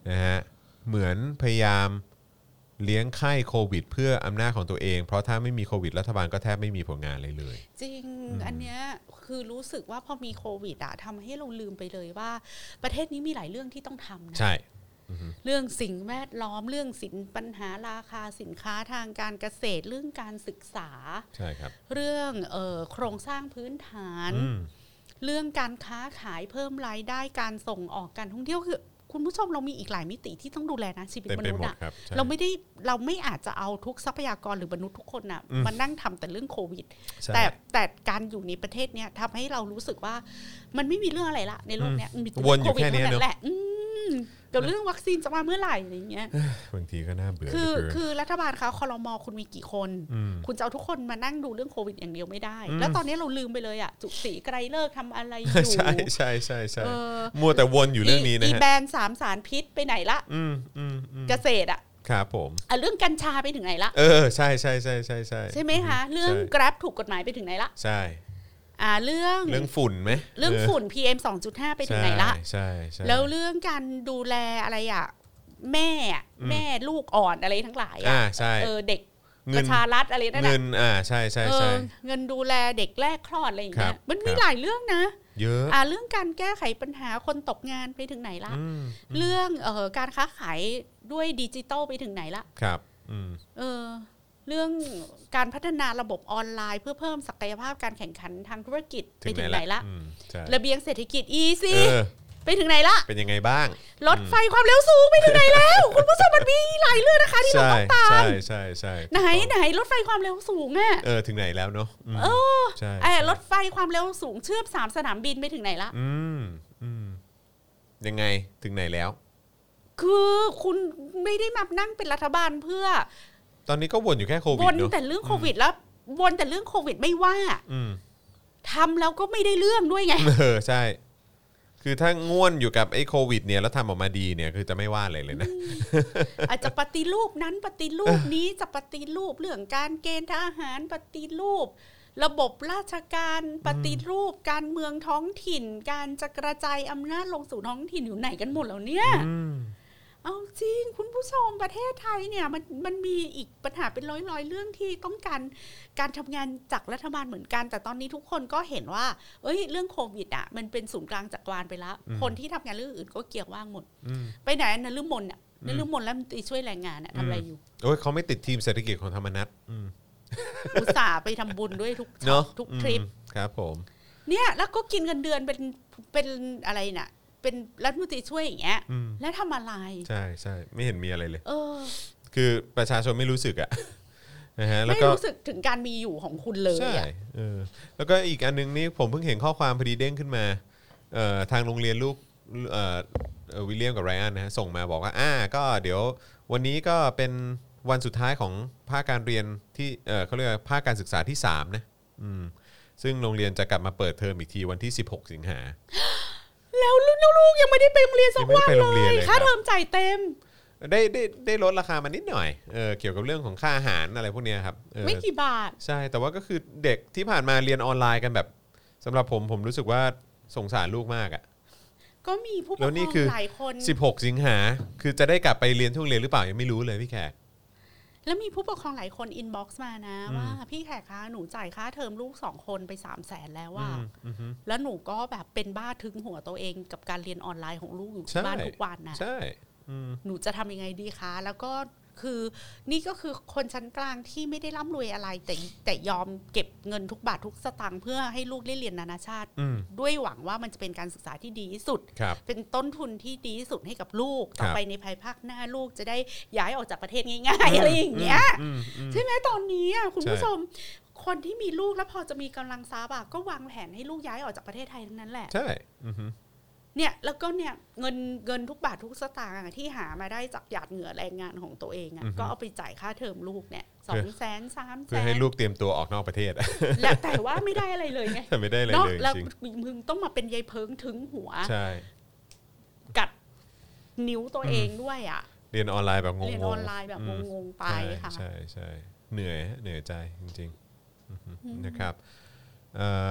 นะฮะเหมือนพยายามเลี้ยงไข้โควิดเพื่ออำนาจของตัวเองเพราะถ้าไม่มีโควิดรัฐบาลก็แทบไม่มีผลงานเลยเลยจริงอันเนี้ยคือรู้สึกว่าพอมีโควิดอะทำให้เราลืมไปเลยว่าประเทศนี้มีหลายเรื่องที่ต้องทำนะใช่เรื่องสิ่งแวดล้อมเรื่องสินปัญหาราคาสินค้าทางการเกษตรเรื่องการศึกษาใช่ครับเรื่องเอ่อโครงสร้างพื้นฐานเรื่องการค้าขายเพิ่มรายได้การส่งออกการท่องเที่ยวคือคุณผู้ชมเรามีอีกหลายมิติที่ต้องดูแลนะชีวิตมนุษย์อะเราไม่ได้เราไม่อาจจะเอาทุกทรัพยากรหรือมนุษย์ทุกคนน่ะมานั่งทำแต่เรื่องโควิดแต่แต่การอยู่ในประเทศเนี้ยทำให้เรารู้สึกว่ามันไม่มีเรื่องอะไรละในโลกเนี้ยมีแต่โควิดเท่านั้นแหละเดี๋ยวเรื่องวัคซีนจะมาเมื่อไหร่อะไรเงี้ยบางทีก็น่าเบื่อคือคือรัฐบาลเขาครม.คุณมีกี่คนคุณจะเอาทุกคนมานั่งดูเรื่องโควิดอย่างเดียวไม่ได้แล้วตอนนี้เราลืมไปเลยอ่ะจุศรีไกรเลิกทำอะไรอยู่ใช่ใช่ใช่ใช่มัวแต่วนอยู่เรื่องนี้นะฮะอีแบนสามสารพิษไปไหนละเกษตรอ่ะครับผมอ่ะเรื่องกัญชาไปถึงไหนละเออใช่ใช่ใช่ใช่ใช่ใช่ไหมคะเรื่อง Grab ถูกกฎหมายไปถึงไหนละใช่อ่าเรื่องเรื่องฝุ่นไหมเรื่องฝุ่น พี เอ็ม สองจุดห้า ไปถึงไหนละใช่ใช่แล้วเรื่องการดูแลอะไรอ่ะแม่แม่ลูกอ่อนอะไรทั้งหลายอ่ะเออเด็กประชารัฐอะไรนั่นแหละเงินอ่าใช่ใช่ใช่เงินดูแลเด็กแรกคลอดอะไรอย่างเงี้ยมันมีหลายเรื่องนะเยอะอ่าเรื่องการแก้ไขปัญหาคนตกงานไปถึงไหนละเรื่องเอ่อการค้าขายด้วยดิจิตอลไปถึงไหนละครับเออเรื่องการพัฒนาระบบออนไลน์เพื่อเพิ่มศักยภาพการแข่งขันทางธุรกิจไปถึงไหนละระเบียงเศรษฐกิจ อี ซี ไปถึงไหนละเป็นยังไงบ้างรถไฟความเร็วสูงไปถึงไหนแล้วคุณผู้ชมมันมีหลายเรื่องนะคะที่เราต้องตามใช่ใช่ใช่ไหนไหนรถไฟความเร็วสูงอ่ะเออถึงไหนแล้วเนาะเออใช่ไอ้รถไฟความเร็วสูงเชื่อมสามสนามบินไปถึงไหนละอืมอืมยังไงถึงไหนแล้วคือคุณไม่ได้มานั่งเป็นรัฐบาลเพื่อตอนนี้ก็วนอยู่แค่โควิดเนอะวนแต่เรื่องโควิดแล้ววนแต่เรื่องโควิดไม่ว่าทำแล้วก็ไม่ได้เรื่องด้วยไงเออใช่คือถ้าง่วนอยู่กับไอ้โควิดเนี่ยแล้วทำออกมาดีเนี่ยคือจะไม่ว่าเลยเลยนะอาจจะปฏิรูปนั้นปฏิรูปนี้จะปฏิรูปเรื่องการเกณฑ์ทหารปฏิรูประบบราชการปฏิรูปการเมืองท้องถิ่นการจะกระจายอำนาจลงสู่ท้องถิ่นอยู่ไหนกันหมดแล้วเนี่ยเอาจริงคุณผู้ชมประเทศไทยเนี่ยมันมันมีอีกปัญหาเป็นร้อยๆเรื่องที่ต้องการการทำงานจากรัฐบาลเหมือนกันแต่ตอนนี้ทุกคนก็เห็นว่าเอ้ยเรื่องโควิดอ่ะมันเป็นศูนย์กลางจักรวาลไปแล้วคนที่ทำงานเรื่องอื่นก็เกี่ยวว่างหมดไปไหนนฤมลอ่ะนฤมลรัฐมนตรีช่วยแรงงานอ่ะทำอะไรอยู่โอ้ยเขาไม่ติดทีมเศรษฐกิจของธรรมนัสอุตส่าห์ไปทำบุญด้วยทุกทุกทริปครับผมเนี่ยแล้วก็กินเงินเดือนเป็นเป็นอะไรน่ะเป็นรัฐมนตรีช่วยอย่างเงี้ยแล้วทำอะไรใช่ใช่ไม่เห็นมีอะไรเลยเออคือประชาชนไม่รู้สึกอะนะฮะไม่รู้สึกถึงการมีอยู่ของคุณเลยใช่เออแล้วก็อีกอันนึงนี่ผมเพิ่งเห็นข้อความพอดีเด้งขึ้นมาเอ่อทางโรงเรียนลูกเอ่อวิลเลียมกับไรอันนะฮะส่งมาบอกว่าอ่าก็เดี๋ยววันนี้ก็เป็นวันสุดท้ายของภาคการเรียนที่เอ่อเขาเรียกว่าภาคการศึกษาที่สามนะอืมซึ่งโรงเรียนจะกลับมาเปิดเทอมอีกทีวันที่สิบหกสิงหาแล้วลูกๆยังไม่ได้ไปโรงเรียนสักวันเลยค่าเทอมจ่ายเต็มได้ได้ได้ลดราคามานิดหน่อยเออเกี่ยวกับเรื่องของค่าอาหารอะไรพวกนี้ครับไม่กี่บาทใช่แต่ว่าก็คือเด็กที่ผ่านมาเรียนออนไลน์กันแบบสำหรับผมผมรู้สึกว่าสงสารลูกมากอ่ะก็มีผู้ปกครองหลายคนสิบหกสิงหาคือจะได้กลับไปเรียนที่โรงเรียนหรือเปล่ายังไม่รู้เลยพี่แขกแล้วมีผู้ปกครองหลายคนอินบ็อกซ์มานะว่าพี่แขกคะหนูจ่ายค่าเทอมลูกสองคนไปสามแสนแล้วว่าแล้วหนูก็แบบเป็นบ้าทึงหัวตัวเองกับการเรียนออนไลน์ของลูกอยู่ที่บ้านทุกวันนะใช่หนูจะทำยังไงดีคะแล้วก็คือนี่ก็คือคนชั้นกลางที่ไม่ได้ร่ำรวยอะไรแต่แต่ยอมเก็บเงินทุกบาททุกสตางค์เพื่อให้ลูกได้เรียนนานาชาติด้วยหวังว่ามันจะเป็นการศึกษาที่ดีที่สุดเป็นต้นทุนที่ดีที่สุดให้กับลูกต่อไปในภายภาคหน้าลูกจะได้ย้ายออกจากประเทศง่ายๆอะไรอย่างเงี้ยใช่ไหมตอนนี้คุณผู้ชมคนที่มีลูกแล้วพอจะมีกำลังทรัพย์ก็วางแผนให้ลูกย้ายออกจากประเทศไทยทั้งนั้นแหละใช่เนี่ยแล้วก็เนี่ยเงินเงินทุกบาททุกสตางค์ที่หามาได้จากหยาดเหงื่อแรงงานของตัวเองอ่ะก็เอาไปจ่ายค่าเทอมลูกเนี่ยสองแสนสามแสนเพื่อให้ลูกเตรียมตัวออกนอกประเทศและแต่ว่าไม่ได้อะไรเลยไงไม่ได้อะไรเลยแล้วมึงต้องมาเป็นยายเพิงถึงหัวใช่กัดนิ้วตัวเองด้วยอ่ะเรียนออนไลน์แบบงงๆเรียนออนไลน์แบบงงๆไปค่ะใช่ใช่เหนื่อยเหนื่อยใจจริงๆนะครับ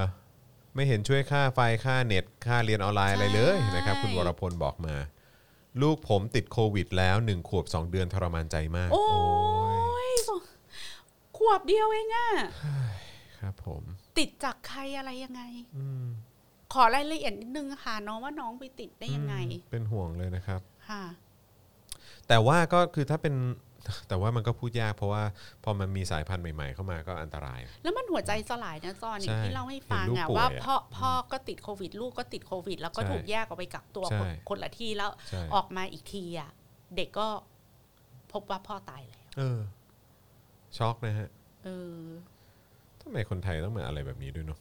ไม่เห็นช่วยค่าไฟค่าเน็ตค่าเรียนออนไลน์อะไรเลยนะครับคุณวรพลบอกมาลูกผมติดโควิดแล้วหนึ่งขวบสองเดือนทรมานใจมากโอ้ยขวบเดียวเองอะครับผมติดจากใครอะไรยังไงขอรายละเอียดนิดนึงค่ะน้องว่าน้องไปติดได้ยังไงเป็นห่วงเลยนะครับค่ะแต่ว่าก็คือถ้าเป็นแต่ว่ามันก็พูดยากเพราะว่าพอมันมีสายพันธุ์ใหม่ๆเข้ามาก็อันตรายแล้วมันหัวใจสลายนะจอนอย่างที่เล่าให้ฟังอะว่าพ่อพ่อก็ติดโควิดลูกก็ติดโควิดแล้วก็ถูกแยกออกไปกักตัวคนละที่แล้วออกมาอีกทีอะเด็กก็พบว่าพ่อตายแล้วเออช็อกนะฮะเออทำไมคนไทยต้องมาอะไรแบบนี้ด้วยเนาะ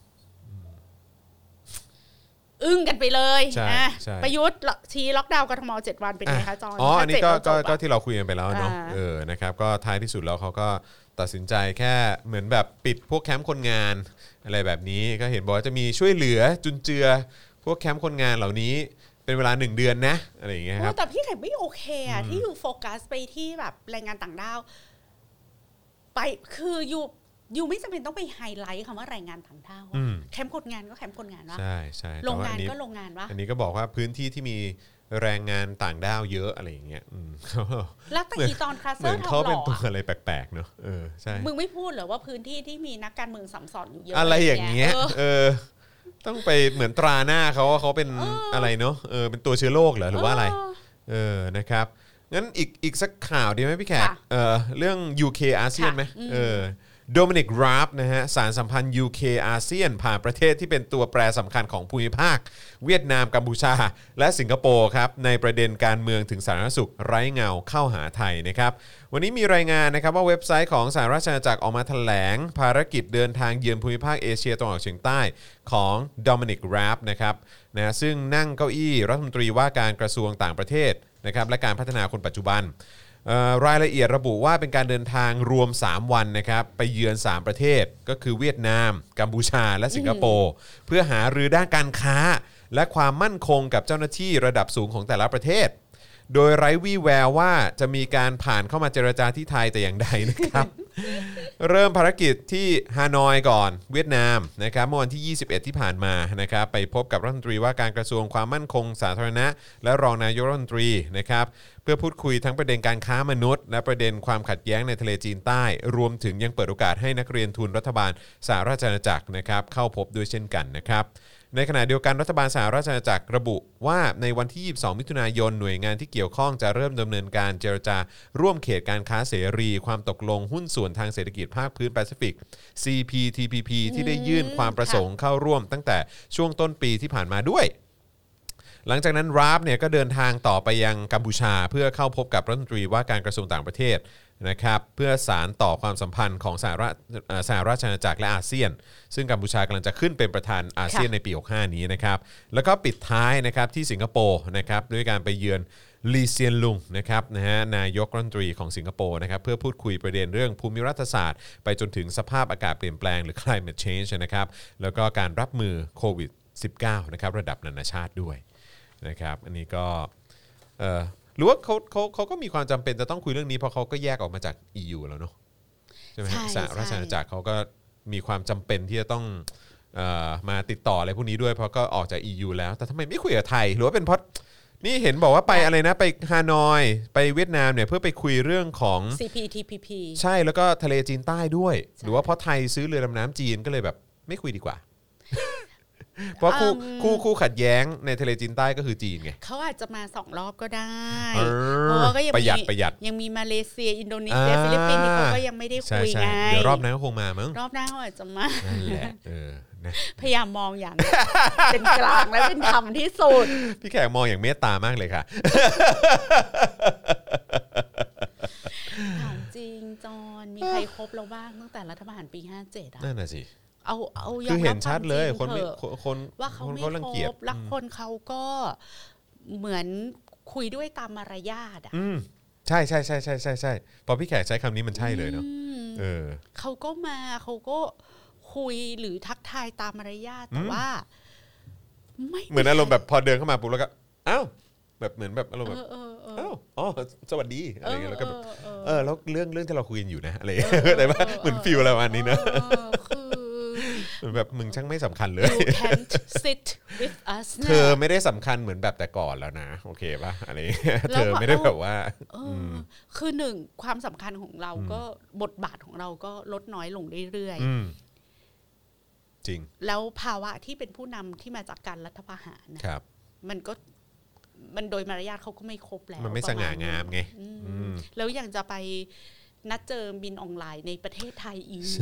อึ้งกันไปเลยนะประยุทธ์ชี้ล็อกดาวน์กทมเจ็ดวันเป็นไงคะจอนอ๋ออันนี้ก็ก็ที่เราคุยกันไปแล้วเนาะเออนะครับก็ท้ายที่สุดแล้วเขาก็ตัดสินใจแค่เหมือนแบบปิดพวกแคมป์คนงานอะไรแบบนี้ก็เห็นบอกว่าจะมีช่วยเหลือจุนเจือพวกแคมป์คนงานเหล่านี้เป็นเวลาหนึ่งเดือนนะอะไรอย่างเงี้ยครับแต่พี่แขกไม่โอเคอะที่อยู่โฟกัสไปที่แบบแรงงานต่างด้าวไปคืออยู่ยูไม่จำเป็นต้องไปไฮไลท์คำว่าแรงงานต่างด้าวแคมป์คนงานก็แคมป์คนงานวะใช่ใช่โรงงานก็โรงงานวะอันนี้ก็บอกว่าพื้นที่ที่มีแรงงานต่างด้าวเยอะอะไรอย่างเงี้ยแล้วแต่อีตอนคลาสเตอร์ทองหล่อเขาเป็นตัวอะไรแปลกๆเนอะเออใช่มึงไม่พูดเหรอว่าพื้นที่ที่มีนักการเมืองสัมสอนอยู่เยอะอะไรอย่างเงี้ยเออต้องไปเหมือนตราหน้าเขาว่าเขาเป็นอะไรเนอะเออเป็นตัวเชื้อโรคเหรอหรือว่าอะไรเออนะครับงั้นอีกอีกสักข่าวดีไหมพี่แขกเออเรื่อง ยู เค อาเซียนไหมเออโดมินิก ราฟนะฮะสารสัมพันธ์ ยู เค อาเซียนผ่านประเทศที่เป็นตัวแปรสำคัญของภูมิภาคเวียดนามกัมพูชาและสิงคโปร์ครับในประเด็นการเมืองถึงสาธารณสุขไร้เงาเข้าหาไทยนะครับวันนี้มีรายงานนะครับว่าเว็บไซต์ของสหราชอาณาจักรออกมาแถลงภารกิจเดินทางเยือนภูมิภาคเอเชียตะวันออกเฉียงใต้ของโดมินิก ราฟนะครับนะซึ่งนั่งเก้าอี้รัฐมนตรีว่าการกระทรวงต่างประเทศนะครับและการพัฒนาคนปัจจุบันรายละเอียดระบุว่าเป็นการเดินทางรวมสามวันนะครับไปเยือนสามประเทศก็คือเวียดนามกัมพูชาและสิงคโปร์เพื่อหารือด้านการค้าและความมั่นคงกับเจ้าหน้าที่ระดับสูงของแต่ละประเทศโดยไร้วี่แววว่าจะมีการผ่านเข้ามาเจรจาที่ไทยแต่อย่างใดนะครับ เริ่มภารกิจที่ฮานอยก่อนเวียดนามนะครับเมื่อวันที่ยี่สิบเอ็ดที่ผ่านมานะครับไปพบกับรัฐมนตรีว่าการกระทรวงความมั่นคงสาธารณะและรองนายกรัฐมนตรีนะครับเพื่อพูดคุยทั้งประเด็นการค้ามนุษย์และประเด็นความขัดแย้งในทะเลจีนใต้รวมถึงยังเปิดโอกาสให้นักเรียนทุนรัฐบาลสหราชอาณาจักรนะครับเข้าพบด้วยเช่นกันนะครับในขณะเดียวกันรัฐบาลสหราชอาณาจักรระบุว่าในวันที่ยี่สิบสองมิถุนายนหน่วยงานที่เกี่ยวข้องจะเริ่มดำเนินการเจรจาร่วมเขตการค้าเสรีความตกลงหุ้นส่วนทางเศรษฐกิจภาคพื้นแปซิฟิก ซี พี ที พี พี ที่ได้ยื่นความประสงค์เข้าร่วมตั้งแต่ช่วงต้นปีที่ผ่านมาด้วยหลังจากนั้นราฟเนี่ยก็เดินทางต่อไปยังกัมพูชาเพื่อเข้าพบกับรัฐมนตรีว่าการกระทรวงต่างประเทศนะครับเพื่อสานต่อความสัมพันธ์ของสหราชสหราชอาณาจักรและอาเซียนซึ่งกัมพูชากำลังจะขึ้นเป็นประธานอาเซียนในปีหกสิบห้านี้นะครับแล้วก็ปิดท้ายนะครับที่สิงคโปร์นะครับด้วยการไปเยือนลีเซียนลุงนะครับนะฮะนายกรัฐมนตรีของสิงคโปร์นะครับเพื่อพูดคุยประเด็นเรื่องภูมิรัฐศาสตร์ไปจนถึงสภาพอากาศเปลี่ยนแปลงหรือ climate change นะครับแล้วก็การรับมือโควิด สิบเก้า นะครับระดับนานาชาติด้วยนะครับอันนี้ก็เอ่อหรือว่าเขาเขาเขาก็มีความจำเป็นจะต้องคุยเรื่องนี้เพราะเขาก็แยกออกมาจาก อี ยู แล้วเนาะใช่ไหมสหราชอาณาจักรเขาก็มีความจำเป็นที่จะต้องเอ่อมาติดต่ออะไรพวกนี้ด้วยเพราะก็ออกจาก อี ยู แล้วแต่ทำไมไม่คุยกับไทยหรือว่าเป็นเพราะนี่เห็นบอกว่าไปอะไรนะไปฮานอยไปเวียดนามเนี่ยเพื่อไปคุยเรื่องของซี พี ที พี พีใช่แล้วก็ทะเลจีนใต้ด้วยหรือว่าเพราะไทยซื้อเรือดำน้ำจีนก็เลยแบบไม่คุยดีกว่าเพราะคู่คู่คู่ขัดแย้งในทะเลจีนใต้ก็คือจีนไงเขาอาจจะมาสองรอบก็ได้เพราะว่าก็ยังประหยัดประหยัดยังมีมาเลเซียอินโดนีเซียฟิลิปปินส์ที่เขาก็ยังไม่ได้คุยไงเดี๋ยวรอบหน้าก็คงมามั้งรอบหน้าเขาอาจจะมานั่นแหละเออพยายามมองอย่างเป็นกลางและเป็นธรรมที่สุดพี่แขกมองอย่างเมตตามากเลยค่ะถามจริงจอนมีใครครบเราบ้างตั้งแต่รัฐประหารปีห้าสิบเจ็ดอ่ะนั่นน่ะสิเอาเอาคือเห็นชัดเลยคนไม่คนว่าเขาไม่ครบแล้วคนเขาก็เหมือนคุยด้วยตามมารยาทอ่ะใช่ใช่ใช่ใช่ใช่ใช่พอพี่แขกใช้คำนี้มันใช่เลยเนาะเออเขาก็มาเขาก็คุยหรือทักทายตามมารยาทแต่ว่าไม่เหมือนอารมณ์แบบพอเดินเข้ามาปุ๊บแล้วก็อ้าวแบบเหมือนแบบอารมณ์แบบอ้าวอ๋อสวัสดีอะไรเงี้ยแล้วก็แบบเออแล้วเรื่องเรื่องที่เราคุยกันอยู่นะอะไรแต่ว่าเหมือนฟีลอะไรวันนี้นะคือเหมือนแบบมึงช่างไม่สำคัญเลย you can't sit with us เธอไม่ได้สำคัญเหมือนแบบแต่ก่อนแล้วนะโอเคป่ะอะไรเธอไม่ได้แบบว่าคือหนึ่งความสำคัญของเราก็บทบาทของเราก็ลดน้อยลงเรื่อยๆจริงแล้วภาวะที่เป็นผู้นำที่มาจากการรัฐประหารนะครับมันก็มันโดยมารยาทเขาก็ไม่ครบแล้วมันไม่สง่างามไงแล้วยังจะไปนัดเจอบินออนไลน์ในประเทศไทยอีก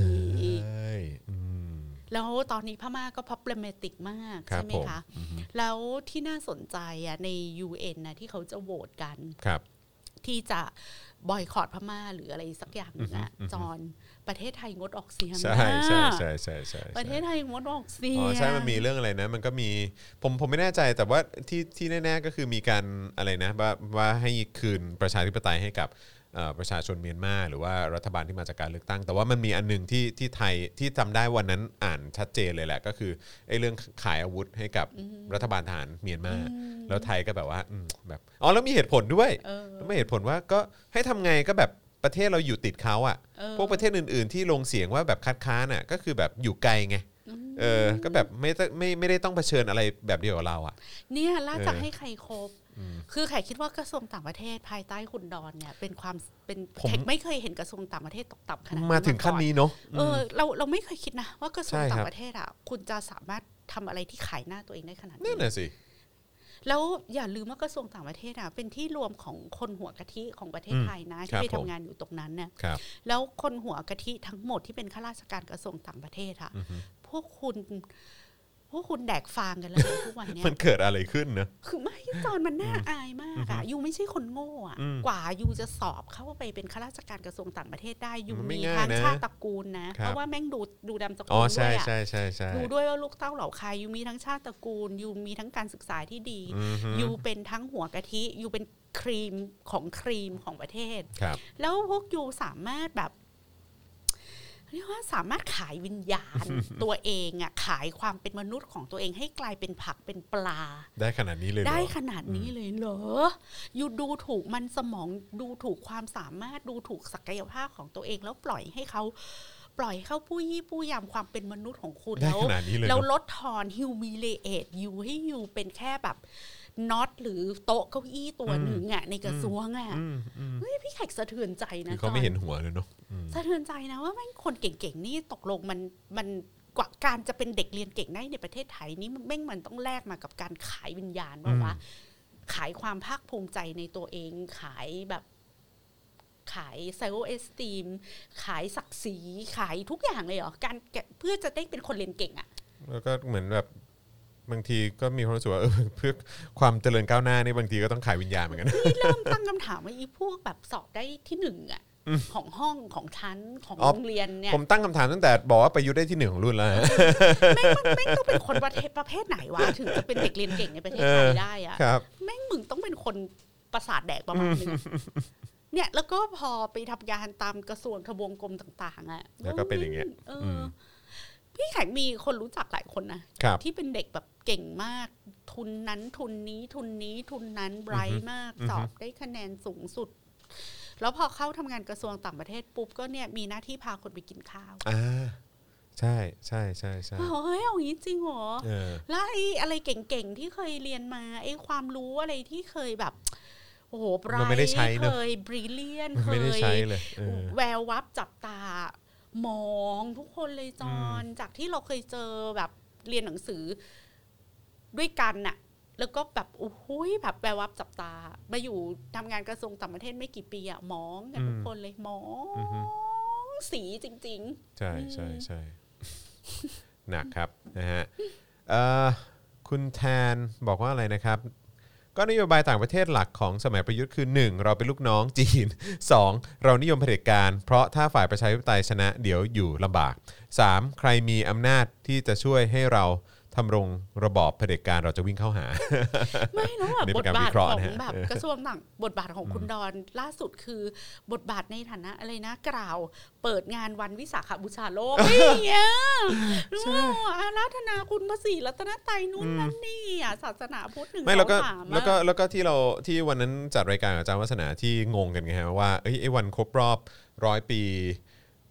แล้วตอนนี้พม่าก็ problematic มากใช่ไหมคะแล้วที่น่าสนใจอ่ะใน ยู เอ็น นะที่เขาจะโหวตกันที่จะบอยคอตพม่าหรืออะไรสักอย่างนึงอ่ะจอนประเทศไทยงดออกเสียงใช่ใช่ใช่ใช่ใช่ประเทศไทยงดออกเสียงอ๋อใช่มันมีเรื่องอะไรนะมันก็มีผมผมไม่แน่ใจแต่ว่าที่ที่แน่ๆก็คือมีการอะไรนะว่าว่าให้คืนประชาธิปไตยให้กับประชาชนเมียนมาหรือว่ารัฐบาลที่มาจากการเลือกตั้งแต่ว่ามันมีอันนึงที่ที่ไทยที่จำได้วันนั้นอ่านชัดเจนเลยแหละก็คือไอ้เรื่องขายอาวุธให้กับรัฐบาลทหารเมียนมาแล้วไทยก็แบบว่าแบบอ๋อแล้วมีเหตุผลด้วยแล้วมีเหตุผลว่าก็ให้ทำไงก็แบบประเทศเราอยู่ติดเขาอ่ะพวกประเทศอื่นๆที่ลงเสียงว่าแบบคัดค้านอ่ะก็คือแบบอยู่ไกลไงเออก็แบบไม่ไม่ไม่ได้ต้องเผชิญอะไรแบบเดียวกับเราอ่ะเนี่ยล่าจะให้ใครครบคือแขกคิดว่ากระทรวงต่างประเทศภายใต้คุณดอนเนี่ยเป็นความเป็นแขกไม่เคยเห็นกระทรวงต่างประเทศตกต่ำขนาดนี้มาถึงขั้นนี้เนาะเออเราเราไม่เคยคิดนะว่ากระทรวงต่างประเทศอ่ะคุณจะสามารถทำอะไรที่ขายหน้าตัวเองได้ขนาดนี้นั่นแหละสิแล้วอย่าลืมว่ากระทรวงต่างประเทศอ่ะเป็นที่รวมของคนหัวกะทิของประเทศไทยนะที่ไปทำงานอยู่ตรงนั้นเนี่ยแล้วคนหัวกะทิทั้งหมดที่เป็นข้าราชการกระทรวงต่างประเทศอ่ะพวกคุณพวกคุณแดกฟางกันแล้วทุกวันนี้มันเกิดอะไรขึ้นนะคือไม่ตอนมันน่าอายมากอ่ะยูไม่ใช่คนโง่อ่ะกว่ายูจะสอบเข้าไปเป็นข้าราชการกระทรวงต่างประเทศได้ยูมีทั้งชาติตระกูลนะเพราะว่าแม่งดูดูดำตระกูลด้วยอ่ะดูด้วยว่าลูกเต้าเหล่าใครยูมีทั้งชาติตระกูลยูมีทั้งการศึกษาที่ดียูเป็นทั้งหัวกะทิยูเป็นครีมของครีมของประเทศแล้วพวกยูสามารถแบบเรียกว่าสามารถขายวิญญาณ ตัวเองอ่ะขายความเป็นมนุษย์ของตัวเองให้กลายเป็นผักเป็นปลาได้ขนาดนี้เลยได้ขนาดนี้เลยเหรออยู่ดูถูกมันสมองดูถูกความสามารถดูถูกศักยภาพของตัวเองแล้วปล่อยให้เขาปล่อยให้เขาผู้ยี่ผู้ยำความเป็นมนุษย์ของคุณแล้วแล้วลดทอนฮิวมิเลเอตยูให้ยูเป็นแค่แบบน็อตหรือโต๊ะเก้าอี้ตัวหนึ่งอ่ะในกระทรวงอ่ะเฮ้ยพี่แขกสะเทือนใจนะเขาไม่เห็นหัวเลยเนาะสะเทือนใจนะว่าแม่งคนเก่งๆนี่ตกลงมันมันกว่าการจะเป็นเด็กเรียนเก่งได้ในประเทศไทยนี่แม่งมันต้องแลกมากับการขายวิญญาณว่าว่าขายความภาคภูมิใจในตัวเองขายแบบขายเซลล์เอสตีมขายศักดิ์ศรีขายทุกอย่างเลยเหรอการเพื่อจะได้เป็นคนเรียนเก่งอ่ะแล้วก็เหมือนแบบบางทีก็มีความรู้สึกว่าเพื่อความเจริญก้าวหน้านี่บางทีก็ต้องขายวิญญาณเหมือนกันนี่เริ่มตั้งคำถามว่าอีพวกแบบสอบได้ที่หนึ่งอ่ะของห้องของชั้นของโรงเรียนเนี่ยผมตั้งคำถามตั้งแต่บอกว่าประยุทธ์ได้ที่หนึ่งของรุ่นแล้วแม่งมันแม่งต้องเป็นคนประเทศประเภทไหนวะถึงจะเป็นเด็กเรียนเก่งในประเทศไทยได้อ่ะแม่งมึงต้องเป็นคนประสาทแดกประมาณนึงเนี่ยแล้วก็พอไปทำงานตามกระทรวงทบวงกรมต่างๆอ่ะแล้วก็เป็นอย่างเงี้ยพี่แขกมีคนรู้จักหลายคนนะที่เป็นเด็กแบบเก่งมากทุนนั้นทุนนี้ทุนนี้ทุนนั้นไบรท์มากสอบได้คะแนนสูงสุดแล้วพอเข้าทำงานกระทรวงต่างประเทศปุ๊บก็เนี่ยมีหน้าที่พาคนไปกินข้าวอ่าใช่ใช่ใช่ใช่เฮ้ยเอาอย่างนี้จริงเหรอแล้วไอ้อะไรเก่งๆที่เคยเรียนมาไอ้ความรู้อะไรที่เคยแบบโอ้โหไบรท์เคยบริเลียนเคยแวววับจับตามองทุกคนเลยจอนจากที่เราเคยเจอแบบเรียนหนังสือด้วยกันน่ะแล้วก็แบบโอ้โหแบบแวววับจับตามาอยู่ทำงานกระทรวงต่างประเทศไม่กี่ปีอะมองกันทุกคนเลยมองสีจริงๆใช่ใช่ใช่หนักครับนะฮะคุณแทนบอกว่าอะไรนะครับก็นโยบายต่างประเทศหลักของสมัยประยุทธ์คือหนึ่งเราเป็นลูกน้องจีนสองเรานิยมเผด็จการเพราะถ้าฝ่ายประชาธิปไตยชนะเดี๋ยวอยู่ลำบากสามใครมีอำนาจที่จะช่วยให้เราทำรงระบอบเผด็จการเราจะวิ่งเข้าหาไม่แล้วแบบบทบาทของแบบกระทรวงต่างบทบาทของคุณดอนล่าสุดคือบทบาทในฐานะอะไรนะกล่าวเปิดงานวันวิสาขบูชาโลกไม่เงี้ยอาราธนาคุณพระศรีรัตนตรัยนู่นนั่นนี่อ่ะศาสนาพุทธหนึ่งไม่แล้วก็แล้วก็แล้วก็ที่เราที่วันนั้นจัดรายการกับอาจารย์วัฒนาที่งงกันไงฮะว่าเอ้ยไอ้วันครบรอบร้อยปี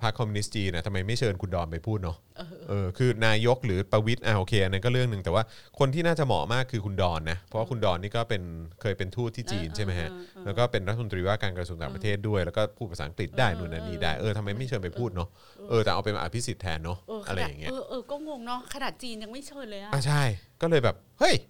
พรรคคอมมิวนิสต์จีนนะทำไมไม่เชิญคุณดอนไปพูดเนาะเออคือนายกหรือประวิตรอ่ะโอเคอันนั้นก็เรื่องนึงแต่ว่าคนที่น่าจะเหมาะมากคือคุณดอนนะเพราะว่าคุณดอนนี่ก็เป็นเคยเป็นทูตที่จีนใช่ไหมฮะแล้วก็เป็นรัฐมนตรีว่าการกระทรวงต่างประเทศด้วยแล้วก็พูดภาษาอังกฤษได้นู่นนั่นนี่ได้เออทำไมไม่เชิญไปพูดเนาะเออแต่เอาเป็นอภิสิทธิ์แทนเนาะอะไรอย่างเงี้ยเออเออก็งงเนาะขนาดจีนยังไม่เชิญเลยอ่ะอ่ะใช่ก็เลยแบบเฮ้ย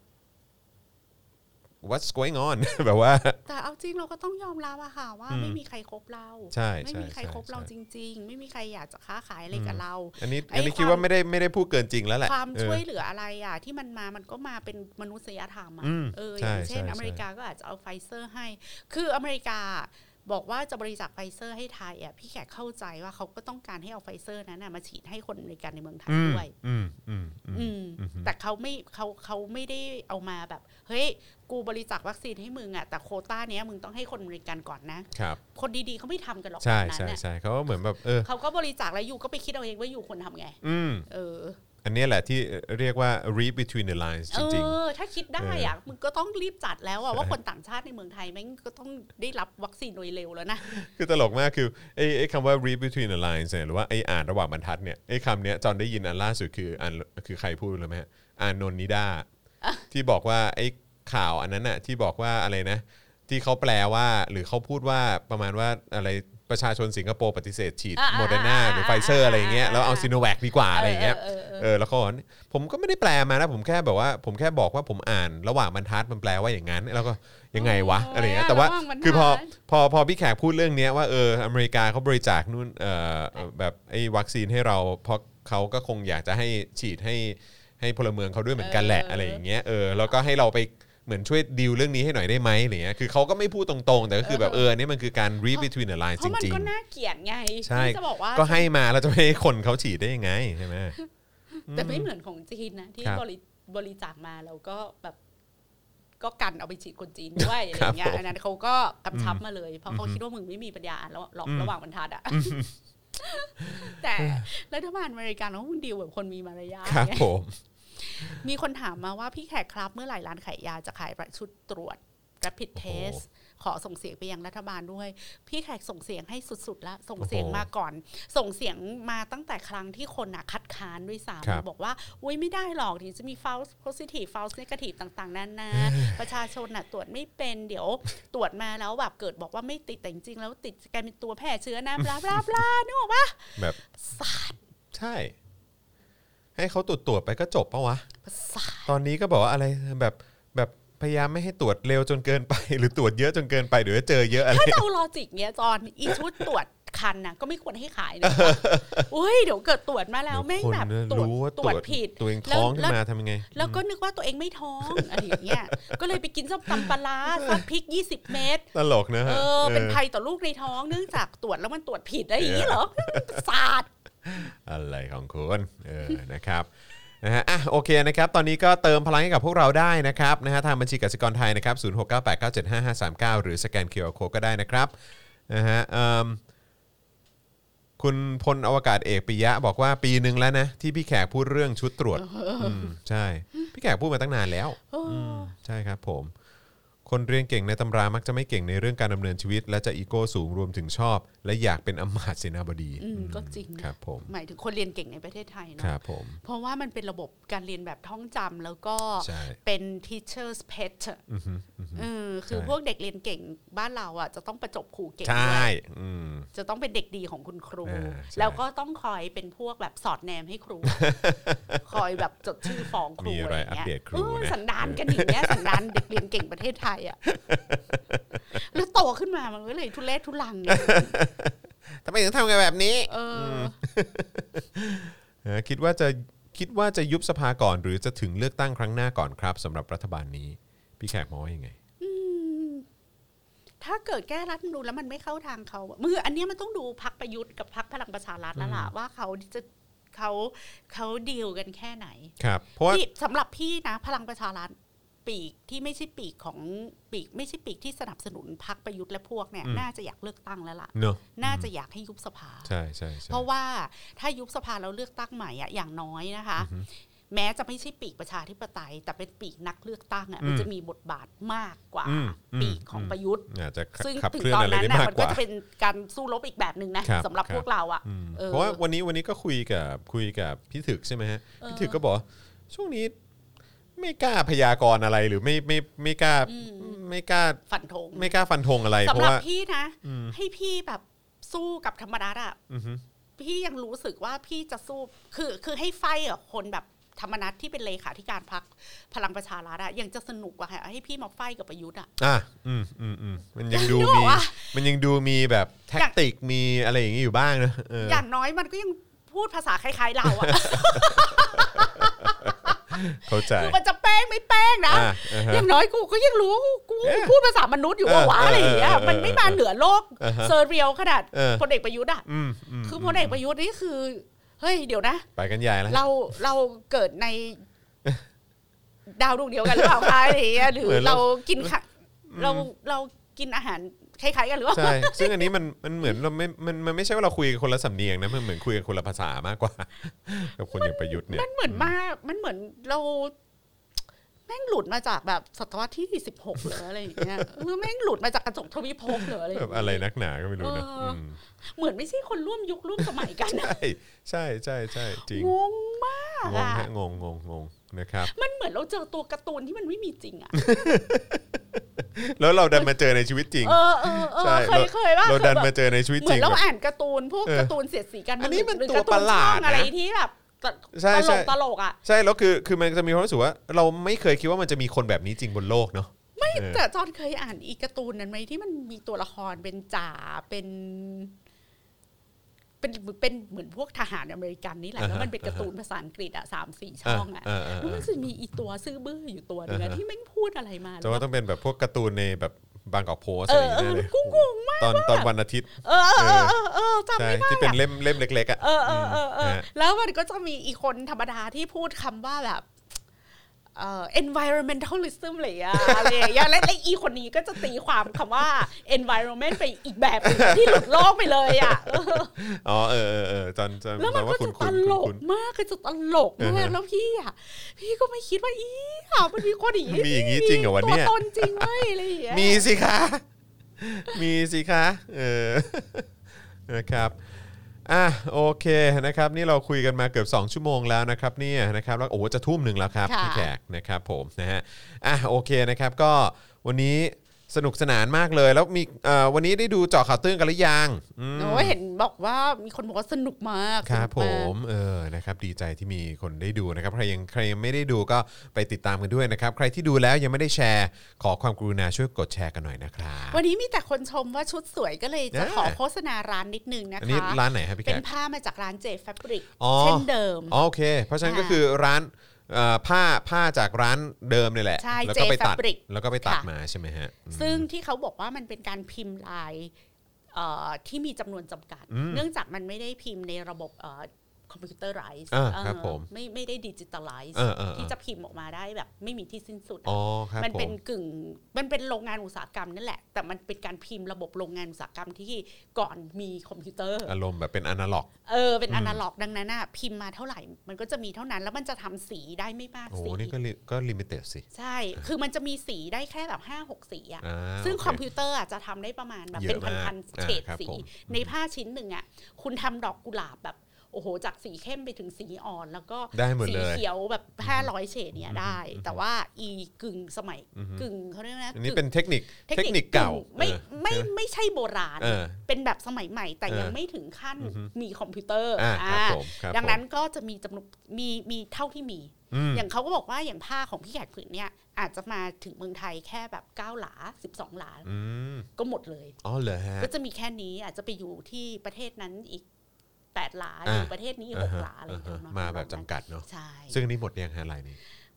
what's going on แบบว่าแต่เอาจริงเราก็ต้องยอมรับอะค่ะว่าไม่มีใครคบเราไม่มีใครคบเราจริงๆไม่มีใครอยากจะค้าขายอะไรกับเราอันนี้อันนี้คิดว่าไม่ได้ไม่ได้พูดเกินจริงแล้วแหละความช่วยเหลืออะไรอะที่มันมามันก็มาเป็นมนุษยธรรมอะเอออย่างเช่นอเมริกาก็อาจจะเอาไฟเซอร์ให้คืออเมริกาบอกว่าจะบริจาคไฟเซอร์ให้ไทยอ่ะพี่แขกเข้าใจว่าเขาก็ต้องการให้เอาไฟเซอร์นั้นมาฉีดให้คนอเมริกันในเมืองไทยด้วยแต่เขาไม่เขาเขาไม่ได้เอามาแบบเฮ้ยกูบริจาควัคซีนให้มึงอ่ะแต่โควต้าเนี้ยมึงต้องให้คนอเมริกันก่อนนะครับคนดีๆเขาไม่ทำกันหรอกใช่ใช่ใช่เขาเหมือนแบบเออเขาก็บริจาคแล้วอยู่ก็ไปคิดเอาเองว่าอยู่คนทำไงเอออันนี้แหละที่เรียกว่า read between the lines จริงๆเออถ้าคิดได้อ่ะมึงก็ต้องรีบจัดแล้วอ่ะว่าคนต่างชาติในเมืองไทยแม่งก็ต้องได้รับวัคซีนโดยเร็วแล้วนะคือตลกมากคือไอ้ไอ้คำว่า read between the lines เนี่ยหรือว่าไอ้อ่านระหว่างบรรทัดเนี่ยไอ้คำเนี้ยจอนได้ยินอันล่าสุดคืออ่านคือใครพูดเลยไหมฮะอ่านนนนิดาที่บอกว่าไอ้ข่าวอันนั้นน่ะที่บอกว่าอะไรนะที่เขาแปลว่าหรือเขาพูดว่าประมาณว่าอะไรประชาชนสิงคโปร์ปฏิเสธฉีดโมเดอร์นาหรือไฟเซอร์อะไรอย่างเงี้ยแล้วเอาซิโนแวคดีกว่าอะไรอย่างเงี้ยเออแล้วก็ผมก็ไม่ได้แปลมานะผมแค่แบบว่าผมแค่บอกว่าผมอ่านระหว่างบรรทัดมันแปลว่าอย่างนั้นแล้วก็ยังไงวะอะไรอย่างเงี้ยแต่ว่าคือพอพอพอพี่แขกพูดเรื่องนี้ว่าเอออเมริกาเขาบริจาคนู่นเอ่อแบบไอ้วัคซีนให้เราเพราะเขาก็คงอยากจะให้ฉีดให้ให้พลเมืองเขาด้วยเหมือนกันแหละอะไรอย่างเงี้ยเออแล้วก็ให้เราไปเหมือนช่วยดีลเรื่องนี้ให้หน่อยได้ไหมอะไรเงี้ยคือเขาก็ไม่พูดตรงๆแต่ก็คือแบบเอออันนี้มันคือการ read between the lines จริงๆเพราะมันก็น่าเกลียดไงที่จะบอกว่าก็ให้มาแล้วจะไม่ให้คนเขาฉีดได้ยังไงใช่ไหมแต่ไม่เหมือนของจีนนะที่บริบริจาคมาแล้วก็แบบก็กันเอาไปฉีดคนจีนด้วยอะไรเงี้ยอันนั้นเขาก็กำชับมาเลยเพราะเขาคิดว่ามึงไม่มีปัญญาแล้วหลอกระหว่างบรรทัดอะแต่รัฐบาลอเมริกันเขาดีลแบบคนมีมารยาทครับผมมีคนถามมาว่าพี่แขกครับเมื่อไหร่ร้านขายยาจะขายชุดตรวจ rapid test ขอส่งเสียงไปยังรัฐบาลด้วยพี่แขกส่งเสียงให้สุดๆแล้วส่งเสียงมาก่อนส่งเสียงมาตั้งแต่ครั้งที่คนน่ะคัดค้านด้วยซ้ำบอกว่าอุ้ยไม่ได้หรอกถึงจะมี false positive false negative ต่างๆนั้นนะประชาชนน่ะตรวจไม่เป็นเดี๋ยวตรวจมาแล้วแบบเกิดบอกว่าไม่ติดแต่จริงๆแล้วติดกลายเป็นตัวแพร่เชื้อนะบลาบลาบลานึกออกปะแบบศาสตร์ใช่ให้เขาตรวจตรวจไปก็จบปะวะตอนนี้ก็บอกว่าอะไรแบบแบบพยายามไม่ให้ตรวจเร็วจนเกินไปหรือตรวจเยอะจนเกินไปเดี๋ยวจะเจอเยอะอะไรถ้าจะเอาลอจิกเนี้ยจอนอีชุดตรวจคันน่ะก็ไม่ควรให้ขายนะอุ้ยเดี๋ยวเกิดตรวจมาแล้วแม่งแบบตรวจตรวจผิดตัวเองท้องขึ้นมาทำยังไงแล้วก็นึกว่าตัวเองไม่ท้องอะไรอย่างเงี้ยก็เลยไปกินส้มตำปลาร้าซัดพริกยี่สิบเม็ดตลกนะฮะเออเป็นภัยต่อลูกในท้องเนื่องจากตรวจแล้วมันตรวจผิดอะไรอย่างงี้เหรอศาสตร์อะไรของคุณเออนะครับนะฮะอ่ะโอเคนะครับตอนนี้ก็เติมพลังให้กับพวกเราได้นะครับนะฮะทางบัญชีกสิกรไทยนะครับศูนย์ หก เก้า แปด เก้า เจ็ด ห้า ห้า สาม เก้าหรือสแกน คิว อาร์ Code ก็ได้นะครับนะฮะเอ่อคุณพลอวกาศเอกปิยะบอกว่าปีนึงแล้วนะที่พี่แขกพูดเรื่องชุดตรวจอืมใช่พี่แขกพูดมาตั้งนานแล้วอืมใช่ครับผมคนเรียนเก่งในตำรามักจะไม่เก่งในเรื่องการดำเนินชีวิตและจะอีโก้สูงรวมถึงชอบและอยากเป็นอำมาตย์เสนาบดีก็จริงครับผมหมายถึงคนเรียนเก่งในประเทศไทยเนาะครับผมเพราะว่ามันเป็นระบบการเรียนแบบท่องจำแล้วก็เป็น teacher's pet เออคือพวกเด็กเรียนเก่งบ้านเราอ่ะจะต้องประจบครูเก่งด้วยจะต้องเป็นเด็กดีของคุณครูแล้วก็ต้องคอยเป็นพวกแบบสอดแนมให้ครูคอยแบบจดชื่อฟ้องครูอะไรเงี้ยสันดานกันอย่างเงี้ยสันดานเด็กเรียนเก่งประเทศไทยแล้วโตขึ้นมามันก็เลยทุเรศทุลังเนี่ยทำไมถึงทำกันแบบนี้คิดว่าจะคิดว่าจะยุบสภาก่อนหรือจะถึงเลือกตั้งครั้งหน้าก่อนครับสำหรับรัฐบาลนี้พี่แขกมองว่ายังไงถ้าเกิดแก้รัฐธรรมนูญแล้วมันไม่เข้าทางเขามืออันนี้มันต้องดูพรรคประยุทธ์กับพรรคพลังประชารัฐแล้วล่ะว่าเขาจะเขาเขาดีลกันแค่ไหนครับเพราะว่าสำหรับพี่นะพลังประชารัฐปีกที่ไม่ใช่ปีกของปีกไม่ใช่ปีกที่สนับสนุนพรรคประยุทธ์และพวกเนี่ยน่าจะอยากเลือกตั้งแล้วล่ะน่าจะอยากให้ยุบสภาใช่ใช่เพราะว่าถ้ายุบสภาแล้วเลือกตั้งใหม่อ่ะอย่างน้อยนะคะแม้จะไม่ใช่ปีกประชาธิปไตยแต่เป็นปีกนักเลือกตั้งอ่ะมันจะมีบทบาทมากกว่าปีกของประยุทธ์ซึ่งถึงตอนนั้นมันก็จะเป็นการสู้รบอีกแบบนึงนะสำหรับพวกเราอ่ะเพราะว่าวันนี้วันนี้ก็คุยกับคุยกับพี่ถึกใช่ไหมฮะพี่ถึกก็บอกช่วงนี้ไม่กล้าพยากรณ์อะไรหรือไม่ไม่ไม่กล้าไม่กล้าฟันธงไม่กล้าฟันธงอะไรสำหรับพี่นะให้พี่แบบสู้กับธรรมรัฐอ่ะพี่ยังรู้สึกว่าพี่จะสู้คือคือให้ไฟอ่ะคนแบบธรรมนัสที่เป็นเลขาธิการพรรคพลังประชารัฐอะยังจะสนุกกว่าให้พี่มาไฟกับประยุทธ์อะอ่ะอืมอืมอืมมันยังดูมีมันยังดูมีแบบแท็กติกมีอะไรอย่างนี้อยู่บ้างนะอย่างน้อยมันก็ยังพูดภาษาคล้ายๆเราอะเข้าใจคือมันจะแป้งไม่แป้งนะอย่างน้อยกูก็ยังรู้กูพูดภาษามนุษย์อยู่ว่าวะอะไรอย่างเงี้ยมันไม่มาเหนือโลกเซอร์เรียลขนาดพลเอกประยุทธ์อะคือพลเอกประยุทธ์นี่คือเฮ้ยเดี๋ยวนะไปกันใหญ่แล้วเราเราเกิดในดาวดวงเดียวกันหรือเปล่าคะอะไรอย่างเงี้ยหรือเรากินเราเรากินอาหารคล้ายๆกันหรือเปล่าใช่ซึ่งอันนี้มันมันเหมือนเราไม่มันมันไม่ใช่ว่าเราคุยคนละสำเนียงนะมันเหมือนคุยกันคนละภาษามากกว่ากับคนอย่างประยุทธ์เนี่ยมันเหมือนมากมันเหมือนเราแม่งหลุดมาจากแบบศตวรรษที่สิบหกหรืออะไรอย่างเงี้ยเออแม่งหลุดมาจากกระจกทวิภพหรืออะไรแบบอะไรนักหนาก็ไม่รู้นะเหมือนไม่ใช่คนร่วมยุคร่วมสมัยกันใช่ใช่ใช่ใช่จริงงงมากงงฮะงงงงงงนะครับมันเหมือนเราเจอตัวการ์ตูนที่มันไม่มีจริงอ่ะแล้วเราดันมาเจอในชีวิตจริงเออเออเออเคยเคยว่าเราดันมาเจอในชีวิตจริงเหมือนเราอ่านการ์ตูนพวกการ์ตูนเสียดสีกันอันนี้มันตัวประหลาดอะไรที่แบบใช่ตลกตลกอ่ะใช่แล้วคือคือมันจะมีความรู้สึกว่าเราไม่เคยคิดว่ามันจะมีคนแบบนี้จริงบนโลกเนาะไม่แต่จอนเคยอ่านอีการ์ตูนนั้นไหมที่มันมีตัวละครเป็นจ่าเป็นเป็นเป็นเหมือนพวกทหารอเมริกันนี่แหละแล้วมันเป็นการ์ตูนภาษาอังกฤษอ่ะสามสี่ช่องอ่ะแล้วมันจะมีอีตัวซื่อบื้ออยู่ตัวนึงที่ไม่พูดอะไรมาแต่ว่าต้องเป็นแบบพวกการ์ตูนในแบบบางกอกโพสอะไรอย่างเงี้ยเลยกุ้งงมากตอนตอนวันอาทิตย์เออเออเออเออจำไม่ได้ที่เป็นเล่มเล่มเล็กๆอ่ะเออเออเออเออแล้วมันก็จะมีอีกคนธรรมดาที่พูดคำว่าแบบเอ่อ environmentalism อะไรอย่างเงี้ยอะไรอย่างเงี้ยและอีคนนี้ก็จะตีความคำว่า environment ไปอีกแบบที่หลุดโลกไปเลยอ่ะอ๋อเออเออเออจนจนแล้วมันก็จะตลกมากคือจะตลกมากแล้วพี่อ่ะพี่ก็ไม่คิดว่าอีอ่ะมันมีคนอย่างนี้มีอย่างนี้จริงเหรอวันนี้ตัวตนจริงเว้ยอะไรอย่างเงี้ยมีสิคะมีสิคะเออนะครับอ่ะโอเคนะครับนี่เราคุยกันมาเกือบสองชั่วโมงแล้วนะครับเนี่ยนะครับแล้วโอ้จะทุ่มหนึ่งแล้วครับพี่แขกนะครับผมนะฮะอ่ะโอเคนะครับก็วันนี้สนุกสนานมากเลยแล้วมีเอ่อวันนี้ได้ดูเจาะข่าวตื้นกันหรือยังโอ้เห็นบอกว่ามีคนบอกว่าสนุกมากครับผมเออนะครับดีใจที่มีคนได้ดูนะครับใครยังใครยังไม่ได้ดูก็ไปติดตามกันด้วยนะครับใครที่ดูแล้วยังไม่ได้แชร์ขอความกรุณาช่วยกดแชร์กันหน่อยนะครับวันนี้มีแต่คนชมว่าชุดสวยก็เลยจะขอโฆษณาร้านนิดนึงนะคะอันนี้ร้านไหนครับพี่แขกเป็นผ้ามาจากร้าน J Fabric เช่นเดิมอ๋อโอเคเพราะฉะนั้นก็คือร้านผ้าผ้าจากร้านเดิมนี่แหละแล้วก็ไปตัดแล้วก็ไปตัดมาใช่ไหมฮะซึ่งที่เขาบอกว่ามันเป็นการพิมพ์ลายที่มีจำนวนจำกัดเนื่องจากมันไม่ได้พิมพ์ในระบบคอมพิวเตอร์ไรซ์ไม่ไม่ได้ดิจิตอลไลซ์ที่จะพิมพ์ออกมาได้แบบไม่มีที่สิ้นสุดมันเป็นกึ่งมันเป็นโรงงานอุตสาหกรรมนั่นแหละแต่มันเป็นการพิมพ์ระบบโรงงานอุตสาหกรรมที่ก่อนมีคอมพิวเตอร์อารมณ์แบบเป็นอนาล็อกเออเป็นอนาล็อกดังนั้นน่ะพิมพ์มาเท่าไหร่มันก็จะมีเท่านั้นแล้วมันจะทำสีได้ไม่มากสีโอ้นี่ก็ก็ลิมิเต็ดสิใช่คือมันจะมีสีได้แค่แบบ ห้าหก สีอ่ะซึ่งคอมพิวเตอร์จะทำได้ประมาณแบบเป็นพันๆเฉดสีในผ้าชิ้นหนึ่งอ่ะคุณทำดอกกุหลาบแบบโอ้โหจากสีเข้มไปถึงสีอ่อนแล้วก็สีเขียวแบบห้าร้อยเฉดเนี่ยได้แต่ว่าอีกึ่งสมัยกึ่งเขาเรียกนะอันนี้เป็นเทคนิคเทคนิคเก่าไม่ไม่ไม่ใช่โบราณเป็นแบบสมัยใหม่แต่ยังไม่ถึงขั้นมีคอมพิวเตอร์ดังนั้นก็จะมีจำนวนมีมีเท่าที่มีอย่างเขาก็บอกว่าอย่างผ้าของพี่แขกผืนเนี่ยอาจจะมาถึงเมืองไทยแค่แบบเก้าหลาสิบสองหลาก็หมดเลยอ๋อเหรอฮะก็จะมีแค่นี้อาจจะไปอยู่ที่ประเทศนั้นอีกแปดหลาอยู่ประเทศนี้หกหลาอะไรอย่างเงี้ยมาแบบจำกัดเนาะใช่ซึ่งนี่หมดยังฮะลายนี้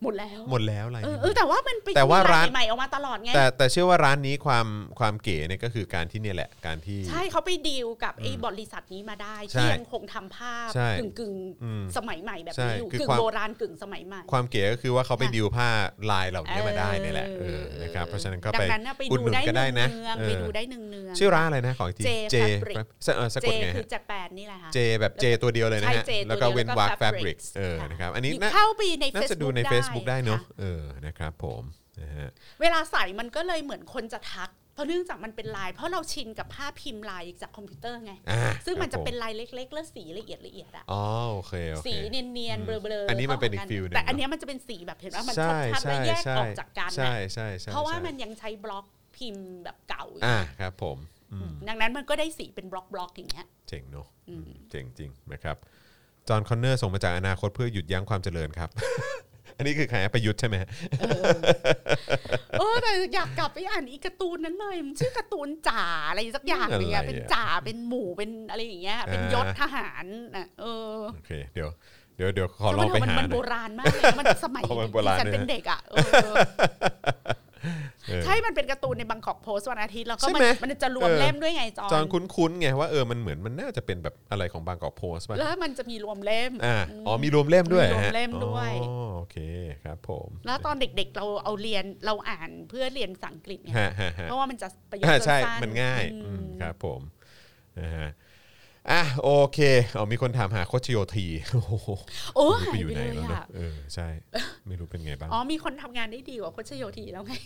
หมดแล้วหมดแล้วลายเอนิ้อวเอมืออแต่ว่ามันไปแต่ว่าร้านมีลยใหม่ๆออกมาตลอดไงแต่แต่เชื่อว่าร้านนี้ความความเก๋เนี่ยก็คือการที่เนี่ยแหละการที่ใช่เขาไปดีลกับไอ้บริษัทนี้มาได้ใช่ที่ยังคงทำภาพใช่กึ่งกึ่งๆอืมสมัยใหม่แบบใช่นี้อยู่คือกึ่ควาง มโบราณกึ่งสมัยใหม่ความเก๋ก็คือว่าเขาไปค่ะดีลผ้าลายเหล่านี้มาได้เออเนี่ยแหละเออนะครับเพราะฉะนั้นก็ดัไปงนั้นน่ะไปอุดดูหนุนได้ก็ได้นะเนืองเอๆไปอดูได้เนืองเนืองชื่อร้านอะไรนะขออีกที J Fabric เออสะกดไงคืฮะอจากแปดนี่แหละค่ะเจแบบเจตัวเดียวเลยนะใช่ฮะ J ตัวเดียวแล้วก็เว้นวรรคแล้วก็ Fabric Fabrics เออค่ะนะครับอันนี้เข้าไปในน่าจะดูใน Facebook Facebook ได้เนาะค่เออนะครับผมนะฮะเวลาใส่มันก็เลยเหมือนคนจะทัก เพราะเนื่องจากมันเป็นลายเพราะเราชินกับภาพพิมพ์ลายจากคอมพิวเตอร์ไงอ่าซึ่งมันจะครับผมเป็นลายเล็กๆ แล้วสีละเอียดละเอียดอะอ๋อโอเคโอเคสีเนียนๆเบลอๆอันนี้มันเป็นอีกข้าฟิลหนึ่งแต่อันเนี้ยมันจะเป็นสีแบบเห็นว่ามันใช่ชัดๆและแยกใช่ออกจากกันใช่นะใช่ใช่เพราะว่าใช่มันยังใช้บล็อกพิมพ์แบบเก่าอยู่อ่าครับผมอืมดังนั้นมันก็ได้สีเป็นบล็อกบล็อกๆอย่างเงี้ยเจ๋งเนอะอืมเจ๋งจริงนะครับจอห์นคอนเนอร์ส่งมาจากอนาคตเพื่อหยุดยั้งความเจริญครับ อันนี้คือใครประยุทธ์ใช่ไหมฮะเออแต่อยากกลับไปอ่านอีกการ์ตูนนั้นเลยมันชื่อการ์ตูนจ่าอะไรสักอย่างเนี่ยอะไรอะเป็นจ่าเป็นหมู่เป็นอะไรอย่างเงี้ยเป็นยศทหารน่ะเออโอเคเดี๋ยวเดี๋ยวเดี๋ยวขอลองไปมันหามันหโบน่อยราณมากเลยมันสมัยอ๋อมันโบราณที่ฉันเป็นเนี่ยเด็กอ่ะเออเออใช่มันเป็นการ์ตูนในบังกอกโพสต์วันอาทิตย์แล้วก็ใช่มัไหมมันจะรวมเออเล่มด้วยไงจอจอห์นนคุ้นๆไงว่าเออมันเหมือนมันน่าจะเป็นแบบอะไรของบางกอกโพสต์ป่ะแล้วมันจะมีรวมเล่มอ่าอ๋อมีรวมเล่มด้วยมีรวมฮะเล่มด้วยอ๋อโอเคครับผมแล้วตอนเด็กๆเราเอาเรียนเราอ่านเพื่อเรียนภาษาอังกฤษไงฮะฮะฮะเพราะว่ามันจะประโยคอ่าใช่สั้นๆมันง่ายอือืมมครับผมนะฮะอ่ะโอเคเอามีคนถามหาโคชโยทีโอ้โหโอ้ไม่หายรู้ไปอยู่ไปไหนเลยแล้วเนอ่ะอะเออใช่ ไม่รู้เป็นไงบ้างอ๋อมีคนทำงานได้ดีกว่าโคชโยทีแล้วไง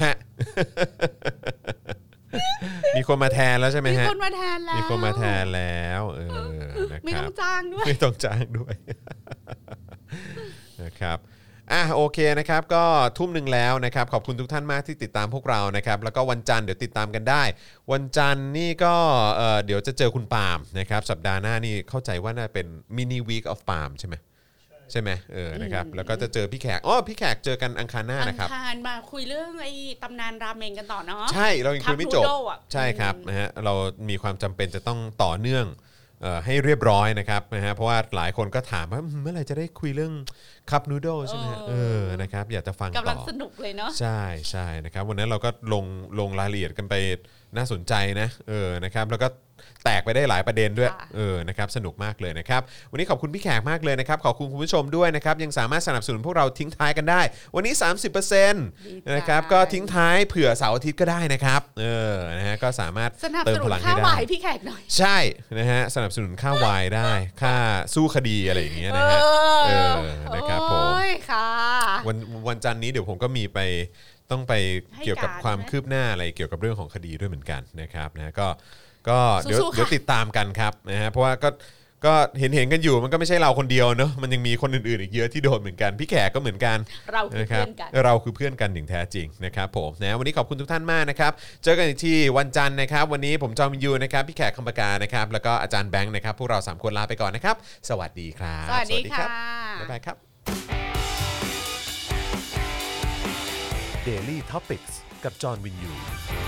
มีคนมาแทนแล้วใช่ไหมมีฮะคนมาแทนแล้วมีคนมาแทนแล้วเออนะไม่คต้รัอบ งจ้างด้วยไม่ต้องจ้างด้วย นะครับอ่ะโอเคนะครับก็ทุ่มหนึ่งแล้วนะครับขอบคุณทุกท่านมากที่ติดตามพวกเรานะครับแล้วก็วันจันทร์เดี๋ยวติดตามกันได้ วันจันทร์นี่ก็เอ่อเดี๋ยวจะเจอคุณปาล์มนะครับสัปดาห์หน้านี่เข้าใจว่าน่าเป็นมินิวีคออฟปาล์มใช่ไหมใช่ไหมเออนะครับแล้วก็จะเจอพี่แขกอ๋อพี่แขกเจอกันอังคารหน้าอันะครับงคารมาคุยเรื่องไอ้ตำนานราเมงกันต่อเนาะใช่เรายังคุยไม่จบ Cup Noodle อะใช่ครับนะฮะเรามีความจำเป็นจะต้องต่อเนื่องเอ่อให้เรียบร้อยนะครับนะฮะเพราะว่าหลายคนก็ถามว่าเมื่อไหร่จะได้คุยเรื่องคัพนูโดใช่ไหมฮะเออนะครับอยากจะฟังกำลังต่อสนุกเลยเนาะใช่ใช่นะครับวันนั้นเราก็ลงลงรายละเอียดกันไปน่าสนใจนะเออนะครับแล้วก็แตกไปได้หลายประเด็นด้วยค่ะเออนะครับสนุกมากเลยนะครับวันนี้ขอบคุณพี่แขกมากเลยนะครับขอบคุณคุณผู้ชมด้วยนะครับยังสามารถสนับสนุนพวกเราทิ้งท้ายกันได้ วันนี้ สามสิบเปอร์เซ็นต์ดีใจนะครับก็ทิ้งท้ายเผื่อเสาร์อาทิตย์ก็ได้นะครับเออนะฮะก็สามารถสนับเติสมนุพนลังค่าให้วาได้ยพี่แขกหน่อยใช่นะฮะสนับสนุนค่าวายได้ค่าสู้คดีอะไรอย่างเงี้ยนะฮะ เออนะครับผมโอ้ยค่ะวันวันจันทร์นี้เดี๋ยวผมก็มีไปต้องไปให้เกี่ยวกับการความใช่ไหมคืบหน้าอะไรเกี่ยวกับเรื่องของคดีด้วยเหมือนกันนะครับนะก็ก็เดี๋ยวสู้ๆค่ะเดี๋ยวติดตามกันครับนะฮะเพราะว่าก็ก็เห็นเห็นกันอยู่มันก็ไม่ใช่เราคนเดียวเนอะมันยังมีคนอื่นๆอีกเยอะที่โดนเหมือนกันพี่แขกก็เหมือนกันเราคือนะครัเพื่บอนกันเราคือเพื่อนกันอย่างแท้จริงนะครับผมนะวันนี้ขอบคุณทุกท่านมากนะครับเจอกันอีกทีวันจันทร์นะครับวันนี้ผมจอมยูนะครับพี่แขกคำปากานะครับแล้วก็อาจารย์แบงค์นะครับพวกเราสามคนลาไปก่อนนะครับสวัสดีครับสวัสดีครัค่ะบ๊ายบายครับ Daily Topics กับจอห์นวินยู